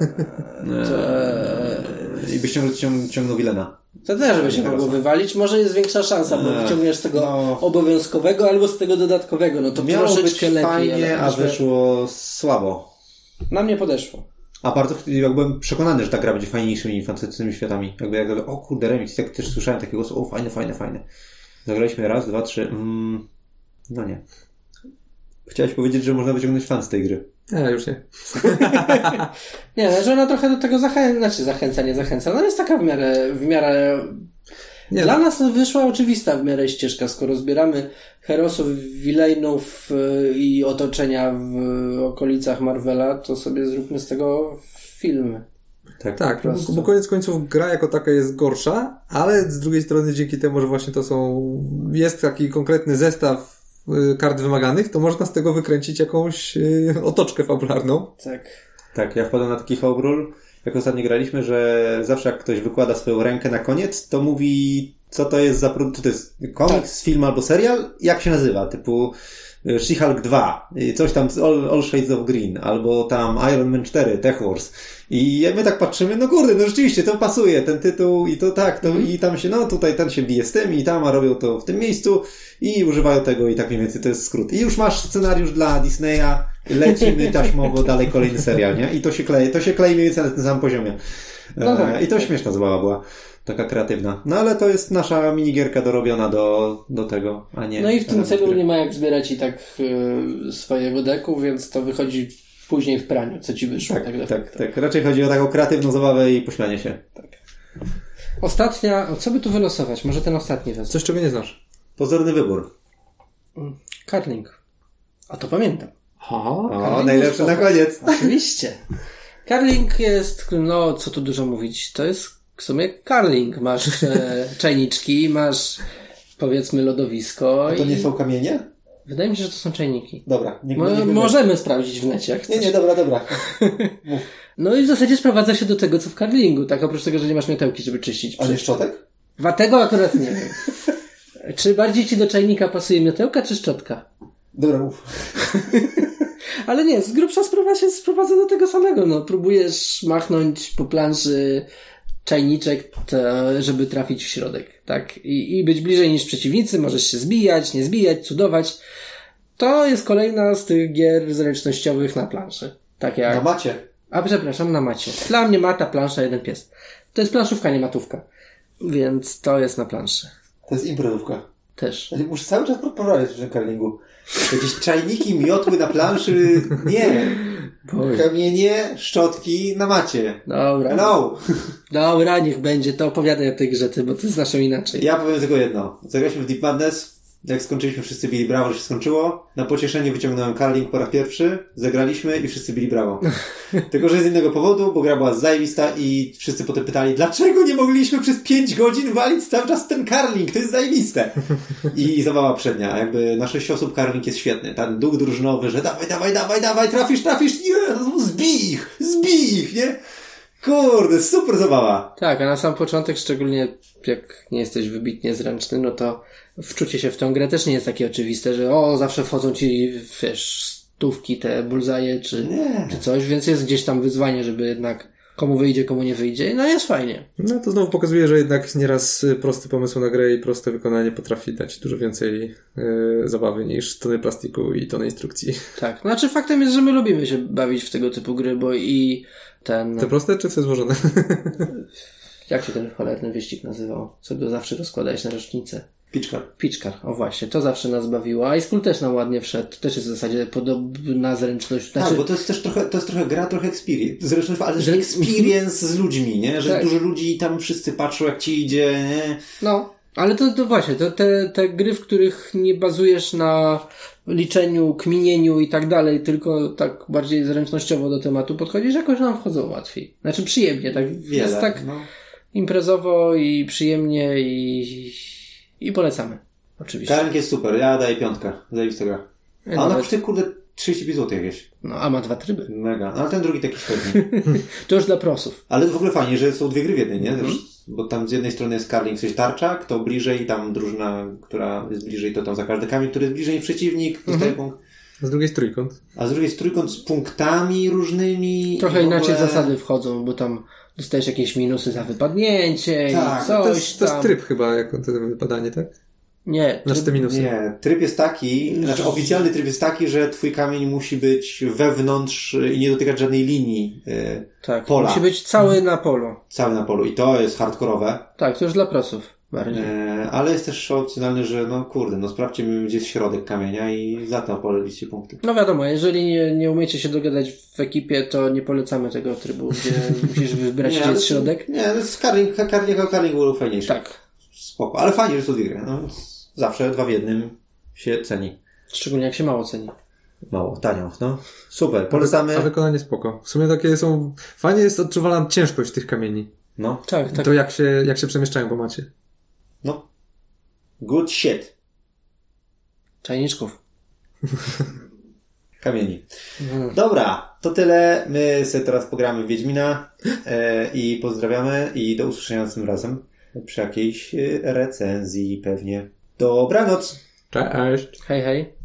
Eee, I byś ciągnął, ciąg, ciągnął villaina. To też by się mogło wywalić. Może jest większa szansa, bo eee, wyciągniesz z tego no, obowiązkowego albo z tego dodatkowego. No to miało troszeczkę być lepiej. Fajnie, a wyszło słabo. Na mnie podeszło. A bardzo jak byłem przekonany, że ta gra będzie fajniejszymi fantastycznymi światami. Jakby jak o kurde, remix, tak też słyszałem takiego głosu, o fajne, fajne, fajne. Zagraliśmy raz, dwa, trzy. Mm, no nie. Chciałeś powiedzieć, że można wyciągnąć fan z tej gry. Nie, już nie. Nie, no, że ona trochę do tego zachęca, znaczy zachęca, nie zachęca. No jest taka w miarę, w miarę... Nie, Dla no. nas wyszła oczywista w miarę ścieżka, skoro zbieramy herosów, villainów i otoczenia w okolicach Marvela, to sobie zróbmy z tego filmy. Tak, tak, bo, bo koniec końców gra jako taka jest gorsza, ale z drugiej strony dzięki temu, że właśnie to są, jest taki konkretny zestaw kart wymaganych, to można z tego wykręcić jakąś y, otoczkę fabularną. Tak. Tak, ja wpadłem na taki home rule, jak ostatnio graliśmy, że zawsze jak ktoś wykłada swoją rękę na koniec, to mówi, co to jest za produkt, czy to jest komiks, tak. film albo serial, jak się nazywa, typu She-Hulk dwa, coś tam All, All Shades of Green, albo tam Iron Man cztery, Tech Wars. I my tak patrzymy, no kurde, no rzeczywiście, to pasuje, ten tytuł i to tak, to mm. i tam się, no tutaj ten się bije z tym i tam, a robią to w tym miejscu i używają tego i tak mniej więcej to jest skrót. I już masz scenariusz dla Disneya, lecimy taśmowo dalej kolejny serial, nie? I to się klei, to się klei mniej więcej na tym samym poziomie. No tak. I to śmieszna zabawa była. Taka kreatywna. No ale to jest nasza minigierka dorobiona do, do tego, a nie... No i w tym celu nie ma jak zbierać i tak yy, swojego deku, więc to wychodzi później w praniu, co ci wyszło. Tak, tak, tak, tak. Raczej chodzi o taką kreatywną zabawę i pośmianie się. Tak. Ostatnia... Co by tu wylosować? Może ten ostatni wezmę. Coś, czego nie znasz. Pozorny wybór. Karling. A to pamiętam. O, o najlepszy na koniec. Oczywiście. Karling jest, no co tu dużo mówić, to jest w sumie curling. Masz e, czajniczki, masz powiedzmy lodowisko. A to i... nie są kamienie? Wydaje mi się, że to są czajniki. Dobra. Nie, Mo- nie możemy sprawdzić w necie, jak chcesz. Nie, nie, dobra, dobra. Mów. No i w zasadzie sprowadza się do tego, co w curlingu, tak? Oprócz tego, że nie masz miotełki, żeby czyścić. A nie szczotek? A tego akurat nie wiem. Czy bardziej ci do czajnika pasuje miotełka, czy szczotka? Dobra, mów. Ale nie, z grubsza sprawa się sprowadza do tego samego. No, próbujesz machnąć po planszy czajniczek, to, żeby trafić w środek, tak? I, I być bliżej niż przeciwnicy, możesz się zbijać, nie zbijać, cudować. To jest kolejna z tych gier zręcznościowych na planszy. Tak jak... Na macie. A przepraszam, na macie. Dla mnie mata, plansza, jeden pies. To jest planszówka, nie matówka. Więc to jest na planszy. To jest imprezówka. Też. Muszę cały czas proponować w tym curlingu. Jakieś czajniki, miotły na planszy. Nie. Boże. Kamienie, szczotki na macie. Dobra. No. Dobra, niech będzie. To opowiadaj o tej grze, ty, bo ty znasz ją inaczej. Ja powiem tylko jedno. Zagraliśmy w Deep Madness. Jak skończyliśmy, wszyscy bili brawo, że się skończyło. Na pocieszenie wyciągnąłem curling po raz pierwszy. Zagraliśmy i wszyscy bili brawo. Tylko, że z innego powodu, bo gra była zajebista i wszyscy potem pytali, dlaczego nie mogliśmy przez pięć godzin walić cały czas ten curling? To jest zajebiste. I zabawa przednia. Jakby na sześć osób curling jest świetny. Ten duch drużynowy, że dawaj, dawaj, dawaj, dawaj, trafisz, trafisz, nie, zbij ich, zbij ich, nie? Kurde, super zabawa. Tak, a na sam początek, szczególnie jak nie jesteś wybitnie zręczny, no to wczucie się w tę grę też nie jest takie oczywiste, że o, zawsze wchodzą ci, wiesz, stówki, te bulzaje, czy, czy coś, więc jest gdzieś tam wyzwanie, żeby jednak komu wyjdzie, komu nie wyjdzie, no jest fajnie. No to znowu pokazuje, że jednak nieraz prosty pomysł na grę i proste wykonanie potrafi dać dużo więcej yy, zabawy niż tony plastiku i tony instrukcji. Tak, znaczy faktem jest, że my lubimy się bawić w tego typu gry, bo i ten... Te proste czy te złożone? Jak się ten cholerny wyścig nazywał? Co go zawsze rozkładałeś na rocznicę? Pitchcar. Pitchcar, o właśnie, to zawsze nas bawiło. A iSchool też nam ładnie wszedł. Też jest w zasadzie podobna zręczność. Znaczy... Tak, bo to jest też trochę, to jest trochę gra, trochę experience. Zresztą, ale też experience z ludźmi, nie? Że tak. Dużo ludzi i tam wszyscy patrzą, jak ci idzie, nie? No, ale to, to właśnie, to te, te gry, w których nie bazujesz na liczeniu, kminieniu i tak dalej, tylko tak bardziej zręcznościowo do tematu podchodzisz, jakoś nam wchodzą łatwiej. Znaczy przyjemnie, tak Wiele, jest tak no. imprezowo i przyjemnie i, i polecamy. Oczywiście. Curling jest super, ja daję piątkę. Zajebista gra. A ona nawet... kosztuje, kurde, trzydzieści pięć złotych jakieś. No, a ma dwa tryby. Mega. No, ale ten drugi taki średni. To już dla prosów. Ale w ogóle fajnie, że są dwie gry w jednej, nie? Też, bo tam z jednej strony jest curling, coś tarcza, kto bliżej, tam drużyna, która jest bliżej, to tam za każdy kamień, który jest bliżej niż przeciwnik, dostaje punkt. Z drugiej jest trójkąt. A z drugiej jest trójkąt z punktami różnymi. Trochę i w inaczej ogóle... zasady wchodzą, bo tam dostajesz jakieś minusy za wypadnięcie Tak, i coś To jest, to tam. jest tryb chyba, jako to wypadanie, tak? Nie. Tryb... Znaczy te minusy. Nie, tryb jest taki, znaczy oficjalny tryb jest taki, że twój kamień musi być wewnątrz i nie dotykać żadnej linii yy, tak, pola. musi być cały na polu. Cały na polu i to jest hardkorowe. Tak, to już dla prosów bardziej. Yy, ale jest też opcjonalny, że no kurde, no sprawdźcie mi, gdzie jest środek kamienia i za to poleliście punkty. No wiadomo, jeżeli nie, nie umiecie się dogadać w ekipie, to nie polecamy tego trybu, gdzie musisz wybrać, gdzie jest środek. Nie, to jest curling, curling, curling był fajniejszy. Tak. Spoko, ale fajnie, że są dwie gry. No, zawsze dwa w jednym się ceni. Szczególnie jak się mało ceni. Mało, tanio, no. Super, polecamy. A wykonanie spoko. W sumie takie są... Fajnie jest odczuwalna ciężkość tych kamieni. No. Tak, tak. To jak się, jak się przemieszczają po macie. No. Good shit. Czajniczków. Kamieni. Mm. Dobra, to tyle. My sobie teraz pogramy w Wiedźmina e, i pozdrawiamy i do usłyszenia następnym razem przy jakiejś recenzji pewnie. Dobranoc! Cześć! Hej, hej.